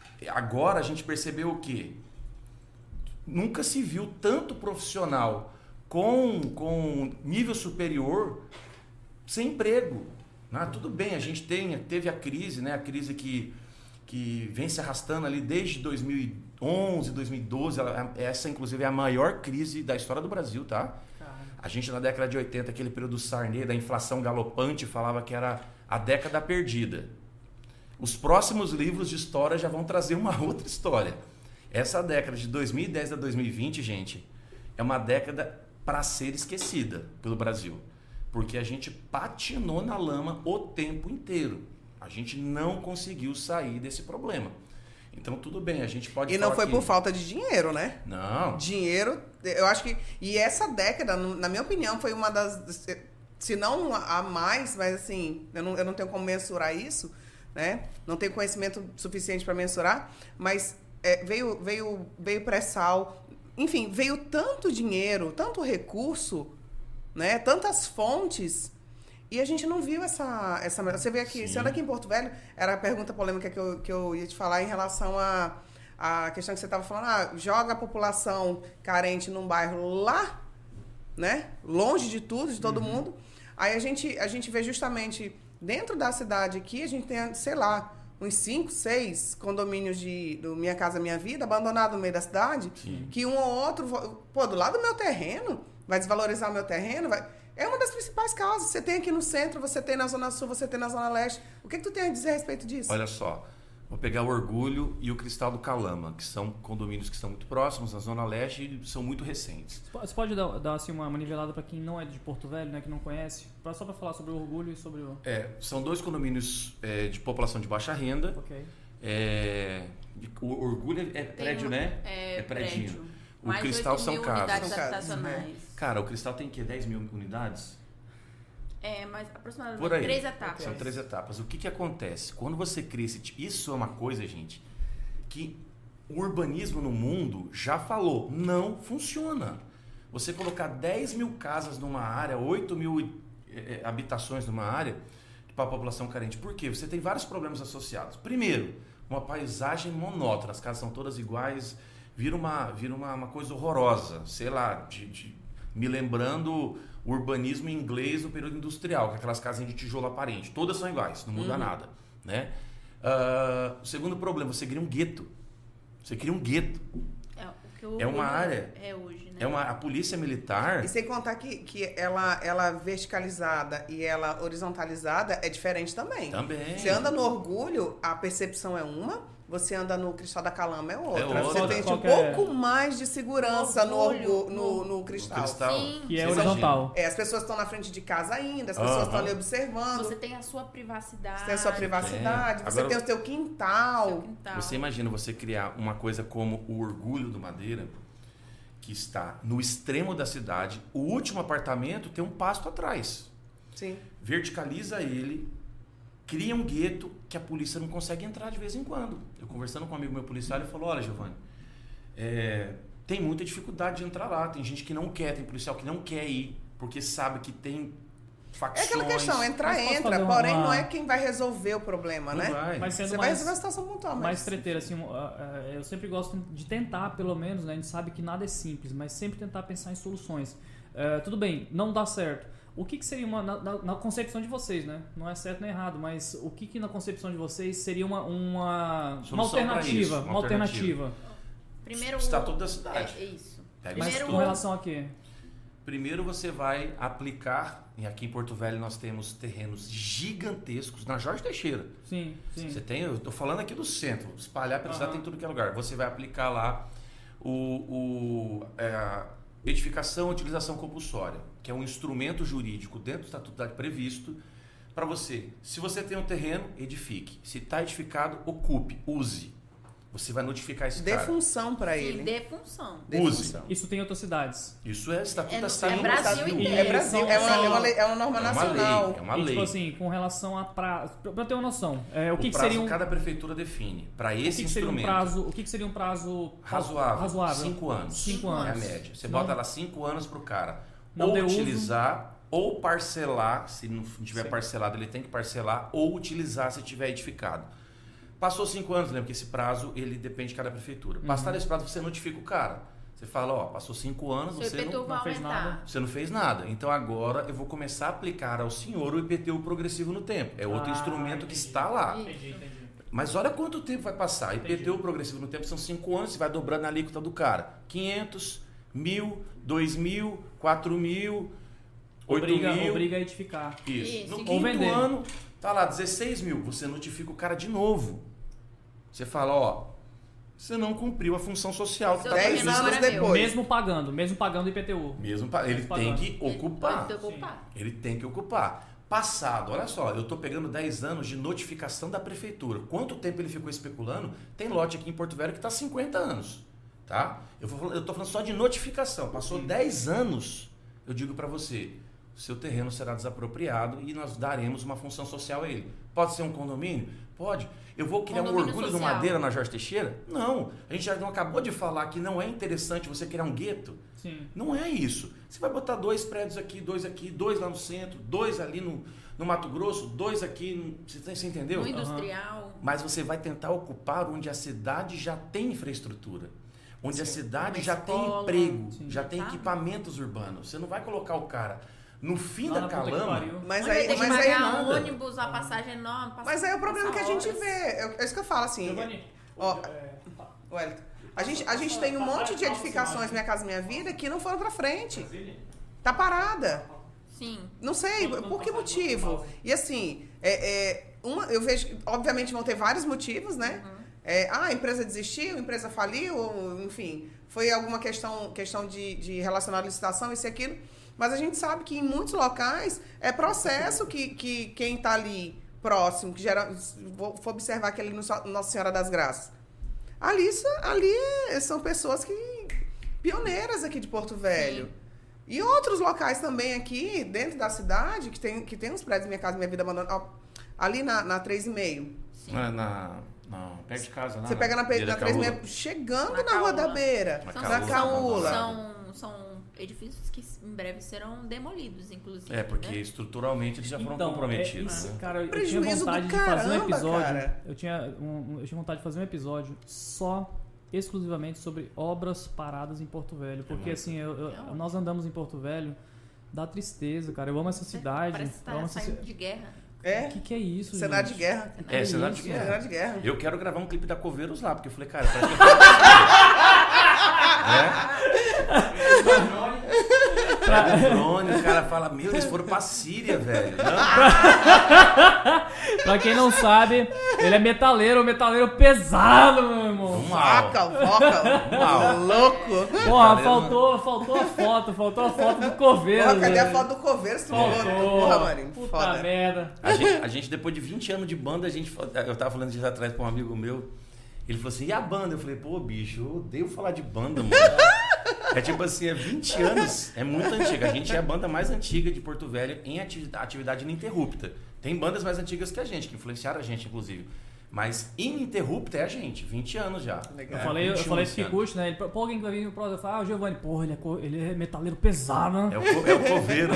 agora a gente percebeu o quê? Nunca se viu tanto profissional com, com nível superior sem emprego. Ah, tudo bem, a gente tem, teve a crise, né? A crise que, que vem se arrastando ali desde dois mil e onze, dois mil e doze. Ela, essa, inclusive, é a maior crise da história do Brasil, tá? A gente, na década de oitenta, aquele período do Sarney, da inflação galopante, falava que era a década perdida. Os próximos livros de história já vão trazer uma outra história. Essa década de dois mil e dez a dois mil e vinte, gente, é uma década para ser esquecida pelo Brasil. Porque a gente patinou na lama o tempo inteiro. A gente não conseguiu sair desse problema. Então, tudo bem, a gente pode E não foi que... por falta de dinheiro, né? Não. Dinheiro, eu acho que... E essa década, na minha opinião, foi uma das... Se não a mais, mas assim, eu não, eu não tenho como mensurar isso, né? Não tenho conhecimento suficiente para mensurar, mas é, veio, veio, veio pré-sal, enfim, veio tanto dinheiro, tanto recurso, né? Tantas fontes, e a gente não viu essa... essa você vê aqui, você anda aqui em Porto Velho, era a pergunta polêmica que eu, que eu ia te falar em relação a, a questão que você estava falando, ah, joga a população carente num bairro lá, né? Longe de tudo, de todo uhum. mundo. Aí a gente, a gente vê justamente dentro da cidade aqui, a gente tem, sei lá, uns cinco, seis condomínios de do Minha Casa Minha Vida, abandonados no meio da cidade, Sim. que um ou outro, pô, do lado do meu terreno, vai desvalorizar o meu terreno, vai... É uma das principais causas. Você tem aqui no centro, você tem na Zona Sul, você tem na Zona Leste. O que, que tu tem a dizer a respeito disso? Olha só, vou pegar o Orgulho e o Cristal do Calama, que são condomínios que estão muito próximos na Zona Leste e são muito recentes. Você pode dar, dar assim, uma nivelada para quem não é de Porto Velho, né, que não conhece? Só para falar sobre o Orgulho e sobre o... É, são dois condomínios é, de população de baixa renda. Ok. É, o Orgulho é prédio, um, né? É, é prédio. prédio. O Mais Cristal são casas. São habitacionais. Cara, o Cristal tem que dez mil unidades? É, mas aproximadamente Por aí. três etapas. São três etapas. O que que acontece? Quando você cria esse tipo... Isso é uma coisa, gente, que o urbanismo no mundo já falou. Não funciona. Você colocar dez mil casas numa área, oito mil é, habitações numa área para a população carente. Por quê? Você tem vários problemas associados. Primeiro, uma paisagem monótona. As casas são todas iguais. Vira uma, vira uma, uma coisa horrorosa. Sei lá, de, de, me lembrando... o urbanismo inglês no período industrial, com aquelas casinhas de tijolo aparente. Todas são iguais, não muda uhum. nada. Né? Uh, o segundo problema, você cria um gueto. Você cria um gueto. É, o que o é uma área... É hoje, né? É uma, a polícia militar... E sem contar que, que ela, ela verticalizada e ela horizontalizada é diferente também. Também. Você anda no Orgulho, a percepção é uma... Você anda no Cristal da Calama, é outra. É outra. Você tem um pouco mais de segurança no, orgulho, no, no, no Cristal. No cristal. Sim. Que é horizontal. É, as pessoas estão na frente de casa ainda, as pessoas estão uh-huh. ali observando. Você tem a sua privacidade. Você tem a sua privacidade, é. você Agora, tem o seu quintal. seu quintal. Você imagina você criar uma coisa como o Orgulho do Madeira, que está no extremo da cidade, o último apartamento tem um pasto atrás. Sim. Verticaliza ele... Cria um gueto que a polícia não consegue entrar de vez em quando. Eu conversando com um amigo meu policial, ele falou, olha, Giovanni, é, tem muita dificuldade de entrar lá. Tem gente que não quer, tem policial que não quer ir, porque sabe que tem facções. É aquela questão, entrar, entra, porém uma... não é quem vai resolver o problema, não né? Vai. Mas sendo Você mais, vai resolver a situação pontual. Mas... mais treteira, assim, eu sempre gosto de tentar, pelo menos, né? A gente sabe que nada é simples, mas sempre tentar pensar em soluções. Uh, tudo bem, não dá certo. O que, que seria uma na, na, na concepção de vocês, né? Não é certo nem errado, mas o que, que na concepção de vocês seria uma, uma, uma alternativa? Isso, uma, uma alternativa. alternativa. Primeiro, Estatuto da cidade. É, é isso. Pega mas Primeiro, com relação a quê? Primeiro você vai aplicar, e aqui em Porto Velho nós temos terrenos gigantescos, na Jorge Teixeira. Sim, sim. Você tem, eu estou falando aqui do centro, espalhar pela cidade, tem tudo que é lugar. Você vai aplicar lá o, o é, edificação e utilização compulsória, que é um instrumento jurídico dentro do Estatuto da Cidade previsto para você. Se você tem um terreno, edifique. Se está edificado, ocupe, use. Você vai notificar esse dê cara. Dê função para ele. Dê função. Use. Isso tem em outras cidades. Isso é Estatuto é, da Cidade é no Brasil Brasil. inteiro. É Brasil. É uma, é uma, lei, é uma norma é uma nacional. Lei, é uma e, lei. Tipo assim, com relação a prazo... Para ter uma noção, é, o, o que, prazo que seria um... cada prefeitura define para esse o que que instrumento. Seria um prazo, o que, que seria um prazo razoável? razoável? Cinco anos. Cinco anos. É a média. Você não, bota lá cinco anos para o cara não ou deu utilizar, uso. Ou parcelar, se não tiver Sim. parcelado, ele tem que parcelar, ou utilizar se tiver edificado. Passou cinco anos, lembra que esse prazo ele depende de cada prefeitura. Uhum. Passado esse prazo, você notifica o cara. Você fala, ó, passou cinco anos, Seu você I P T U não, não fez nada. Você não fez nada. Então agora eu vou começar a aplicar ao senhor o I P T U progressivo no tempo. É outro ah, instrumento entendi. que está lá. Entendi, entendi. Mas olha quanto tempo vai passar. I P T U progressivo no tempo são cinco anos, você vai dobrando a alíquota do cara. quinhentos, mil, dois mil, quatro mil, oito obriga, mil. Obriga a edificar. Isso. Isso. No Ou quinto vender. ano, tá lá, dezesseis mil. Você notifica o cara de novo. Você fala, ó, você não cumpriu a função social que Seu está Dez terreno anos agora é depois. Mesmo pagando, mesmo pagando I P T U. Mesmo pa- ele Mesmo tem pagando. que ocupar. Ele tem que ocupar. Ele tem que ocupar. Passado, olha só, eu estou pegando dez anos de notificação da prefeitura. Quanto tempo ele ficou especulando? Tem lote aqui em Porto Velho que está cinquenta anos. Tá? Eu estou falando só de notificação. Passou dez anos, eu digo para você, o seu terreno será desapropriado e nós daremos uma função social a ele. Pode ser um condomínio? Pode. Eu vou criar um Condomínio orgulho do social. Madeira na Jorge Teixeira? Não. A gente já não acabou de falar que não é interessante você criar um gueto. Sim. Não é isso. Você vai botar dois prédios aqui, dois aqui, dois lá no centro, dois ali no, no Mato Grosso, dois aqui. No, você, você entendeu? No industrial. Mas você vai tentar ocupar onde a cidade já tem infraestrutura. Onde a cidade Uma já escola. tem emprego, Sim. já tem Sabe? equipamentos urbanos. Você não vai colocar o cara no fim Lá da na puta que calama. pariu. Mas Onde aí, tem que mas aí, pagar um nada. ônibus, a passagem enorme. passa- mas aí é o problema que a passa gente horas. vê. É é isso que eu falo, assim. Giovanni, Ó, é, Wellington, a gente, a gente tem um monte de edificações Minha Casa Minha Vida que não foram pra frente. Tá parada. Sim. Não sei, por que motivo? E assim, é, é, uma, eu vejo, obviamente vão ter vários motivos, né? É, ah, a empresa desistiu, a empresa faliu, ou, enfim, foi alguma questão, questão de, de relacionada à licitação, isso e aquilo. Mas a gente sabe que em muitos locais é processo que, que quem está ali próximo, que gera, vou, vou observar que ali no So- Nossa Senhora das Graças. Ali, isso- ali é- são pessoas que pioneiras aqui de Porto Velho. Sim. E outros locais também aqui, dentro da cidade, que tem, que tem uns prédios Minha Casa Minha Vida abandonados. Ali na, na três e meio. Sim. Na, na, não, perto de casa. Você pega na, pe- na três e meio. meio, chegando Na na, Rua da Caula. Beira, Na São, na Caula. Caula. São, são edifícios que em breve serão demolidos, inclusive. É, porque né? estruturalmente eles já foram Então, comprometidos. é isso, né? cara, eu tinha Prejuízo vontade do de fazer um caramba, episódio. cara. Eu tinha, um, eu tinha vontade de fazer um episódio só, exclusivamente sobre obras paradas em Porto Velho. Porque Uhum. assim, eu- eu- É ótimo. nós andamos em Porto Velho, dá tristeza, cara. Eu amo essa cidade. Parece que eu tá amo essa saindo ci- de guerra. É, O que, que é isso, cenário gente? de guerra. É, Que cenário de isso? guerra. Cenário de guerra. Eu quero gravar um clipe da Coveiros lá, porque eu falei, cara, parece que é. Pega o drone, o cara fala, meu, eles foram pra Síria, velho. Não, Pra quem não sabe, ele é metaleiro, metaleiro pesado, meu irmão. vamos mal. Vaca, voca, Mal. louco. Porra, Metaleiro, faltou, faltou a foto, faltou a foto do coveiro. Porra, cadê a velho. foto do coveiro? Você Faltou. Porra, Marinho, Puta foda. merda. A gente, a gente, depois de vinte anos de banda, a gente. Eu tava falando dias atrás com um amigo meu. Ele falou assim, e a banda? Eu falei, pô, bicho, eu odeio falar de banda, mano. É tipo assim, é vinte anos, é muito antiga. A gente é a banda mais antiga de Porto Velho em ati- atividade ininterrupta. Tem bandas mais antigas que a gente, que influenciaram a gente, inclusive. Mas ininterrupta é a gente, vinte anos já. Legal. Eu falei, eu vinte e um falei esse pro ano. Kikuchi, né? Ele, pô, alguém que vai vir no próximo, eu falei, ah, o Giovanni, porra, ele é, co- ele é metaleiro pesado, né? É o, co- é o coveiro.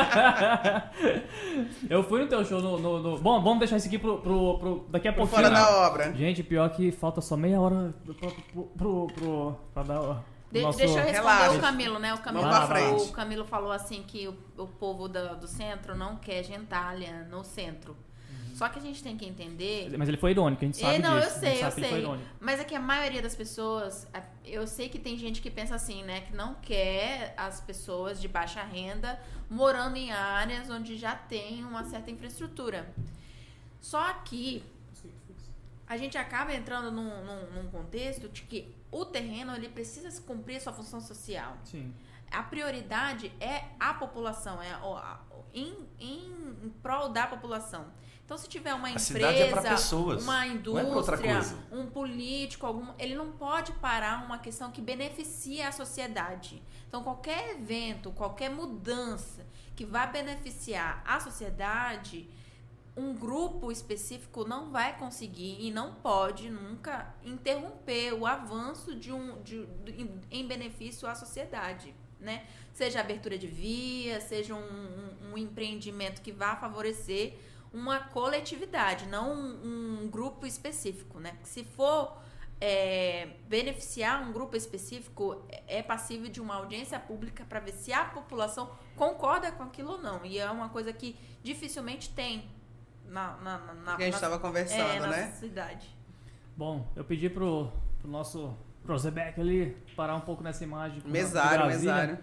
Eu fui no teu show no. no- no- Bom, vamos deixar isso aqui pro, pro, pro- daqui a Por pouquinho. fora da obra. Gente, pior que falta só meia hora pro, pro, pro, pro- pra dar. ó, De- nosso- Deixa eu responder Relaxa. o Camilo, né? O Camilo, Vamos pra falou, frente. o Camilo falou assim que o, o povo da- do centro não quer gentalha no centro. Só que a gente tem que entender. Mas ele foi irônico, a gente sabe É, não, eu disso. a sei, gente eu sabe que ele foi sei. irônico. Mas é que a maioria das pessoas, a- eu sei que tem gente que pensa assim, né? Que não quer as pessoas de baixa renda morando em áreas onde já tem uma certa infraestrutura. Só que a gente acaba entrando num, num- num contexto de que o terreno ele precisa cumprir a sua função social. Sim. A prioridade é a população, é o- a- em, em, em prol da população. Então, se tiver uma A empresa, cidade é pra pessoas, uma não é pra outra indústria, coisa. um político, algum, ele não pode parar uma questão que beneficie a sociedade. Então, qualquer evento, qualquer mudança que vá beneficiar a sociedade, um grupo específico não vai conseguir e não pode nunca interromper o avanço de um, de, de- em, em benefício à sociedade, né? Seja abertura de via, seja um, um- um empreendimento que vá favorecer uma coletividade, não um, um grupo específico, né? Porque se for é, beneficiar um grupo específico, é é passível de uma audiência pública para ver se a população concorda com aquilo ou não. E é uma coisa que dificilmente tem na, na, na, Que a gente na- estava conversando, é, na né? cidade. Bom, eu pedi pro, pro nosso Rosebeck ali, parar um pouco nessa imagem. Mesário, mesário.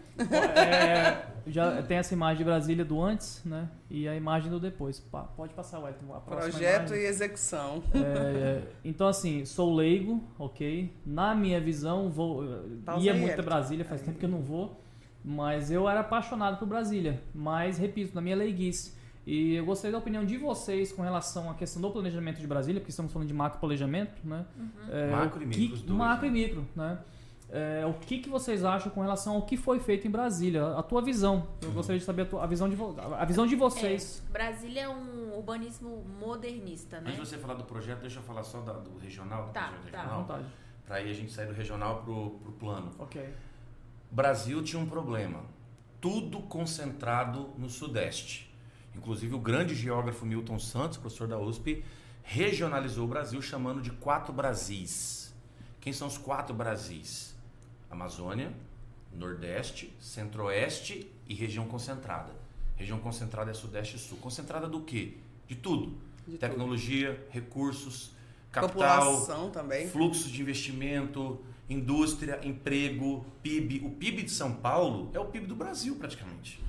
É, já tem essa imagem de Brasília do antes, né? E a imagem do depois. Pa, pode passar, Wellington. A Projeto imagem. E execução. É, então, assim, sou leigo, ok? Na minha visão, vou, Pausa ia aí, muito a Elton. Brasília, faz tempo que eu não vou. Mas eu era apaixonado por Brasília. Mas, repito, na minha leiguice. E eu gostaria da opinião de vocês com relação à questão do planejamento de Brasília, porque estamos falando de macro planejamento, né? Uhum. É, Macro e o micro, que- os dois, Macro né? e micro, né? É, o que, que vocês acham com relação ao que foi feito em Brasília? A tua visão. Eu gostaria de saber a, tua- a visão, de, vo- a visão de vocês. É, Brasília é um urbanismo modernista, né? Antes de você falar do projeto, deixa eu falar só da- do regional. Do Tá, projeto tá. À regional, vontade. para aí a gente sair do regional pro, pro plano. Ok. O Brasil tinha um problema. Tudo concentrado no Sudeste. Inclusive o grande geógrafo Milton Santos, professor da U S P, regionalizou o Brasil chamando de quatro Brasis. Quem são os quatro Brasis? Amazônia, Nordeste, Centro-Oeste e região concentrada. Região concentrada é Sudeste e Sul. Concentrada do quê? De tudo. De Tecnologia, recursos, capital, População também. fluxos de investimento, indústria, emprego, P I B. O P I B de São Paulo é o P I B do Brasil praticamente.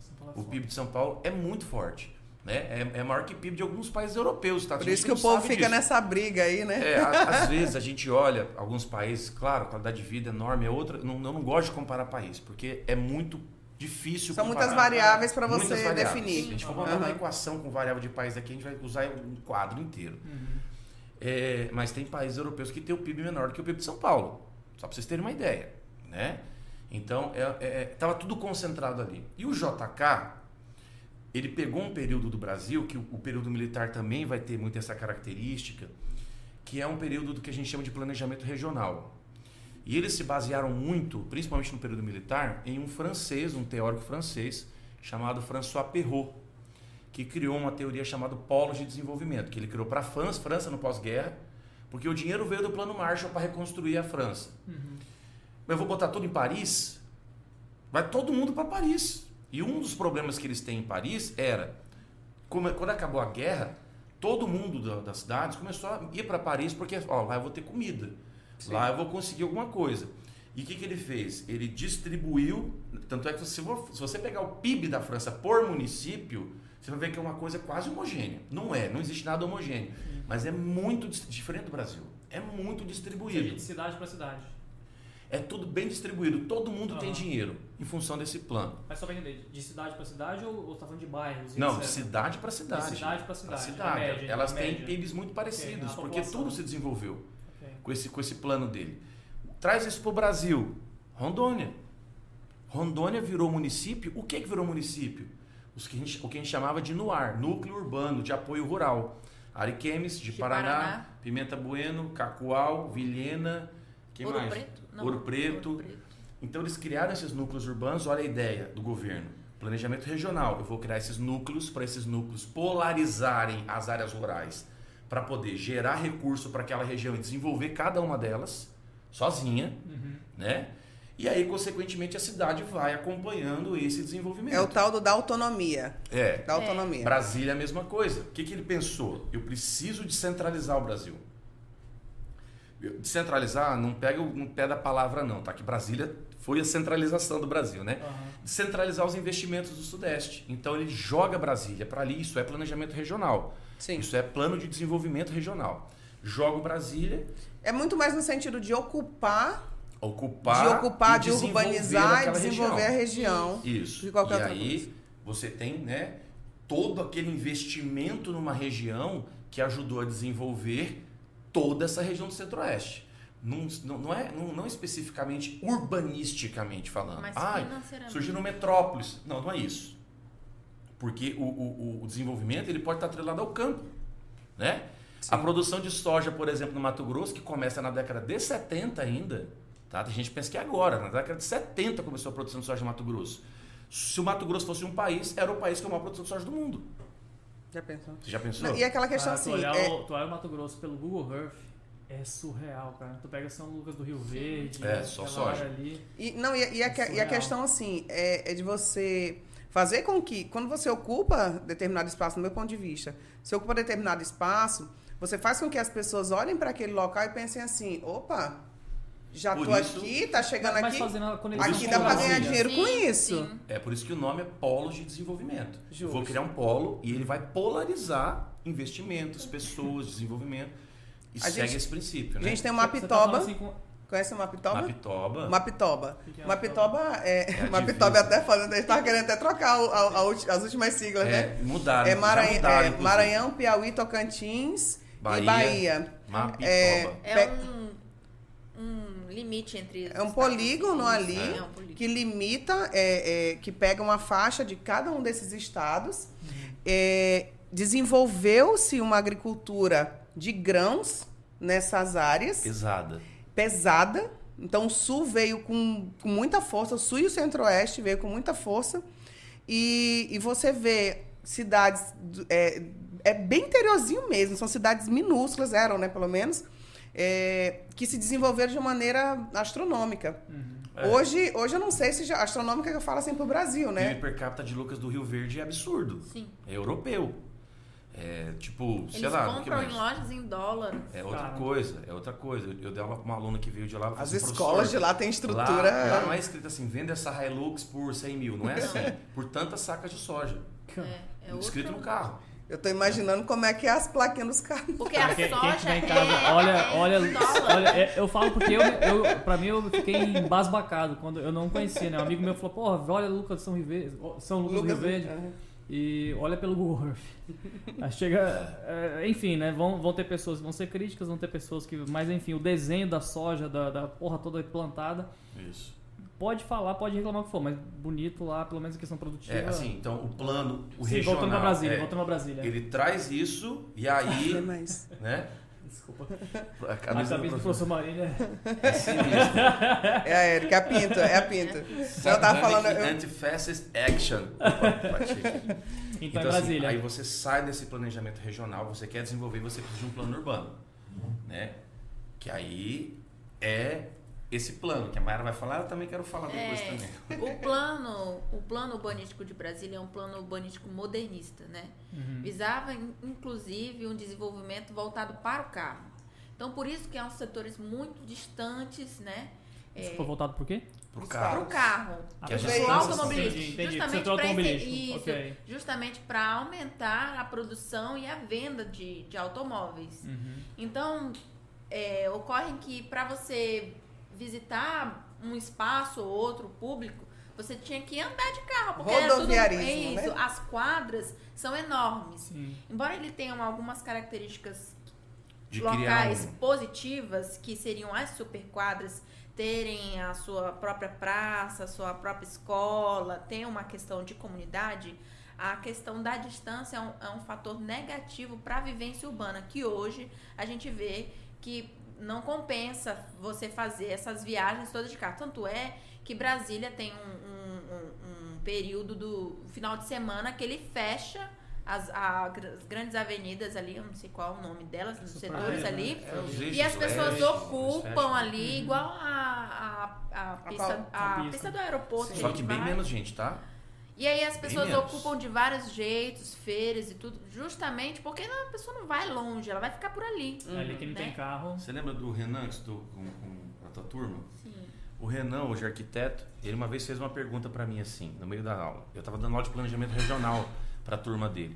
O P I B de São Paulo é muito forte. Né? É, é maior que o P I B de alguns países europeus. Tá? Por A gente isso que o não povo sabe fica disso. nessa briga aí, né? É, a- às vezes a gente olha alguns países, claro, a qualidade de vida é enorme, é outra. Não, eu não gosto de comparar país, porque é muito difícil São comparar. muitas variáveis para Muitas você variáveis. definir. Se a gente for botar Aham. uma equação com variável de país aqui, a gente vai usar um quadro inteiro. Uhum. É, mas tem países europeus que têm o P I B menor do que o P I B de São Paulo. Só para vocês terem uma ideia. Né? Então, estava tudo concentrado ali. E o J K, ele pegou um período do Brasil, que o, o período militar também vai ter muito essa característica, que é um período do que a gente chama de planejamento regional. E eles se basearam muito, principalmente no período militar, em um francês, um teórico francês, chamado François Perrault, que criou uma teoria chamada Polos de Desenvolvimento, que ele criou para a França, França no pós-guerra, porque o dinheiro veio do Plano Marshall para reconstruir a França. Uhum. Mas eu vou botar tudo em Paris? Vai todo mundo para Paris. E um dos problemas que eles têm em Paris era, como- quando acabou a guerra, todo mundo da- das cidades começou a ir para Paris porque, ó, lá eu vou ter comida, Sim. lá eu vou conseguir alguma coisa. E o que, que ele fez? Ele distribuiu, tanto é que se vo- se você pegar o P I B da França por município, você vai ver que é uma coisa quase homogênea. Não é, não existe nada homogêneo, mas é muito dis- diferente do Brasil. É muito distribuído. De cidade para cidade. É tudo bem distribuído, todo mundo tem Aham. dinheiro em função desse plano. Mas só para entender, de cidade para cidade ou, ou tá falando de bairros? Não, de etcétera? cidade para cidade. De cidade pra Pra cidade, a média, Elas a têm média. P I Bs muito parecidos, a porque população. tudo se desenvolveu Ok. com esse, com esse plano dele. Traz isso para o Brasil. Rondônia. Rondônia virou município. O que, que virou município? Os que a gente, o que a gente chamava de NUAR, Núcleo Urbano de Apoio Rural. Ariquemes, de, De Paraná, Paraná. Pimenta Bueno, Cacoal, Vilhena, que Ouro mais? Preto? Não, Ouro Preto. Ouro Preto. Então eles criaram esses núcleos urbanos, olha a ideia do governo. Planejamento regional. Eu vou criar esses núcleos para esses núcleos polarizarem as áreas rurais para poder gerar recurso para aquela região e desenvolver cada uma delas sozinha, Uhum. né? E aí, consequentemente, a cidade vai acompanhando esse desenvolvimento. É o tal do da autonomia. É. Da autonomia. Brasília é a mesma coisa. O que, que ele pensou? Eu preciso descentralizar o Brasil. Eu- Descentralizar, não pega o no pé da palavra não, tá? Que Brasília foi a centralização do Brasil, né? Aham. Descentralizar os investimentos do Sudeste. Então ele joga Brasília para ali, isso é planejamento regional. Sim. Isso é plano de desenvolvimento regional. Joga o Brasília, É muito mais no sentido de ocupar, ocupar, de ocupar, e de desenvolver urbanizar e aquela desenvolver região. a região. Isso. De qualquer e outra aí coisa. você tem, né, todo aquele investimento numa região que ajudou a desenvolver toda essa região do Centro-Oeste. Não, não, não é não, não especificamente urbanisticamente falando. Mas Ai, financeiramente. surgiram metrópoles. Não, não é isso. Porque o, o, o desenvolvimento ele pode estar atrelado ao campo, né? A produção de soja, por exemplo, no Mato Grosso, que começa na década de setenta ainda, tá? Tem gente que pensa que é agora, na década de setenta começou a produção de soja no Mato Grosso. Se o Mato Grosso fosse um país, era o país com a maior produção de soja do mundo. Já pensou? Você já pensou? Não, e aquela questão Ah, tu, assim, olhar é, o, tu olha o Mato Grosso pelo Google Earth, é surreal, cara. Tu pega São Lucas do Rio Verde, É, só aquela soja. área ali. E, não, e, e, a, É e a surreal. questão assim é, é de você fazer com que, quando você ocupa determinado espaço, no meu ponto de vista, você ocupa determinado espaço, você faz com que as pessoas olhem para aquele local e pensem assim, opa, já Por tô isso- aqui, tá chegando Mas aqui. fazendo a conexão Aqui com dá pra Brasília. ganhar dinheiro com Sim, isso. sim. É por isso que o nome é Polos de Desenvolvimento. Eu Justo. vou criar um polo e ele vai polarizar investimentos, pessoas, desenvolvimento. E A segue gente- esse princípio, A né? gente tem o Você tá Mapitoba. falando assim com- Conhece o Mapitoba? Mapitoba. Mapitoba. que que é Mapitoba é. É a Mapitoba divisa. até falando, a gente tava querendo até trocar o- a- a ulti- as últimas siglas, né? É, mudaram. É, já Maranhão, mudaram, é inclusive. Maranhão, Piauí, Tocantins Bahia. e Bahia. Mapitoba. É, É Pe- um, um limite entre os É um estados. polígono Isso, ali é um polígono. que limita, é, é, que pega uma faixa de cada um desses estados. É, desenvolveu-se uma agricultura de grãos nessas áreas, Pesada. pesada. Então, o Sul veio com, com muita força, o Sul e o Centro-Oeste veio com muita força. E, e você vê cidades, é, é bem interiorzinho mesmo, são cidades minúsculas, eram, né, pelo menos, é, que se desenvolveram de uma maneira astronômica. É. Hoje, hoje eu não sei se já, astronômica que eu falo assim pro Brasil, O né? P I B per capita de Lucas do Rio Verde é absurdo. Sim. É europeu. É tipo, sei Eles lá, o que compram em mais? lojas em dólar. É outra Caramba. coisa, é outra coisa. Eu, eu dei aula pra uma aluna que veio de lá. ela falou As assim, escolas "Professor, de lá têm estrutura... Lá, lá não é escrito assim, venda essa Hilux por cem mil. Não é assim. Por tantas sacas de soja. É, é escrito outro- no carro. Eu tô imaginando como é que é as plaquinhas dos carros. Porque a Quem, quem soja tiver em é, casa, olha, é olha, em dólar. olha, é, eu falo porque eu, eu, pra mim eu fiquei embasbacado quando eu não conhecia, né? Um amigo meu falou, porra, olha Lucas de São, Rio Verde, São Lucas, do Rio Verde Uhum. e olha pelo Google Earth. Aí chega, é, enfim, né? Vão, vão ter pessoas que vão ser críticas, vão ter pessoas que, mas enfim, o desenho da soja, da, da porra toda plantada, Isso. pode falar, pode reclamar o que for, mas bonito lá, pelo menos a questão produtiva. É assim, então o plano, o Sim, regional, voltando pra Brasília, é, voltando pra Brasília. ele traz isso e É aí, mais. né? Desculpa. A A camisa camisa do do professor professor Marília é sinistra. É a Erika, é a Pinto, é a Pinto. Eu tava falando... eu- Anti-Fascist Action. Opa, bati aqui. Então, Então, em assim, Brasília. aí você sai desse planejamento regional, você quer desenvolver, você precisa de um plano urbano, né? Que aí é esse plano, que a Mayara vai falar, eu também quero falar depois É, também. o plano, o plano urbanístico de Brasília é um plano urbanístico modernista, né? Uhum. Visava, in- inclusive, um desenvolvimento voltado para o carro. Então, por isso que há uns setores muito distantes, né? Isso foi voltado por quê? Pro Os Para carro. o carro. Ah, Que a Pro gente cansa, automobilístico. entendi, entendi. Justamente Setor para automobilístico, isso, ok. justamente para aumentar a produção e a venda de, de automóveis. Uhum. Então, é, ocorre que para você visitar um espaço ou outro público, você tinha que andar de carro. Porque era tudo, Rodoviarismo, é isso, né? as quadras são enormes. Sim. Embora ele tenha algumas características De locais criar um... positivas, que seriam as superquadras, terem a sua própria praça, a sua própria escola, tem uma questão de comunidade, a questão da distância é um, é um fator negativo para a vivência urbana, que hoje a gente vê que não compensa você fazer essas viagens todas de carro. Tanto é que Brasília tem um, um, um, um período do final de semana que ele fecha as, a- as grandes avenidas ali, eu não sei qual é o nome delas, dos Super setores bem, ali. né? É, os E eixos as pessoas leste, os ocupam fashion. ali, igual a, a, a, pista, a a, pista. pista do aeroporto. Só a que gente bem vai. menos gente, tá? E aí as pessoas menos. ocupam de vários jeitos, feiras e tudo, justamente porque não, a pessoa não vai longe, ela vai ficar por ali. Ali que não né? tem carro. Você lembra do Renan que estudou com, com a tua turma? Sim. O Renan, hoje arquiteto, ele uma vez fez uma pergunta pra mim assim, no meio da aula. Eu tava dando aula de planejamento regional pra turma dele.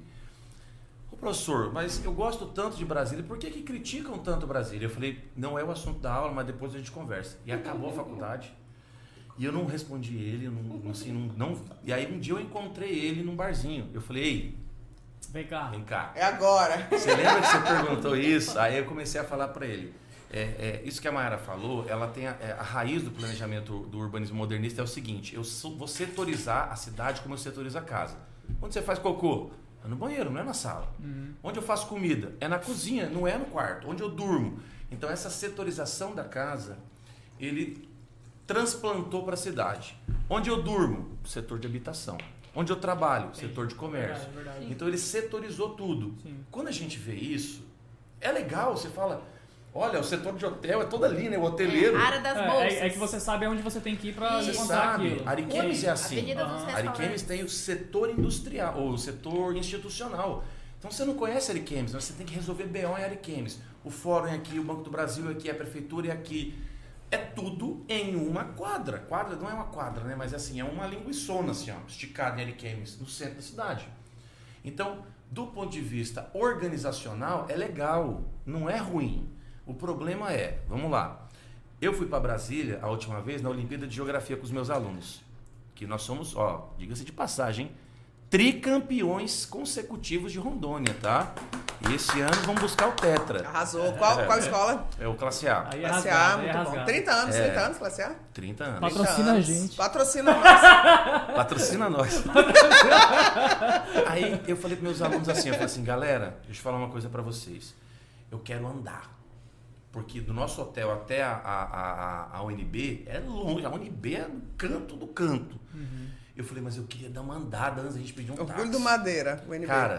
Ô professor, mas eu gosto tanto de Brasília, por que que criticam tanto Brasília? Eu falei, não é o assunto da aula, mas depois a gente conversa. E acabou a faculdade. E eu não respondi ele, eu não, assim, não, não... E aí um dia eu encontrei ele num barzinho. Eu falei, ei, Vem cá. vem cá. É agora. Você lembra que você perguntou isso? Aí eu comecei a falar para ele. É, é, isso que a Mayara falou, ela tem a, é, a raiz do planejamento do urbanismo modernista é o seguinte: eu sou- vou setorizar a cidade como eu setorizo a casa. Onde você faz cocô? É no banheiro, não é na sala. Uhum. Onde eu faço comida? É na cozinha, não é no quarto. Onde eu durmo? Então essa setorização da casa, ele transplantou para a cidade. Onde eu durmo? Setor de habitação. Onde eu trabalho? Setor de comércio. Verdade, verdade. Então ele setorizou tudo. Sim. Quando a gente vê isso, é legal, você fala, olha, o setor de hotel é todo ali, né? O hoteleiro. É, área das É, bolsas. é, é que você sabe aonde você tem que ir pra Isso. Você encontrar sabe, aquilo. Ariquemes é assim. Avenida dos Aham. Restaurantes. Ariquemes tem o setor industrial, ou o setor institucional. Então você não conhece Ariquemes, mas você tem que resolver B O em Ariquemes. O fórum é aqui, o Banco do Brasil é aqui, a prefeitura é aqui. é tudo em uma quadra. Quadra não é uma quadra, né? Mas assim, é uma linguiçona, assim, ó, esticada em Ariquemes, no centro da cidade. Então, do ponto de vista organizacional, é legal, não é ruim. O problema é, vamos lá, eu fui para Brasília a última vez na Olimpíada de Geografia com os meus alunos, que nós somos, ó, diga-se de passagem, tricampeões consecutivos de Rondônia, tá? E esse ano vamos buscar o Tetra. Arrasou. Qual, qual escola? É o Classe A. Aí é Classe rasgado, A, aí é muito bom. rasgado. trinta anos, É. trinta anos, classe A? trinta anos. Patrocina a gente. Patrocina nós. Patrocina nós. Aí eu falei para meus alunos assim, eu falei assim, galera, deixa eu falar uma coisa para vocês. Eu quero andar. Porque do nosso hotel até a, a, a, a U N B é longe. A U N B é no canto do canto. Uhum. Eu falei, mas eu queria dar uma andada antes da gente pedir um táxi. Orgulho do Madeira, U N B. Cara,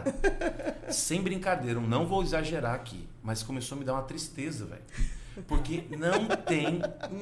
sem brincadeira, eu não vou exagerar aqui, mas começou a me dar uma tristeza, velho. Porque não tem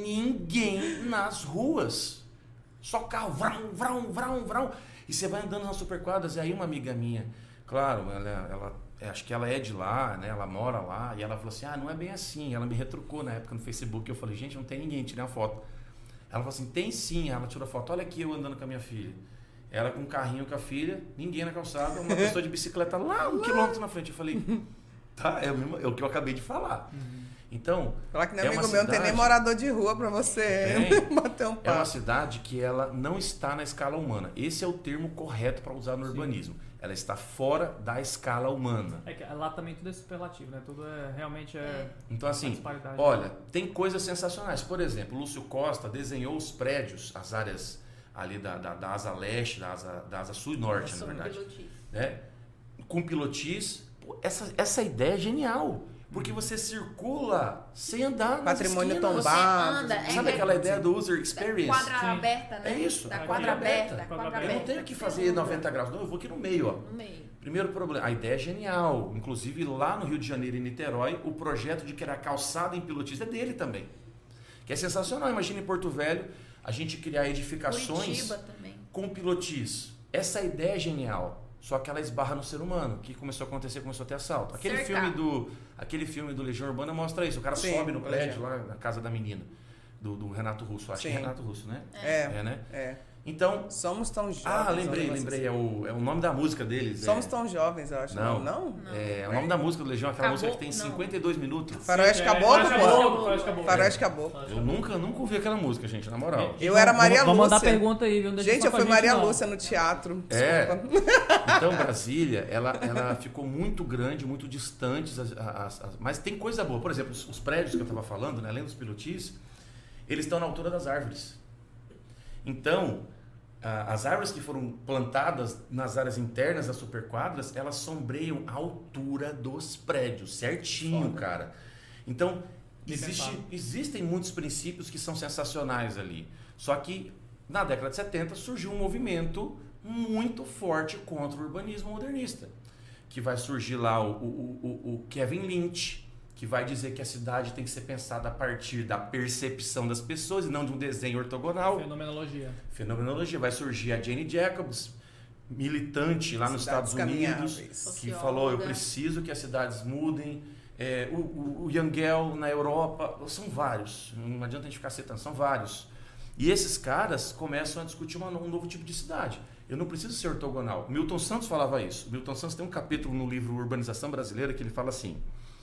ninguém nas ruas. Só carro, vrão, vrão, vrão, vrão. E você vai andando nas superquadras, e aí uma amiga minha, claro, ela, ela, acho que ela é de lá, né? Ela mora lá, e ela falou assim, ah, não é bem assim. Ela me retrucou na época no Facebook, eu falei, gente, não tem ninguém, tirei uma foto. Ela falou assim, tem sim. Ela tirou a foto, olha aqui eu andando com a minha filha. Ela com um carrinho com a filha, ninguém na calçada, uma pessoa de bicicleta lá, um quilômetro na frente. Eu falei, tá, é o, mesmo, é o que eu acabei de falar. Uhum. Então, falar que nem é amigo uma meu, cidade, não tem nem morador de rua pra você bater um papo. É uma cidade que ela não está na escala humana. Esse é o termo correto para usar no Sim. urbanismo. Ela está fora da escala humana. É que lá também tudo é superlativo, né? Tudo é realmente é. Então assim, olha, tem coisas sensacionais. Por exemplo, Lúcio Costa desenhou os prédios, as áreas ali da, da, da asa leste, da asa, da asa sul e norte, na verdade. Pilotis. Né? Com pilotis. Essa, essa ideia é genial. Porque você circula sem andar nas patrimônio esquinas. tombado. Anda, Sabe é, aquela é, ideia do user experience? Quadra Sim. aberta, né? É isso. Da a quadra aberta. aberta. quadra Eu Eu aberta. não tenho que fazer noventa graus, não, eu vou aqui no meio, ó. No meio. Primeiro problema, a ideia é genial. Inclusive lá no Rio de Janeiro e Niterói, o projeto de criar calçada em pilotis é dele também. Que é sensacional. Imagina em Porto Velho, a gente criar edificações Curitiba também. com pilotis. Essa ideia é genial. Só que ela esbarra no ser humano. O que começou a acontecer? Começou a ter assalto. Aquele Cercar. filme do aquele filme do Legião Urbana mostra isso. O cara Sim, sobe no prédio Legião. lá na casa da menina. Do, do Renato Russo. Acho Sim. que é Renato Russo, né? É, É, né? é. Então... Somos tão jovens. Ah, lembrei, um negócio lembrei. É o, é o nome da música deles. Somos é... tão jovens, eu acho. Não. Não? não? É, é o nome da música do Legião, aquela Caboclo, música que tem não. cinquenta e dois minutos. Faroeste É, Caboclo, Faroeste pô. Caboclo, Faroeste Caboclo. Faroeste Caboclo. Eu nunca, nunca ouvi aquela música, gente, na moral. Eu era Maria Vamos mandar Lúcia. pergunta aí, viu? Não deixa Gente, só eu com fui a gente, Maria não. Lúcia no teatro. É. Desculpa. Então, Brasília, ela, ela ficou muito grande, muito distante, as, as, as, mas tem coisa boa. Por exemplo, os, os prédios que eu estava falando, né, além dos pilotis, eles estão na altura das árvores. Então, a, as árvores que foram plantadas nas áreas internas das superquadras, elas sombreiam a altura dos prédios, certinho, Foda. cara. Então, existe, pensado. existem muitos princípios que são sensacionais ali. Só que, na década de setenta, surgiu um movimento muito forte contra o urbanismo modernista, que vai surgir lá o, o, o, o Kevin Lynch, que vai dizer que a cidade tem que ser pensada a partir da percepção das pessoas e não de um desenho ortogonal. Fenomenologia. Fenomenologia. Vai surgir a Jane Jacobs, militante lá nos Cidades Estados Unidos, caminháveis. que Socióloga. falou, eu preciso que as cidades mudem. É, o, o, o Yangel na Europa, são vários, não adianta a gente ficar citando, são vários. E esses caras começam a discutir uma, um novo tipo de cidade. Eu não preciso ser ortogonal. Milton Santos falava isso. Milton Santos tem um capítulo no livro Urbanização Brasileira que ele fala assim,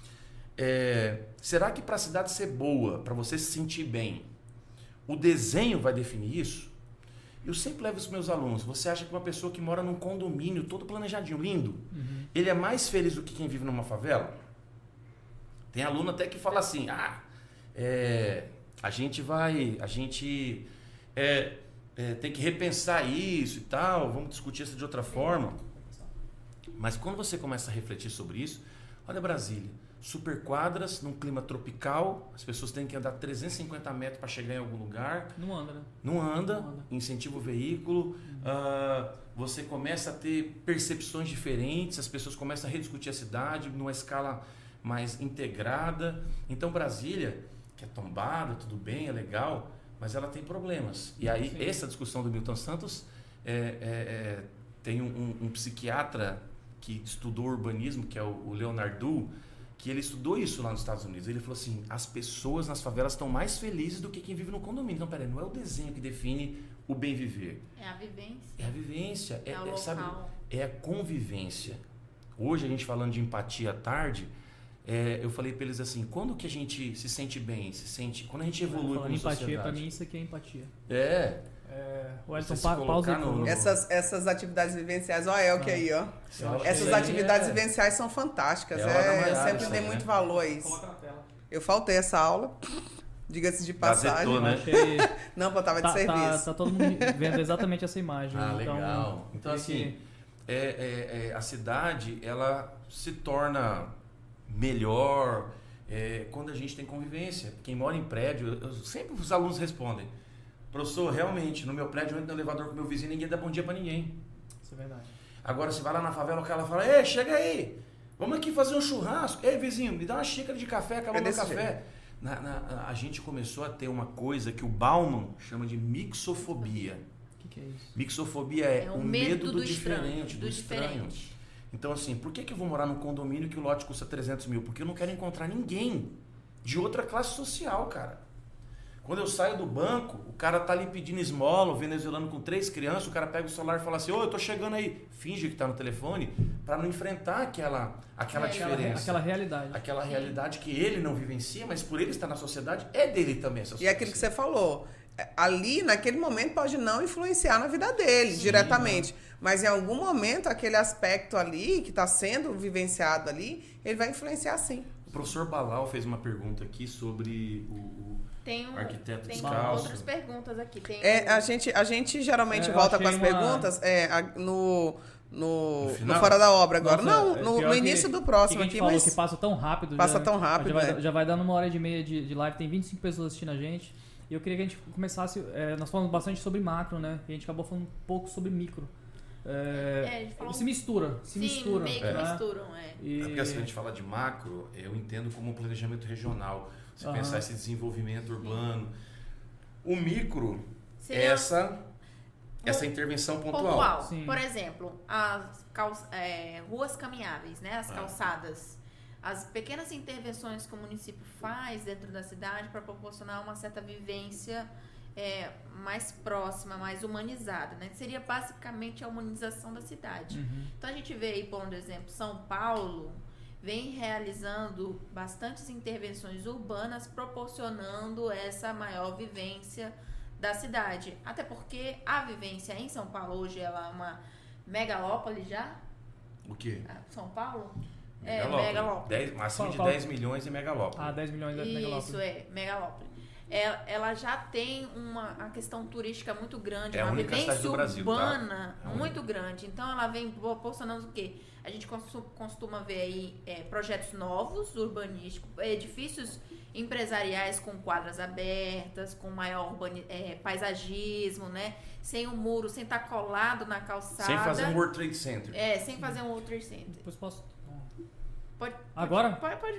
é, será que para a cidade ser boa, para você se sentir bem, o desenho vai definir isso? Eu sempre levo os meus alunos, você acha que uma pessoa que mora num condomínio todo planejadinho, lindo, uhum. ele é mais feliz do que quem vive numa favela? Tem aluno até que fala assim, ah, é, a gente vai, a gente é, é, tem que repensar isso e tal, vamos discutir isso de outra forma. Mas quando você começa a refletir sobre isso, olha Brasília, superquadras num clima tropical, as pessoas têm que andar trezentos e cinquenta metros para chegar em algum lugar. Não anda, né? Não anda, Não anda. incentiva o veículo, uhum. uh, você começa a ter percepções diferentes, as pessoas começam a rediscutir a cidade numa escala mais integrada. Então Brasília, que é tombada, tudo bem, é legal, mas ela tem problemas. E aí Sim. essa discussão do Milton Santos, é, é, é, tem um, um, um psiquiatra que estudou urbanismo, que é o, o Leonardo, que ele estudou isso lá nos Estados Unidos. Ele falou assim, as pessoas nas favelas estão mais felizes do que quem vive no condomínio. Então, peraí, não é o desenho que define o bem viver. É a vivência. É a vivência. É, É o é, sabe, local. é a convivência. Hoje, a gente falando de empatia à tarde, é, eu falei para eles assim, quando que a gente se sente bem, se sente... Quando a gente evolui Falando como empatia, sociedade. pra mim isso aqui é empatia. É. É, o Elton, Você se pa colocar pausa no- no- Essas, essas atividades vivenciais, olha é o que Ah. aí, ó. Eu acho Essas que- atividades é- vivenciais são fantásticas. É É, hora da eu Maiara sempre isso dei aí, muito né? valor a isso. Coloca na tela. Eu faltei essa aula, diga-se de passagem. Gazetou, né? Achei... Não, porque eu tava de Tá, tá, serviço. tá todo mundo vendo exatamente essa imagem. Ah, então, legal. Então, meio que- assim, é, é, é, a cidade, ela se torna melhor é, quando a gente tem convivência. Quem mora em prédio, eu- eu- sempre os alunos respondem, professor, realmente, no meu prédio eu entro no elevador com meu vizinho, ninguém dá bom dia pra ninguém. Isso é verdade. Agora, você vai lá na favela, o cara fala, ei, chega aí, vamos aqui fazer um churrasco. Ei, vizinho, me dá uma xícara de café, acabou É meu desse café. Na, na- a gente começou a ter uma coisa que o Bauman chama de mixofobia. O que, que é isso? Mixofobia é, É o o medo, medo do, do estranho, diferente, do, do estranho. diferente. Então, assim, por que, que eu vou morar num condomínio que o lote custa trezentos mil? Porque eu não quero encontrar ninguém de outra classe social, cara. Quando eu saio do banco, o cara tá ali pedindo esmola, o venezuelano com três crianças, o cara pega o celular e fala assim, ô, eu tô chegando aí. Finge que tá no telefone para não enfrentar aquela, aquela É, Aquela, diferença. aquela realidade. Aquela realidade que ele não vivencia, mas por ele estar na sociedade, é dele também essa E aquilo que você falou, é, ali, naquele momento, pode não influenciar na vida dele, Sim, diretamente. Mas em algum momento, aquele aspecto ali, que está sendo vivenciado ali, ele vai influenciar sim. O professor Balal fez uma pergunta aqui sobre o, o Tem, um, arquiteto tem descalço. outras perguntas aqui. Tem É, um- a, gente, a gente geralmente É, eu volta com as achei uma- perguntas é, a- no, no, No no final? Fora da Obra agora. Nossa, não, é no, pior no que- início do que próximo a gente aqui, falou mas que passa tão rápido. passa já, tão rápido, Já vai, né? já vai dando uma hora e meia de, de live, tem vinte e cinco pessoas assistindo a gente. E eu queria que a gente começasse. É, nós falamos bastante sobre macro, né? E a gente acabou falando um pouco sobre micro. É, É, a gente falou- se mistura, se Sim, mistura. meio que né? misturam, é. E- É porque assim, a gente fala de macro, eu entendo como um planejamento regional. Você Aham. pensar esse desenvolvimento urbano. O micro é Seria essa, essa intervenção pontual. pontual. Sim. Por exemplo, as cal- é, ruas caminháveis, né? As Ah. calçadas. As pequenas intervenções que o município faz dentro da cidade para proporcionar uma certa vivência é, mais próxima, mais humanizada, né? Seria basicamente a humanização da cidade. Uhum. Então a gente vê aí, por exemplo, São Paulo vem realizando bastantes intervenções urbanas proporcionando essa maior vivência da cidade. Até porque a vivência em São Paulo hoje ela é uma megalópole já. O quê? Ah, São Paulo? É, Megalópole. megalópole. dez, acima de Qual- qual- dez milhões em megalópole. Ah, dez milhões de Isso, megalópolis. é, megalópole. É, ela já tem uma a questão turística muito grande, É a uma única cidade vivência do Brasil, tá? urbana É a única. muito grande. Então ela vem proporcionando o quê? A gente costu- costuma ver aí é, projetos novos, urbanísticos, edifícios empresariais com quadras abertas, com maior urbani- é, paisagismo, né? Sem o muro, sem estar colado na calçada. Sem fazer um World Trade Center. É, sem fazer um World Trade Center. Depois posso. Pode, Agora? Pode, pode.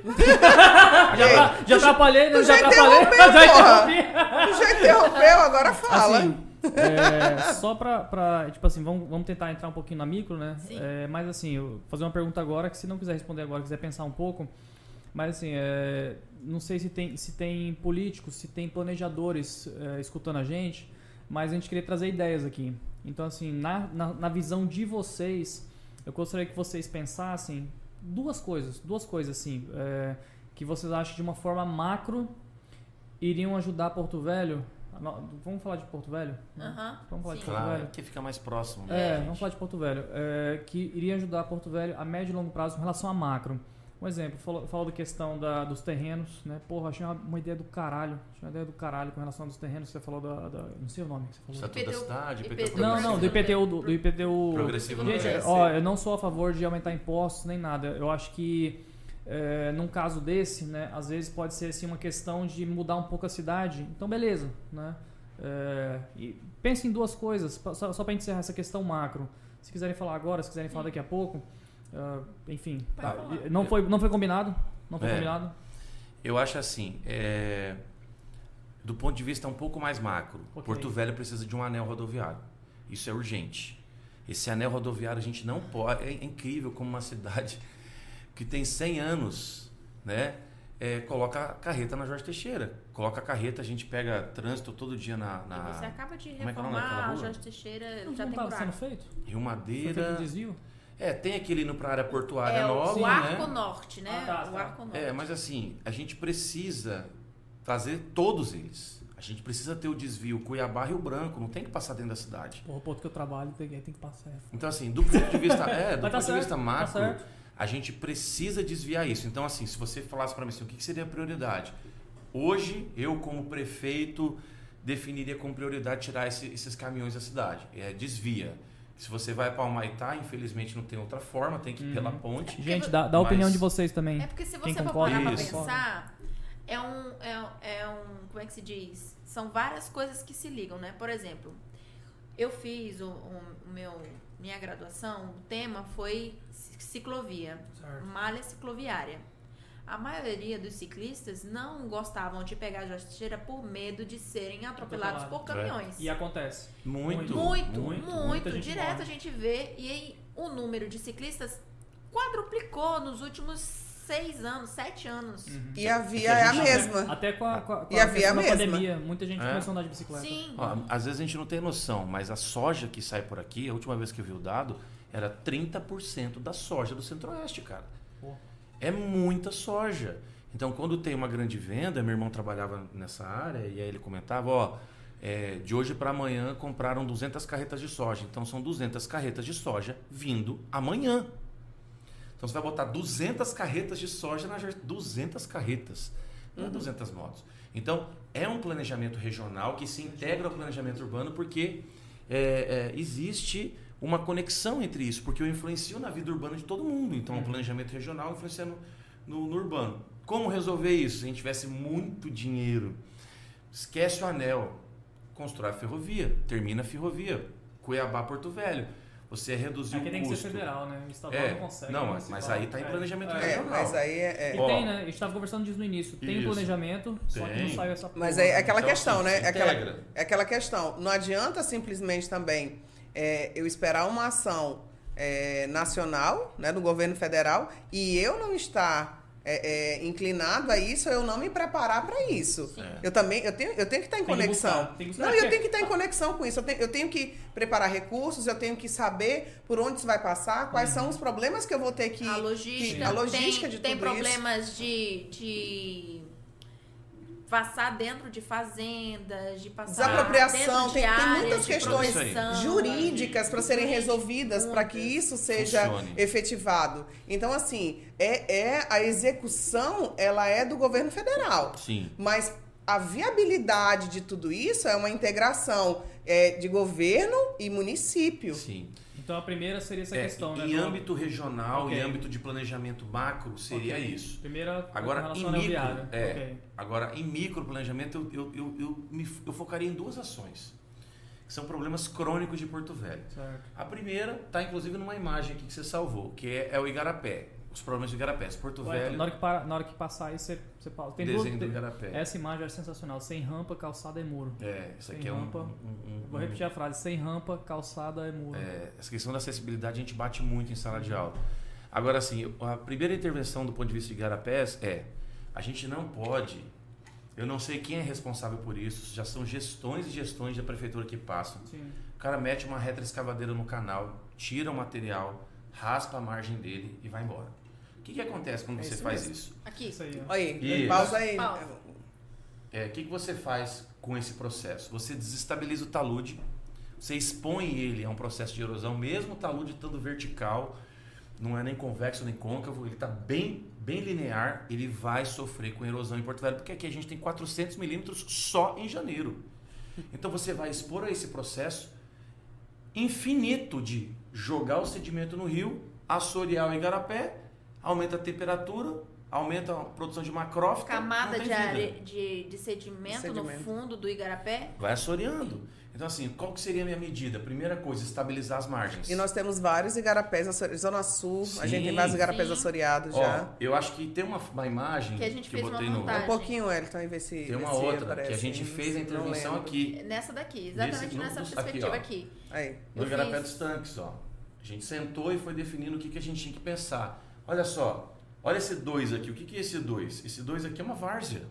Já, tra- já atrapalhei, né? tu Já já atrapalhei. interrompeu, Já porra. interrompi. Tu já interrompeu, agora fala. Assim, é, só pra, pra. Tipo assim, vamos, vamos tentar entrar um pouquinho na micro, né? Sim. É, mas assim, eu vou fazer uma pergunta agora, que se não quiser responder agora, quiser pensar um pouco. Mas assim, é, não sei se tem, se tem políticos, se tem planejadores é, escutando a gente, mas a gente queria trazer ideias aqui. Então, assim, na, na, na visão de vocês, eu gostaria que vocês pensassem duas coisas, duas coisas assim, é, que vocês acham de uma forma macro iriam ajudar Porto Velho. No- Vamos falar de Porto Velho? Aham, Vamos falar de sim. Porto Claro, Velho? que fica mais próximo. É, né, gente? vamos falar de Porto Velho. É, que iria ajudar Porto Velho a médio e longo prazo em relação a macro. Um exemplo, falou, falou da questão da, dos terrenos, né? Porra, achei uma, uma ideia do caralho. Achei uma ideia do caralho com relação aos terrenos. Você falou da, da- não sei o nome que você falou. Estatuto da cidade, I P T U I P T U. Não, não, do I P T U, do, do I P T U. Progressivo Gente, não ó, eu não sou a favor de aumentar impostos nem nada. Eu acho que é, num caso desse, né, às vezes pode ser assim uma questão de mudar um pouco a cidade. Então, beleza, né? É, e pense em duas coisas, só, só para encerrar essa questão macro. Se quiserem falar agora, se quiserem falar daqui a pouco, ah, enfim, Pode tá. falar. não foi não foi combinado, não foi É. combinado. Eu acho assim, é, do ponto de vista um pouco mais macro, Ok. Porto Velho precisa de um anel rodoviário. Isso é urgente. Esse anel rodoviário a gente não pode... É incrível como uma cidade que tem cem anos né? É, coloca a carreta na Jorge Teixeira. Coloca a carreta, a gente pega trânsito todo dia na... na... E você acaba de Como é que é o nome daquela reformar a rua? Jorge Teixeira, Não já tem estava buraco. sendo feito? Rio Foi feito Madeira... um desvio? É, tem aquele indo para a área portuária É nova, o Arco né? Norte, né? Ah, tá, o tá. Arco Norte. É, mas assim, a gente precisa fazer todos eles. A gente precisa ter o desvio Cuiabá Rio Branco, não tem que passar dentro da cidade. Porra, o ponto que eu trabalho tem, tem que passar. É. Então assim, do ponto de vista, é, do Mas tá ponto de certo, vista tá macro, certo. a gente precisa desviar isso. Então assim, se você falasse para mim assim, o que que seria a prioridade? Hoje, eu como prefeito definiria como prioridade tirar esse, esses caminhões da cidade. É, desvia. Se você vai para Humaitá, infelizmente não tem outra forma, tem que ir pela ponte. Gente, dá, dá a Mas- opinião de vocês também. É porque se Quem você for concorda, parar pra Isso. pensar, é um, é, é um. Como é que se diz? São várias coisas que se ligam, né? Por exemplo, eu fiz o, o, o meu, minha graduação, o tema foi ciclovia, Certo. malha cicloviária. A maioria dos ciclistas não gostavam de pegar a Jorge Teixeira por medo de serem atropelados por Atropelado. caminhões. E acontece. Muito, Muito, muito. muito. Muita gente Direto morre. a gente vê. E aí, o número de ciclistas quadruplicou nos últimos seis anos, sete anos. E a via é a mesma. Até com a, com a, com E a a via é a questão da mesma. pandemia, muita gente É. começou a andar de bicicleta. Sim. Ó, às vezes a gente não tem noção, mas a soja que sai por aqui, a última vez que eu vi o dado, era trinta por cento da soja do Centro-Oeste, cara. Pô. É muita soja. Então, quando tem uma grande venda, meu irmão trabalhava nessa área e aí ele comentava, ó, é, de hoje para amanhã compraram duzentas carretas de soja. Então, são duzentas carretas de soja vindo amanhã. Então, você vai botar duzentas carretas de soja na Jar- duzentas carretas, não é duzentas motos. Então, é um planejamento regional que se integra ao planejamento urbano porque é, é, existe uma conexão entre isso, porque eu influencio na vida urbana de todo mundo. Então, o planejamento regional influencia no, no, no urbano. Como resolver isso? Se a gente tivesse muito dinheiro, esquece o anel, constrói a ferrovia, termina a ferrovia, Cuiabá, Porto Velho. Você reduzir Aqui o tem custo. que ser federal, né? O estadual É, não consegue. não, o mas municipal. aí tá em É. planejamento É. É, regional. mas aí é. E é. Ó, tem, né? A gente estava conversando disso no início. Tem Isso. planejamento, só que Tem. não saiu essa Mas porra. é aquela Então, questão, assim, né? se É aquela, integra. é aquela questão. Não adianta simplesmente também é, eu esperar uma ação é, nacional, né, do governo federal, e eu não estar é, é, inclinado a isso, eu não me preparar para isso. É. Eu também, eu tenho, eu tenho que estar em Tem que conexão. buscar, tem que buscar, não, porque- eu tenho que estar em conexão com isso. Eu tenho, eu tenho que preparar recursos, eu tenho que saber por onde isso vai passar, quais Uhum. são os problemas que eu vou ter que... A logística, que- a logística tem, de tem tudo isso. problemas de, de passar dentro de fazendas, de passar Desapropriação, dentro de tem- tem áreas muitas de questões produção. jurídicas para serem resolvidas para que isso seja Funcione. efetivado. Então, assim, é, é a execução, ela é do governo federal. Sim. Mas a viabilidade de tudo isso é uma integração é, de governo e município. Sim. Então a primeira seria essa É, questão, né? em do- âmbito regional, Ok. em âmbito de planejamento macro, seria Ok. isso. Primeira Agora, com em relação à micro, aeroviária. é, Ok. agora, em micro planejamento, eu, eu, eu, eu, me, eu focaria em duas ações, que são problemas crônicos de Porto Velho. Certo. A primeira está, inclusive, numa imagem aqui que você salvou, que é, é o Igarapé. Os problemas de Igarapé. Porto Ué, Velho, na, hora que para- na hora que passar aí, você, você fala. Tem desenho do duas, Igarapé. essa imagem é sensacional. Sem rampa, calçada e muro. É, isso aqui Sem é um... rampa. um- um- Vou um- repetir a frase. Sem rampa, calçada e muro. É, essa questão da acessibilidade a gente bate muito em sala de aula. Agora, assim, a primeira intervenção do ponto de vista de Igarapés é: a gente não pode, eu não sei quem é responsável por isso, já são gestões e gestões da prefeitura que passam. Sim. O cara mete uma retroescavadeira no canal, tira o material, raspa a margem dele e vai embora. O que, que acontece quando É você isso faz mesmo. isso? Aqui. Isso aí, ó. Olha aí, Isso. pausa aí. Pausa. É, o que, que você faz com esse processo? Você desestabiliza o talude, você expõe ele a um processo de erosão, mesmo o talude estando vertical, não é nem convexo nem côncavo, ele está bem, bem linear, ele vai sofrer com erosão em Porto Velho, porque aqui a gente tem quatrocentos milímetros só em janeiro. Então você vai expor a esse processo infinito de jogar o sedimento no rio, assorear o igarapé, aumenta a temperatura, aumenta a produção de macrófita. Camada não tem de, vida. are... de, de sedimento, Sedimento. no fundo do Igarapé. Vai assoreando. Então, assim, qual que seria a minha medida? Primeira coisa, estabilizar as margens. E nós temos vários igarapés, açore- Zona Sul, a gente tem vários Sim. igarapés Sim. assoreados Ó, já. eu acho que tem uma, uma imagem Que a gente eu fez uma botei no... montagem. Um pouquinho, Elton, aí ver se Tem uma ver se outra, aparece. que a gente fez a Não intervenção lembro. aqui, Nessa daqui, exatamente Nesse- no- nessa nos- aqui, perspectiva ó. aqui. Aí. no Eu Igarapé fiz. dos Tanques, ó. A gente sentou e foi definindo o que, que a gente tinha que pensar. Olha só, Olha esse dois aqui. O que, que é esse dois? Esse dois aqui é uma várzea.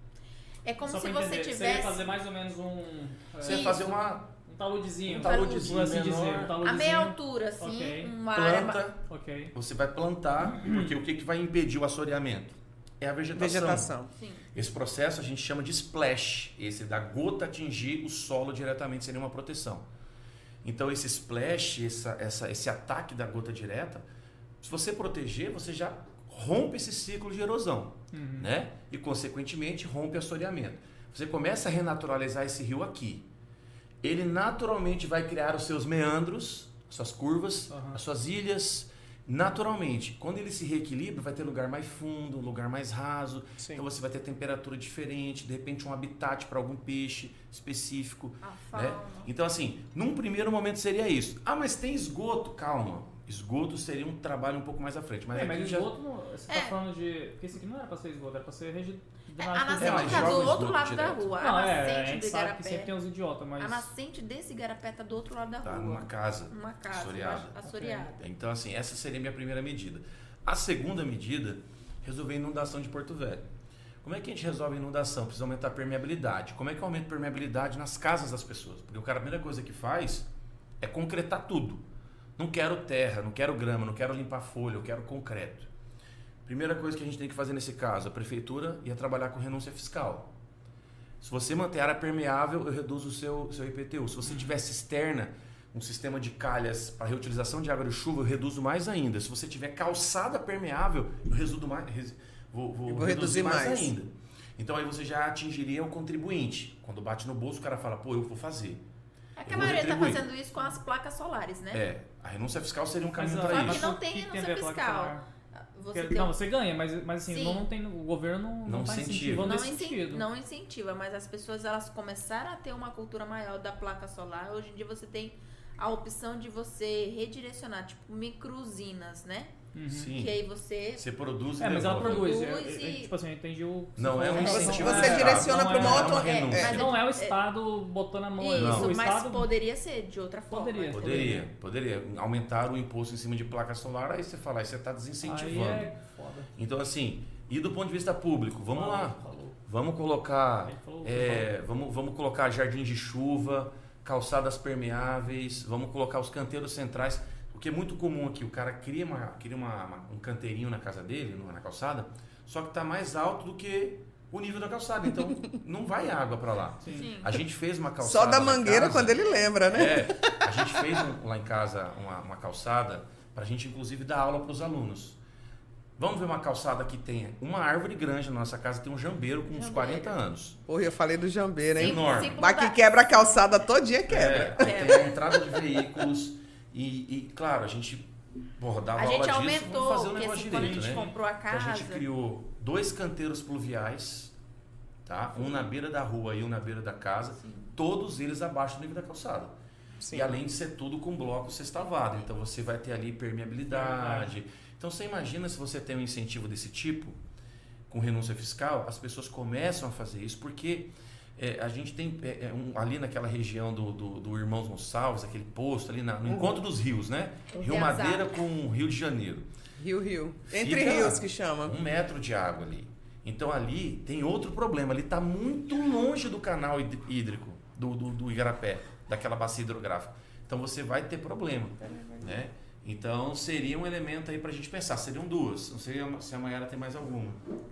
É como Só se pra você entender, tivesse... Você ia fazer mais ou menos um... Você é, ia fazer uma um taludezinho. um taludezinho por assim menor. dizer. Um a taludezinho. meia altura, assim, Ok. uma área... planta. Ok. Você vai plantar, porque o que, que vai impedir o assoreamento? É a vegetação. Vegetação. Sim. Esse processo a gente chama de splash. Esse da gota atingir o solo diretamente seria uma proteção. Então esse splash, essa, essa, esse ataque da gota direta, se você proteger, você já rompe esse ciclo de erosão, Uhum. né? E consequentemente rompe o assoreamento. Você começa a renaturalizar esse rio aqui. Ele naturalmente vai criar os seus meandros, suas curvas, Uhum. as suas ilhas, naturalmente. Quando ele se reequilibra, vai ter lugar mais fundo, lugar mais raso. Sim. Então você vai ter temperatura diferente, de repente um habitat para algum peixe específico. A Né? fauna. Então assim, num primeiro momento seria isso. Ah, mas tem esgoto? Calma. Esgoto seria um trabalho um pouco mais à frente. Mas É, aqui mas já... esgoto, não- você É. tá falando de... Porque esse aqui não era pra ser esgoto, era pra ser regi... É, a É, nascente mas tá joga do o outro esgoto lado da direto. rua. A Não, é, a nascente gente do sabe que sempre tem igarapé. uns idiotas, mas... A nascente desse igarapé tá do outro lado da Tá rua. numa casa. Uma casa, assoreada. assoreada. Então assim, essa seria a minha primeira medida. A segunda medida, resolver a inundação de Porto Velho. Como é que a gente resolve a inundação? Precisa aumentar a permeabilidade. Como é que eu aumento a permeabilidade nas casas das pessoas? Porque o cara, a primeira coisa que faz é concretar tudo. Não quero terra, não quero grama, não quero limpar folha, eu quero concreto. Primeira coisa que a gente tem que fazer nesse caso, a prefeitura ia trabalhar com renúncia fiscal. Se você manter a área permeável, eu reduzo o seu, seu I P T U. Se você tiver cisterna, um sistema de calhas para reutilização de água de chuva, eu reduzo mais ainda. Se você tiver calçada permeável, eu reduzo mais, res, vou, vou, Eu vou reduzir mais, mais. ainda. Então aí você já atingiria o contribuinte. Quando bate no bolso, o cara fala, pô, eu vou fazer. É que Eu a vou maioria tá retribuir. fazendo isso com as placas solares, né? É, a renúncia fiscal seria um caminho Mas, para ah, Só que isso. não o tem que renúncia a ver placa fiscal. solar? Você Porque- tem não, um- você ganha, mas, mas assim, Sim. não tem, o governo não, Não não tá incentiva. incentivando não, nesse incen- sentido. não incentiva, mas as pessoas elas começaram a ter uma cultura maior da placa solar. Hoje em dia você tem a opção de você redirecionar, tipo micro-usinas, né? Uhum. Sim. Que aí você... Você produz e É, mas ela devolve. produz. Produz é, é, e- tipo assim, eu entendi o... Não é um Você- incentivo. você fiscal. direciona Não para uma é- É outra... uma renúncia. é, Não é o Estado botando a mão ali. Isso, o mas Estado... poderia ser de outra forma. Poderia. Poderia, poderia. Aumentar o imposto em cima de placa solar, aí você fala, aí você está Aí desincentivando. é foda. Então, assim, e do ponto de vista público, vamos Falou, lá. falou. Vamos colocar, Ele falou, é, vamos, vamos colocar jardins de chuva, calçadas permeáveis, vamos colocar os canteiros centrais. O que é muito comum aqui, o cara cria, uma, cria uma, uma- um canteirinho na casa dele, na calçada, só que está mais alto do que o nível da calçada. Então, não vai água para lá. Sim. Sim. A gente fez uma calçada Só da lá em mangueira casa. quando ele lembra, né? É, a gente fez um- lá em casa uma, uma calçada para a gente, inclusive, dar aula para os alunos. Vamos ver uma calçada que tenha uma árvore grande na nossa casa, tem um jambeiro com uns Jambeiro. quarenta anos. Porra, eu falei do jambeiro, hein? Sim. enorme. Simples Mas que da- quebra a calçada todinha, quebra. É, aí tem a entrada de veículos e, e, claro, a gente porra, dava A aula gente disso, aumentou, vamos fazer o porque negócio assim, quando a direito, gente né? comprou a Então, casa... a gente criou dois canteiros pluviais, tá? Um na beira da rua e um na beira da casa, todos eles abaixo do nível da calçada. Sim. E além de ser tudo com bloco sextavado. Então você vai ter ali permeabilidade. Então você imagina se você tem um incentivo desse tipo, com renúncia fiscal, as pessoas começam a fazer isso, porque é, a gente tem é, é, um, ali naquela região do, do, do Irmãos Gonçalves, aquele posto ali na, no Uhum. encontro dos rios, né? Tem Rio as Madeira águas. com Rio de Janeiro. Rio, rio. Entre Fica rios que chama. Um metro de água ali. Então ali tem outro problema. Ali está muito longe do canal hid- hídrico do, do, do Igarapé, daquela bacia hidrográfica. Então você vai ter problema, né? Então seria um elemento aí para a gente pensar. Seriam duas. Não sei se a Maiara tem mais alguma.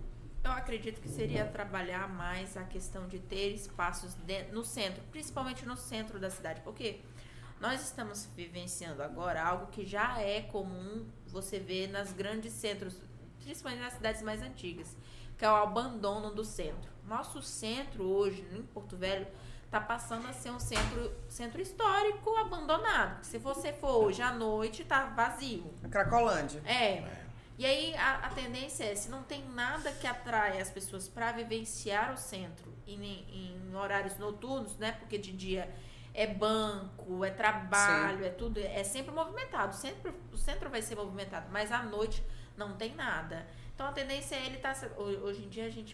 Eu acredito que seria trabalhar mais a questão de ter espaços de- no centro, principalmente no centro da cidade, porque nós estamos vivenciando agora algo que já é comum você ver nas grandes centros, principalmente nas cidades mais antigas, que é o abandono do centro. Nosso centro hoje, em Porto Velho, está passando a ser um centro, centro histórico abandonado. Se você for hoje à noite, tá vazio. A Cracolândia. É. E aí a, a tendência é, se não tem nada que atrai as pessoas para vivenciar o centro em, em horários noturnos, né? Porque de dia é banco, é trabalho, Sim. é tudo, é sempre movimentado. Sempre, o centro vai ser movimentado, mas à noite não tem nada. Então a tendência é ele estar. Tá, hoje em dia a gente.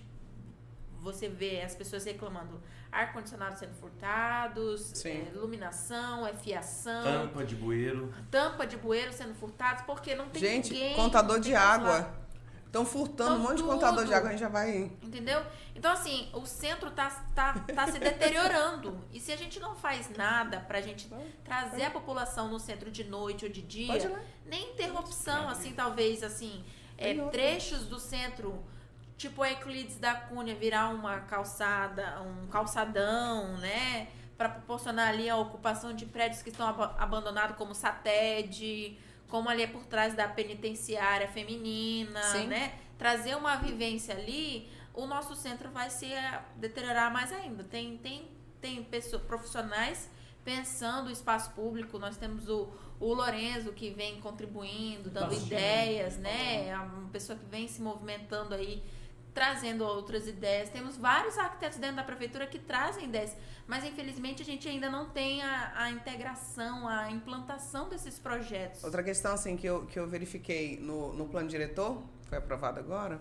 Você vê as pessoas reclamando ar-condicionado sendo furtados, Sim. é, iluminação, é fiação, Tampa de bueiro. tampa de bueiro sendo furtados, porque não tem Gente, ninguém. contador não de tem água. consular. Estão furtando Então, um monte tudo. de contador de água, a gente já vai... Entendeu? Então, assim, o centro tá, tá, tá se deteriorando. E se a gente não faz nada pra gente trazer a população no centro de noite ou de Pode ir dia, lá. nem interrupção, assim, talvez, assim, é, trechos do centro, tipo a Euclides da Cunha, virar uma calçada, um calçadão, né? Pra proporcionar ali a ocupação de prédios que estão ab- abandonados, como o SATED, como ali é por trás da penitenciária feminina, Sim. né? Trazer uma vivência ali, o nosso centro vai se eh, deteriorar mais ainda. Tem, tem, tem pessoas, profissionais pensando o espaço público, nós temos o, o Lorenzo que vem contribuindo, dando Bastante. ideias, né? É uma pessoa que vem se movimentando aí, trazendo outras ideias. Temos vários arquitetos dentro da prefeitura que trazem ideias, mas infelizmente a gente ainda não tem a, a integração, a implantação desses projetos. Outra questão, assim, que eu, que eu verifiquei no, no plano diretor, foi aprovado agora,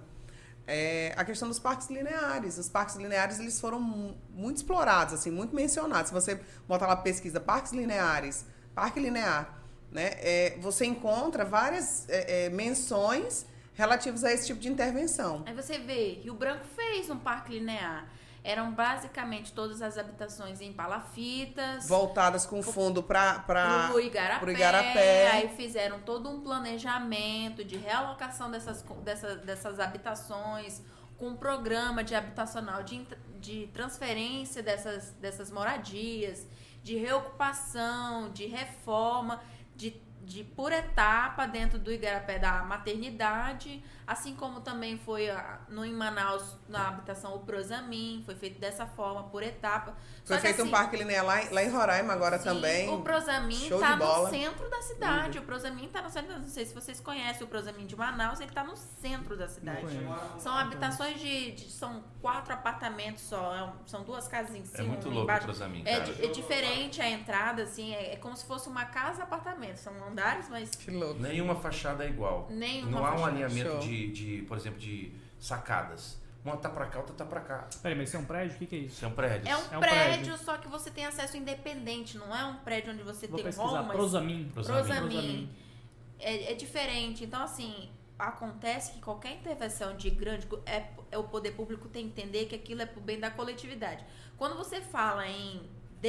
é a questão dos parques lineares. Os parques lineares, eles foram mu- muito explorados, assim, muito mencionados. Se você botar lá pesquisa, parques lineares, parque linear, né, é, você encontra várias é, é, menções relativas a esse tipo de intervenção. Aí você vê, Rio Branco fez um parque linear. Eram basicamente todas as habitações em palafitas. Voltadas com fundo para Pro Igarapé, pro Igarapé. Aí fizeram todo um planejamento de realocação dessas, dessas, dessas habitações, com um programa de habitacional, de, de transferência dessas, dessas moradias, de reocupação, de reforma, de, de por etapa dentro do Igarapé da maternidade, assim como também foi a, no, em Manaus, na habitação o Prosamin, foi feito dessa forma, por etapa. Foi Só que, feito um assim, parque linear lá, em- lá em Roraima agora sim, também. o Prosamin Show tá de bola. no centro da cidade. O Prosamin tá no centro. Não sei se vocês conhecem o Prosamin de Manaus, ele tá no centro da cidade. Não conheço. São habitações de, de- São quatro apartamentos só. é um- São duas casas em cima. É muito uma louco embaixo. o Prosamin, É, cara. di- é diferente a entrada, assim. É, é como se fosse uma casa apartamento. São andares, mas Que louco. Nenhuma fachada é igual. nenhuma Não há um fachada. alinhamento Show. de, de, por exemplo, de sacadas. Uma tá pra cá, outra tá pra cá. Peraí, mas isso é um prédio? O que, que é isso? São prédios. É um, É um prédio, prédio. só que você tem acesso independente. Não é um prédio onde você Vou tem pesquisar. hall, mas Prosamin. Prosamin. Prosamin. É, é diferente. Então, assim, acontece que qualquer intervenção de grande... É, é o poder público tem que entender que aquilo é pro bem da coletividade. Quando você fala em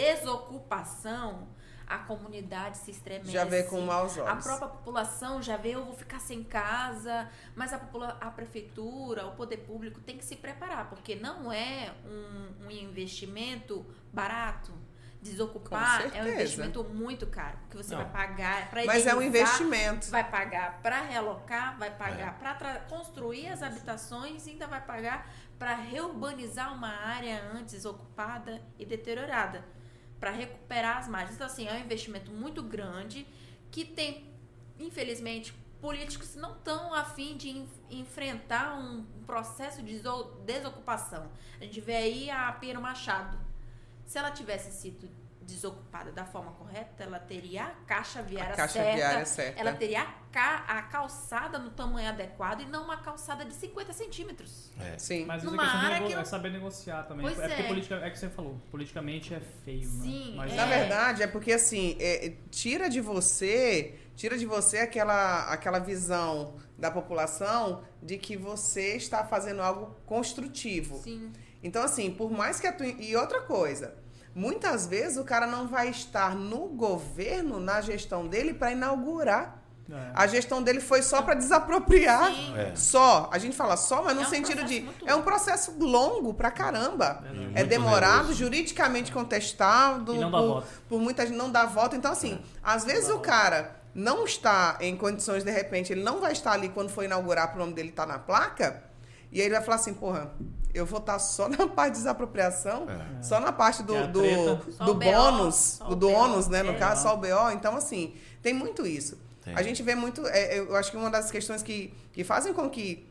desocupação, a comunidade se estremece. Já vê com maus olhos. A própria população já vê, eu vou ficar sem casa, mas a, popula- a prefeitura, o poder público tem que se preparar, porque não é um, um investimento barato. Desocupar Com é um certeza. investimento muito caro, porque você Não. vai pagar para Mas é um investimento. vai pagar para realocar, vai pagar para construir as habitações e ainda vai pagar para reurbanizar uma área antes ocupada e deteriorada, para recuperar as margens. Então, assim, é um investimento muito grande que tem, infelizmente, políticos que não estão a fim de en- enfrentar um processo de deso- desocupação. A gente vê aí a Pinheiro Machado. Se ela tivesse sido desocupada da forma correta, ela teria a caixa viária, A caixa certa, viária certa. ela teria a, ca- a calçada no tamanho adequado e não uma calçada de cinquenta centímetros. É. Sim. Mas isso é Numa questão de área nego- que não- é saber negociar também. Pois é porque é. politica, é que você falou, politicamente é feio, Sim, né? Mas é. Na verdade, é porque assim, é, tira de você, tira de você aquela, aquela visão da população de que você está fazendo algo construtivo. Sim. Então, assim, por mais que a tua... E outra coisa, muitas vezes o cara não vai estar no governo, na gestão dele, para inaugurar. É. A gestão dele foi só para desapropriar. Sim. É. Só. A gente fala só, mas no É um sentido processo de... muito É um longo. processo longo pra caramba. Verdade. É Muito demorado, oneroso. juridicamente contestado. E não dá por, voto. por muita gente não dá voto. Então, assim, às vezes o cara não está em condições, de repente, ele não vai estar ali quando for inaugurar, para o nome dele estar na placa, e aí ele vai falar assim, porra, eu vou estar só na parte de desapropriação, É. só na parte do, Que é a do, treta. Só do o B O, bônus, só do, o do B O, ônus, né, no é. caso, só o B O. Então, assim, tem muito isso. Tem. A gente vê muito, é, eu acho que uma das questões que, que fazem com que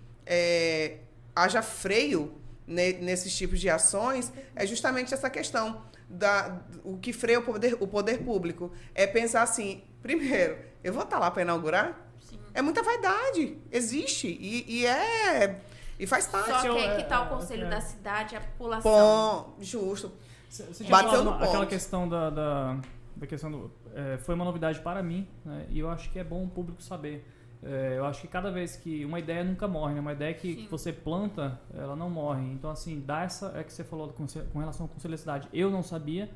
é, haja freio ne- nesses tipos de ações é justamente essa questão. Da, o que freia o poder, o poder público é pensar assim, primeiro, eu vou estar lá para inaugurar? Sim. É muita vaidade, existe, e, e é... E faz parte. Só que eu- aí que tá é, o conselho é. da cidade, a população. Bom, justo. Você você tinha Bateu falado no uma- ponto. aquela questão da, da, da questão do, é, foi uma novidade para mim, né? E eu acho que é bom o público saber. é, eu acho que cada vez que uma ideia nunca morre, né? Uma ideia que, que você planta, ela não morre. Então, assim, dá essa, é que você falou com, com relação à conselho da cidade. Eu não sabia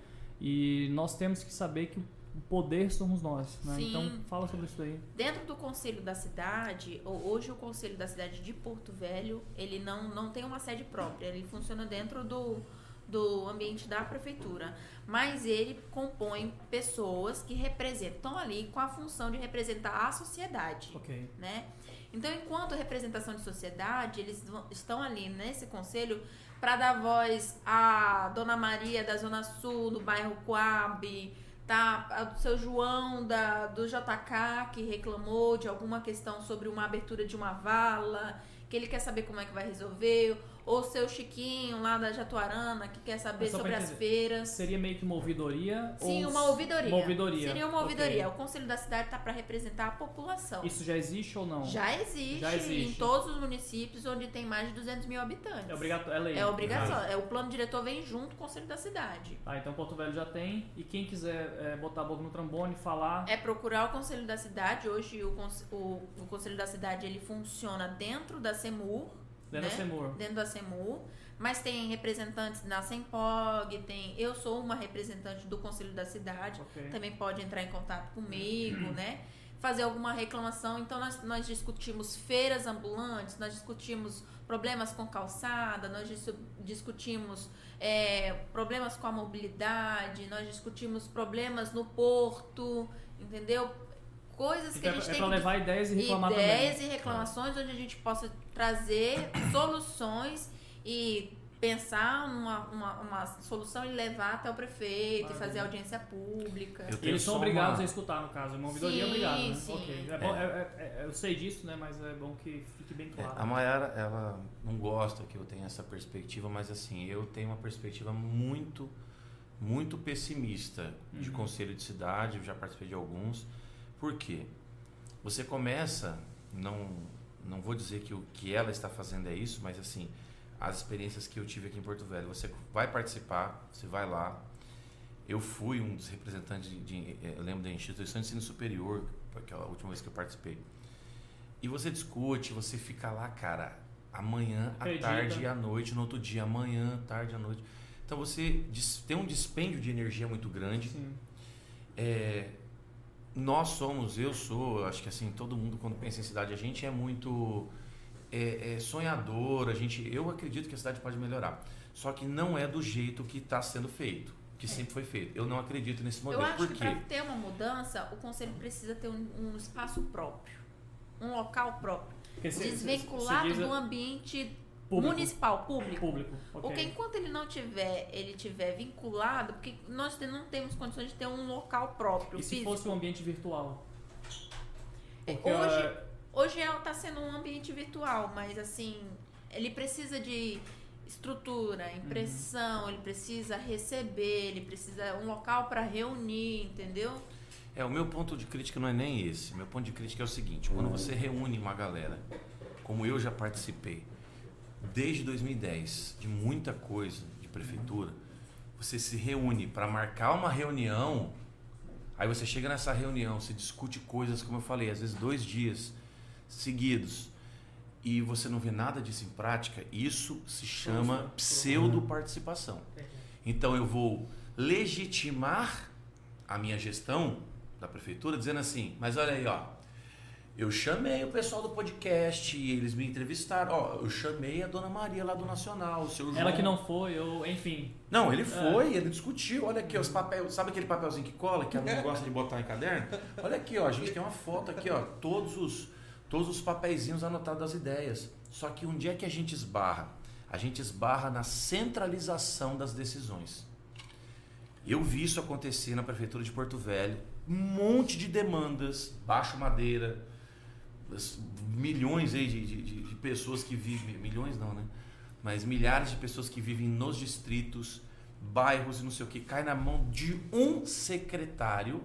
e nós temos que saber que o poder somos nós, né? Sim. Então, fala sobre isso aí. Dentro do Conselho da Cidade, hoje o Conselho da Cidade de Porto Velho, ele não, não tem uma sede própria, ele funciona dentro do, do ambiente da prefeitura, mas ele compõe pessoas que representam ali com a função de representar a sociedade, Ok. né? Então, enquanto representação de sociedade, eles vão- estão ali nesse conselho para dar voz à Dona Maria da Zona Sul, do bairro Coab, tá? O seu João da, do J K, que reclamou de alguma questão sobre uma abertura de uma vala, que ele quer saber como é que vai resolver, ou seu Chiquinho lá da Jatuarana, que quer saber Mas só sobre pra as entender, feiras. Seria meio que uma ouvidoria? Sim, ou uma ouvidoria. Uma ouvidoria. Seria uma Ok. ouvidoria. O Conselho da Cidade está para representar a população. Isso já existe ou não? Já existe, Já existe. em todos os municípios onde tem mais de duzentos mil habitantes. É obrigatório, é lei. É obrigação. É, o plano diretor vem junto com o Conselho da Cidade. Ah, então Porto Velho já tem. E quem quiser é, botar a boca no trombone, falar... É procurar o Conselho da Cidade. Hoje o, conse- o, o Conselho da Cidade ele funciona dentro da CEMUR. Dentro né? da CEMUR. Dentro da CEMUR. Mas tem representantes na SEMPOG, tem... Eu sou uma representante do Conselho da Cidade. Ok. Também pode entrar em contato comigo, né? Fazer alguma reclamação. Então, nós, nós discutimos feiras ambulantes, nós discutimos problemas com calçada, nós dis- discutimos é, problemas com a mobilidade, nós discutimos problemas no porto, entendeu? Coisas que Então a gente é tem pra que levar ideias e reclamar ideias também. e reclamações onde a gente possa trazer soluções e pensar numa uma, uma solução e levar até o prefeito Maravilha. e fazer audiência pública. Eu E tenho eles são só obrigados uma- a escutar, no caso. Uma ouvidoria é Sim, obrigada, né? sim. Ok. É bom- é- é- é- eu sei disso, né? Mas é bom que fique bem É, claro. a Mayara, ela não gosta que eu tenha essa perspectiva, mas assim, eu tenho uma perspectiva muito, muito pessimista de Uhum. conselho de cidade, eu já participei de alguns. Por quê? Você começa, não, não vou dizer que o que ela está fazendo é isso, mas assim, as experiências que eu tive aqui em Porto Velho, você vai participar, você vai lá. Eu fui um dos representantes de, de eu lembro da instituição de ensino superior, aquela última vez que eu participei. E você discute, você fica lá, cara, amanhã, à Acredita. tarde e à noite, no outro dia, amanhã, tarde, à noite. Então você dis- tem um dispêndio de energia muito grande. Sim. É, nós somos, eu sou, acho que assim, todo mundo quando pensa em cidade, a gente é muito é, é sonhador, a gente, eu acredito que a cidade pode melhorar. Só que não é do jeito que está sendo feito, que sempre foi feito. Eu não acredito nesse modelo. Eu acho Por que quê? para ter uma mudança, o conselho precisa ter um, um espaço próprio, um local próprio, Porque se- se- desvinculado se diz- do ambiente Público. municipal, público. Público. Ok. Porque enquanto ele não tiver, ele tiver vinculado, porque nós te- não temos condições de ter um local próprio, E se físico. fosse um ambiente virtual? É, Porque, hoje, ah, hoje está sendo um ambiente virtual, mas assim, ele precisa de estrutura, impressão, ele precisa receber, ele precisa um local para reunir, entendeu? É, o meu ponto de crítica não é nem esse. Meu ponto de crítica é o seguinte: quando você reúne uma galera, como eu já participei, desde dois mil e dez, de muita coisa de prefeitura, você se reúne para marcar uma reunião, aí você chega nessa reunião, você discute coisas, como eu falei, às vezes dois dias seguidos, e você não vê nada disso em prática, isso se chama pseudo-participação. Então eu vou legitimar a minha gestão da prefeitura dizendo assim, mas olha aí, ó, eu chamei o pessoal do podcast e eles me entrevistaram, ó, eu chamei a Dona Maria lá do Nacional, o seu João. ela que não foi, eu, enfim. Não, ele foi, ele discutiu, olha aqui, os papéis, sabe aquele papelzinho que cola, que a não gosta de botar em caderno? Olha aqui, ó, a gente tem uma foto aqui, ó, todos os, todos os papeizinhos anotados das ideias. Só que onde é que a gente esbarra? A gente esbarra na centralização das decisões. Eu vi isso acontecer na prefeitura de Porto Velho, um monte de demandas, Baixo Madeira, milhões aí de, de, de pessoas que vivem, milhões não, né? Mas milhares de pessoas que vivem nos distritos, bairros e não sei o que, cai na mão de um secretário.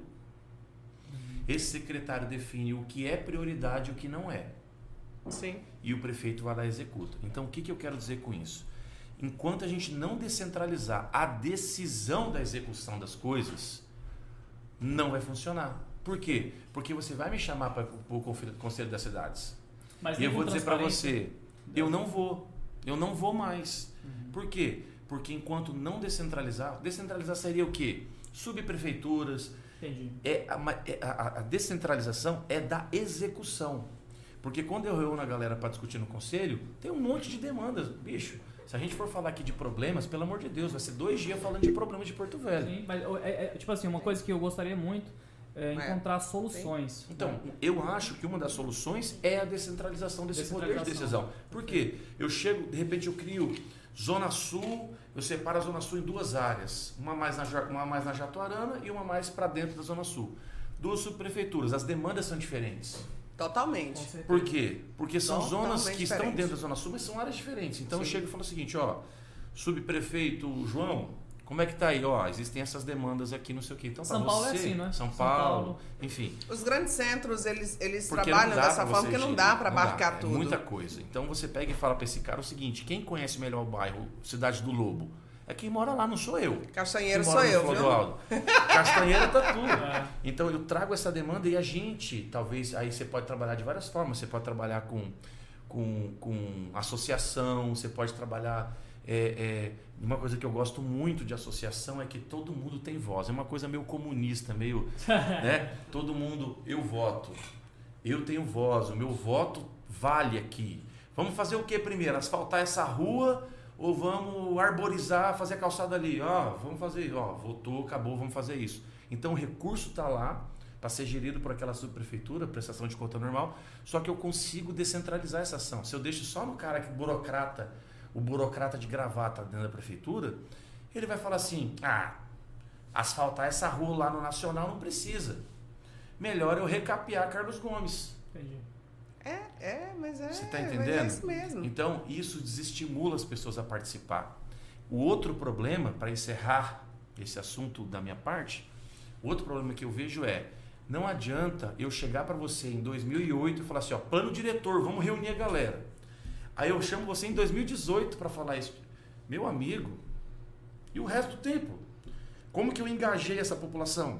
Esse secretário define o que é prioridade e o que não é. Sim. E o prefeito vai lá e executa. Então, o que, que eu quero dizer com isso? Enquanto a gente não descentralizar a decisão da execução das coisas, não vai funcionar. Por quê? Porque você vai me chamar para o Conselho das Cidades. Mas e eu com vou dizer para transparência? você, eu não vou. Eu não vou mais. Uhum. Por quê? Porque enquanto não descentralizar, descentralizar seria o quê? Subprefeituras. Entendi. É a, é a, a descentralização é da execução. Porque quando eu reúno a galera para discutir no conselho, tem um monte de demandas. Bicho, se a gente for falar aqui de problemas, pelo amor de Deus, vai ser dois dias falando de problemas de Porto Velho. Sim, mas é, é, tipo assim, uma coisa que eu gostaria muito é encontrar soluções. Então, eu acho que uma das soluções é a descentralização desse poder de decisão. Por quê? Eu chego, de repente eu crio Zona Sul, eu separo a Zona Sul em duas áreas. Uma mais na, uma mais na Jatuarana e uma mais para dentro da Zona Sul. Duas subprefeituras, as demandas são diferentes. Totalmente. Por quê? Porque são Totalmente zonas que diferente. estão dentro da Zona Sul, mas são áreas diferentes. Então Sim. eu chego e falo o seguinte, ó, subprefeito João, como é que tá aí? Ó, existem essas demandas aqui, não sei o quê. Então, São pra Paulo você, é assim, né? São São Paulo, Paulo. enfim. Os grandes centros, eles, eles Porque trabalham não dá dessa pra forma você porque não gerir, dá para não abarcar dá, tudo. É muita coisa. Então você pega e fala para esse cara o seguinte, quem conhece melhor o bairro Cidade do Lobo? É quem mora lá, não sou eu. Castanheiro Quem sou mora no eu, Flor viu? do Alto. Castanheira tá tudo. É. Então eu trago essa demanda e a gente, talvez, aí você pode trabalhar de várias formas. Você pode trabalhar com, com, com associação, você pode trabalhar... É, é, uma coisa que eu gosto muito de associação é que todo mundo tem voz. É uma coisa meio comunista, meio... né? Todo mundo, eu voto. Eu tenho voz, o meu voto vale aqui. Vamos fazer o que primeiro? Asfaltar essa rua... Ou vamos arborizar, fazer a calçada ali. Ó, vamos fazer, ó, votou, acabou, vamos fazer isso. Então o recurso está lá para ser gerido por aquela subprefeitura, prestação de conta normal, só que eu consigo descentralizar essa ação. Se eu deixo só no cara que burocrata, o burocrata de gravata dentro da prefeitura, ele vai falar assim, ah, asfaltar essa rua lá no Nacional não precisa. Melhor eu recapear Carlos Gomes. Entendi. É, é, mas é, Você está mas entendendo? é isso mesmo. Então, isso desestimula as pessoas a participar. O outro problema, para encerrar esse assunto da minha parte, o outro problema que eu vejo é, não adianta eu chegar para você em dois mil e oito e falar assim, ó, plano diretor, vamos reunir a galera. Aí eu chamo você em dois mil e dezoito para falar isso. Meu amigo, e o resto do tempo? Como que eu engajei essa população?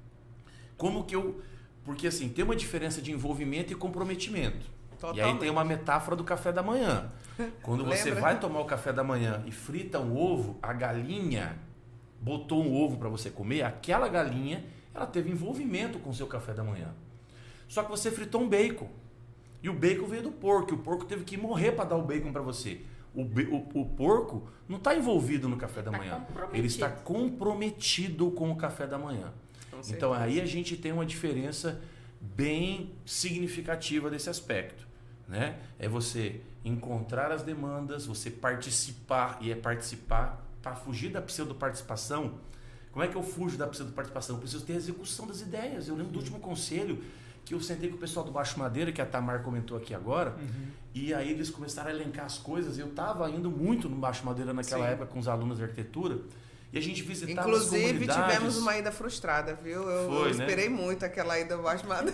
Como que eu... Porque assim, tem uma diferença de envolvimento e comprometimento. Totalmente. E aí tem uma metáfora do café da manhã. Quando você Lembra? vai tomar o café da manhã e frita um ovo, a galinha botou um ovo para você comer, aquela galinha, ela teve envolvimento com o seu café da manhã. Só que você fritou um bacon. E o bacon veio do porco. E o porco teve que morrer para dar o bacon para você. O, o, o porco não está envolvido no café da Tá manhã. comprometido. Ele está comprometido com o café da manhã. Então aí a gente tem uma diferença bem significativa desse aspecto, né? É você encontrar as demandas, você participar, e é participar para fugir da pseudo-participação. Como é que eu fujo da pseudo-participação? Eu preciso ter a execução das ideias. Eu lembro do último conselho que eu sentei com o pessoal do Baixo Madeira, que a Tamar comentou aqui agora, Uhum. e aí eles começaram a elencar as coisas. Eu estava indo muito no Baixo Madeira naquela Sim. época com os alunos de arquitetura, e a gente visitava Inclusive, as comunidades. tivemos uma ida frustrada, viu? Eu, Foi, eu né? esperei muito aquela ida Baixo Madeira.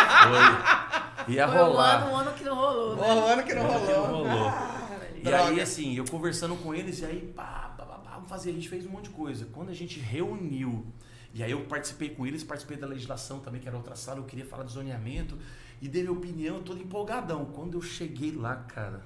Foi. Ia Foi um rolar. ano, um ano que não rolou, né? O ano que não Ano que não rolou. rolou. E Droga. aí, assim, eu conversando com eles, e aí, pá, pá, pá, pá, vamos fazer. A gente fez um monte de coisa. Quando a gente reuniu, e aí eu participei com eles, participei da legislação também, que era outra sala, eu queria falar de zoneamento, e dei minha opinião, todo empolgadão. Quando eu cheguei lá, cara,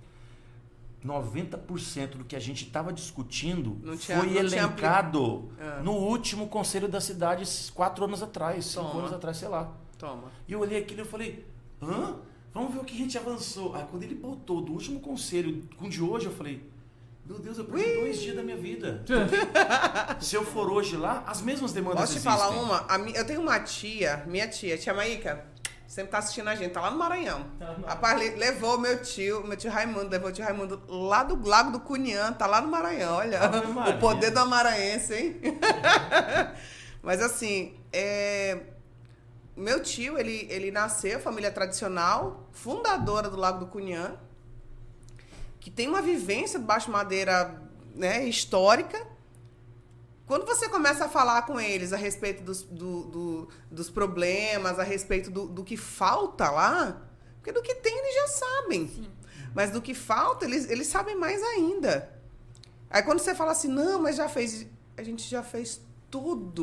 noventa por cento do que a gente estava discutindo Não tinha- foi não tinha elencado Ah. no último conselho da cidade, quatro anos atrás, cinco Toma. anos atrás, sei lá. Toma. E eu olhei aquilo e eu falei, hã? Vamos ver o que a gente avançou. Aí quando ele botou do último conselho com o de hoje, eu falei, meu Deus, eu perdi dois dias da minha vida. Se eu for hoje lá, as mesmas demandas Posso te existem. falar uma? A mi- eu tenho uma tia, minha tia, tia Maíca, sempre tá assistindo a gente, tá lá no Maranhão. Tá no Maranhão. Rapaz, le- levou meu tio, meu tio Raimundo, levou o tio Raimundo lá do Lago do Cunhã, tá lá no Maranhão, olha. Ave Maria. O poder do amaranhense, hein? Mas assim, é... meu tio, ele, ele nasceu, família tradicional, fundadora do Lago do Cunhã, que tem uma vivência de Baixo Madeira, né, histórica. Quando você começa a falar com eles a respeito dos, do- do- dos problemas, a respeito do, do que falta lá, porque do que tem eles já sabem. Sim. Mas do que falta, eles, eles sabem mais ainda. Aí quando você fala assim, não, mas já fez... A gente já fez tudo.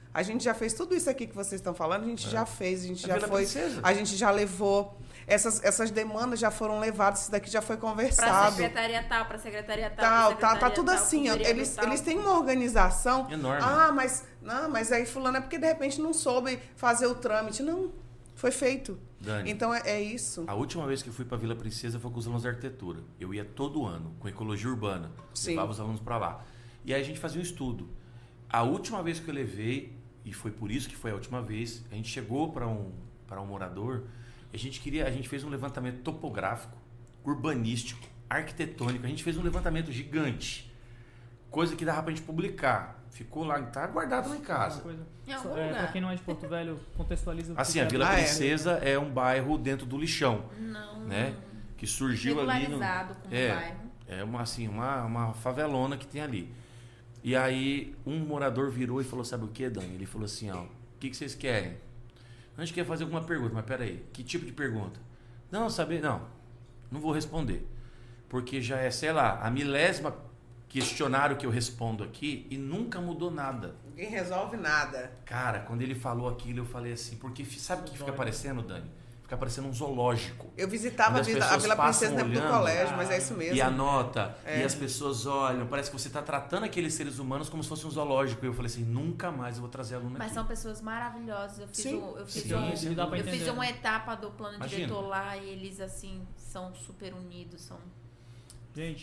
A gente já fez tudo isso aqui que vocês estão falando, a gente é. já fez, a gente a já Vila foi, Princesa. a gente já levou, essas, essas demandas já foram levadas, isso daqui já foi conversado. Pra secretaria tal, pra secretaria tal, tal, pra secretaria tá, tá tudo tal, assim, ó, eles, tal. eles têm uma organização. Enorme. Ah, mas, não, mas aí fulano é porque de repente não soube fazer o trâmite. Não, foi feito. Dani, então é, é isso. A última vez que eu fui para Vila Princesa foi com os alunos de arquitetura. Eu ia todo ano com ecologia urbana, Sim. levava os alunos para lá. E aí a gente fazia um estudo. A última vez que eu levei, e foi por isso que foi a última vez, a gente chegou para um para um morador, a gente queria, a gente fez um levantamento topográfico, urbanístico, arquitetônico, a gente fez um levantamento gigante, coisa que dava para a gente publicar. Ficou lá, tá guardado lá em casa. Em algum É, lugar. pra quem não é de Porto Velho, contextualiza. o Assim, que a é. Vila Ah, é. Princesa é um bairro dentro do lixão, Não. né? Que surgiu ali no, Regularizado com é, o bairro. é uma assim, uma, uma favelona que tem ali. E aí um morador virou e falou, sabe o que, Dani? Ele falou assim, ó, o que, que vocês querem? A gente quer fazer alguma pergunta, mas peraí, que tipo de pergunta? Não, saber, não, não vou responder. Porque já é, sei lá, a milésima questionário que eu respondo aqui e nunca mudou nada. Ninguém resolve nada. Cara, quando ele falou aquilo, eu falei assim, porque sabe o que fica parecendo, Dani? Fica parecendo um zoológico. Eu visitava Onde a, as Vila, a pessoas Vila Princesa passam no tempo do olhando, colégio, mas é isso mesmo. E anota, É. e as pessoas olham, parece que você está tratando aqueles seres humanos como se fosse um zoológico. E eu falei assim, nunca mais eu vou trazer aluno Mas aqui. são pessoas maravilhosas. Eu fiz, Sim. um, eu fiz, Sim, um, isso dá pra eu entender, fiz uma né? etapa do plano Imagina. diretor lá e eles, assim, são super unidos, são Gente,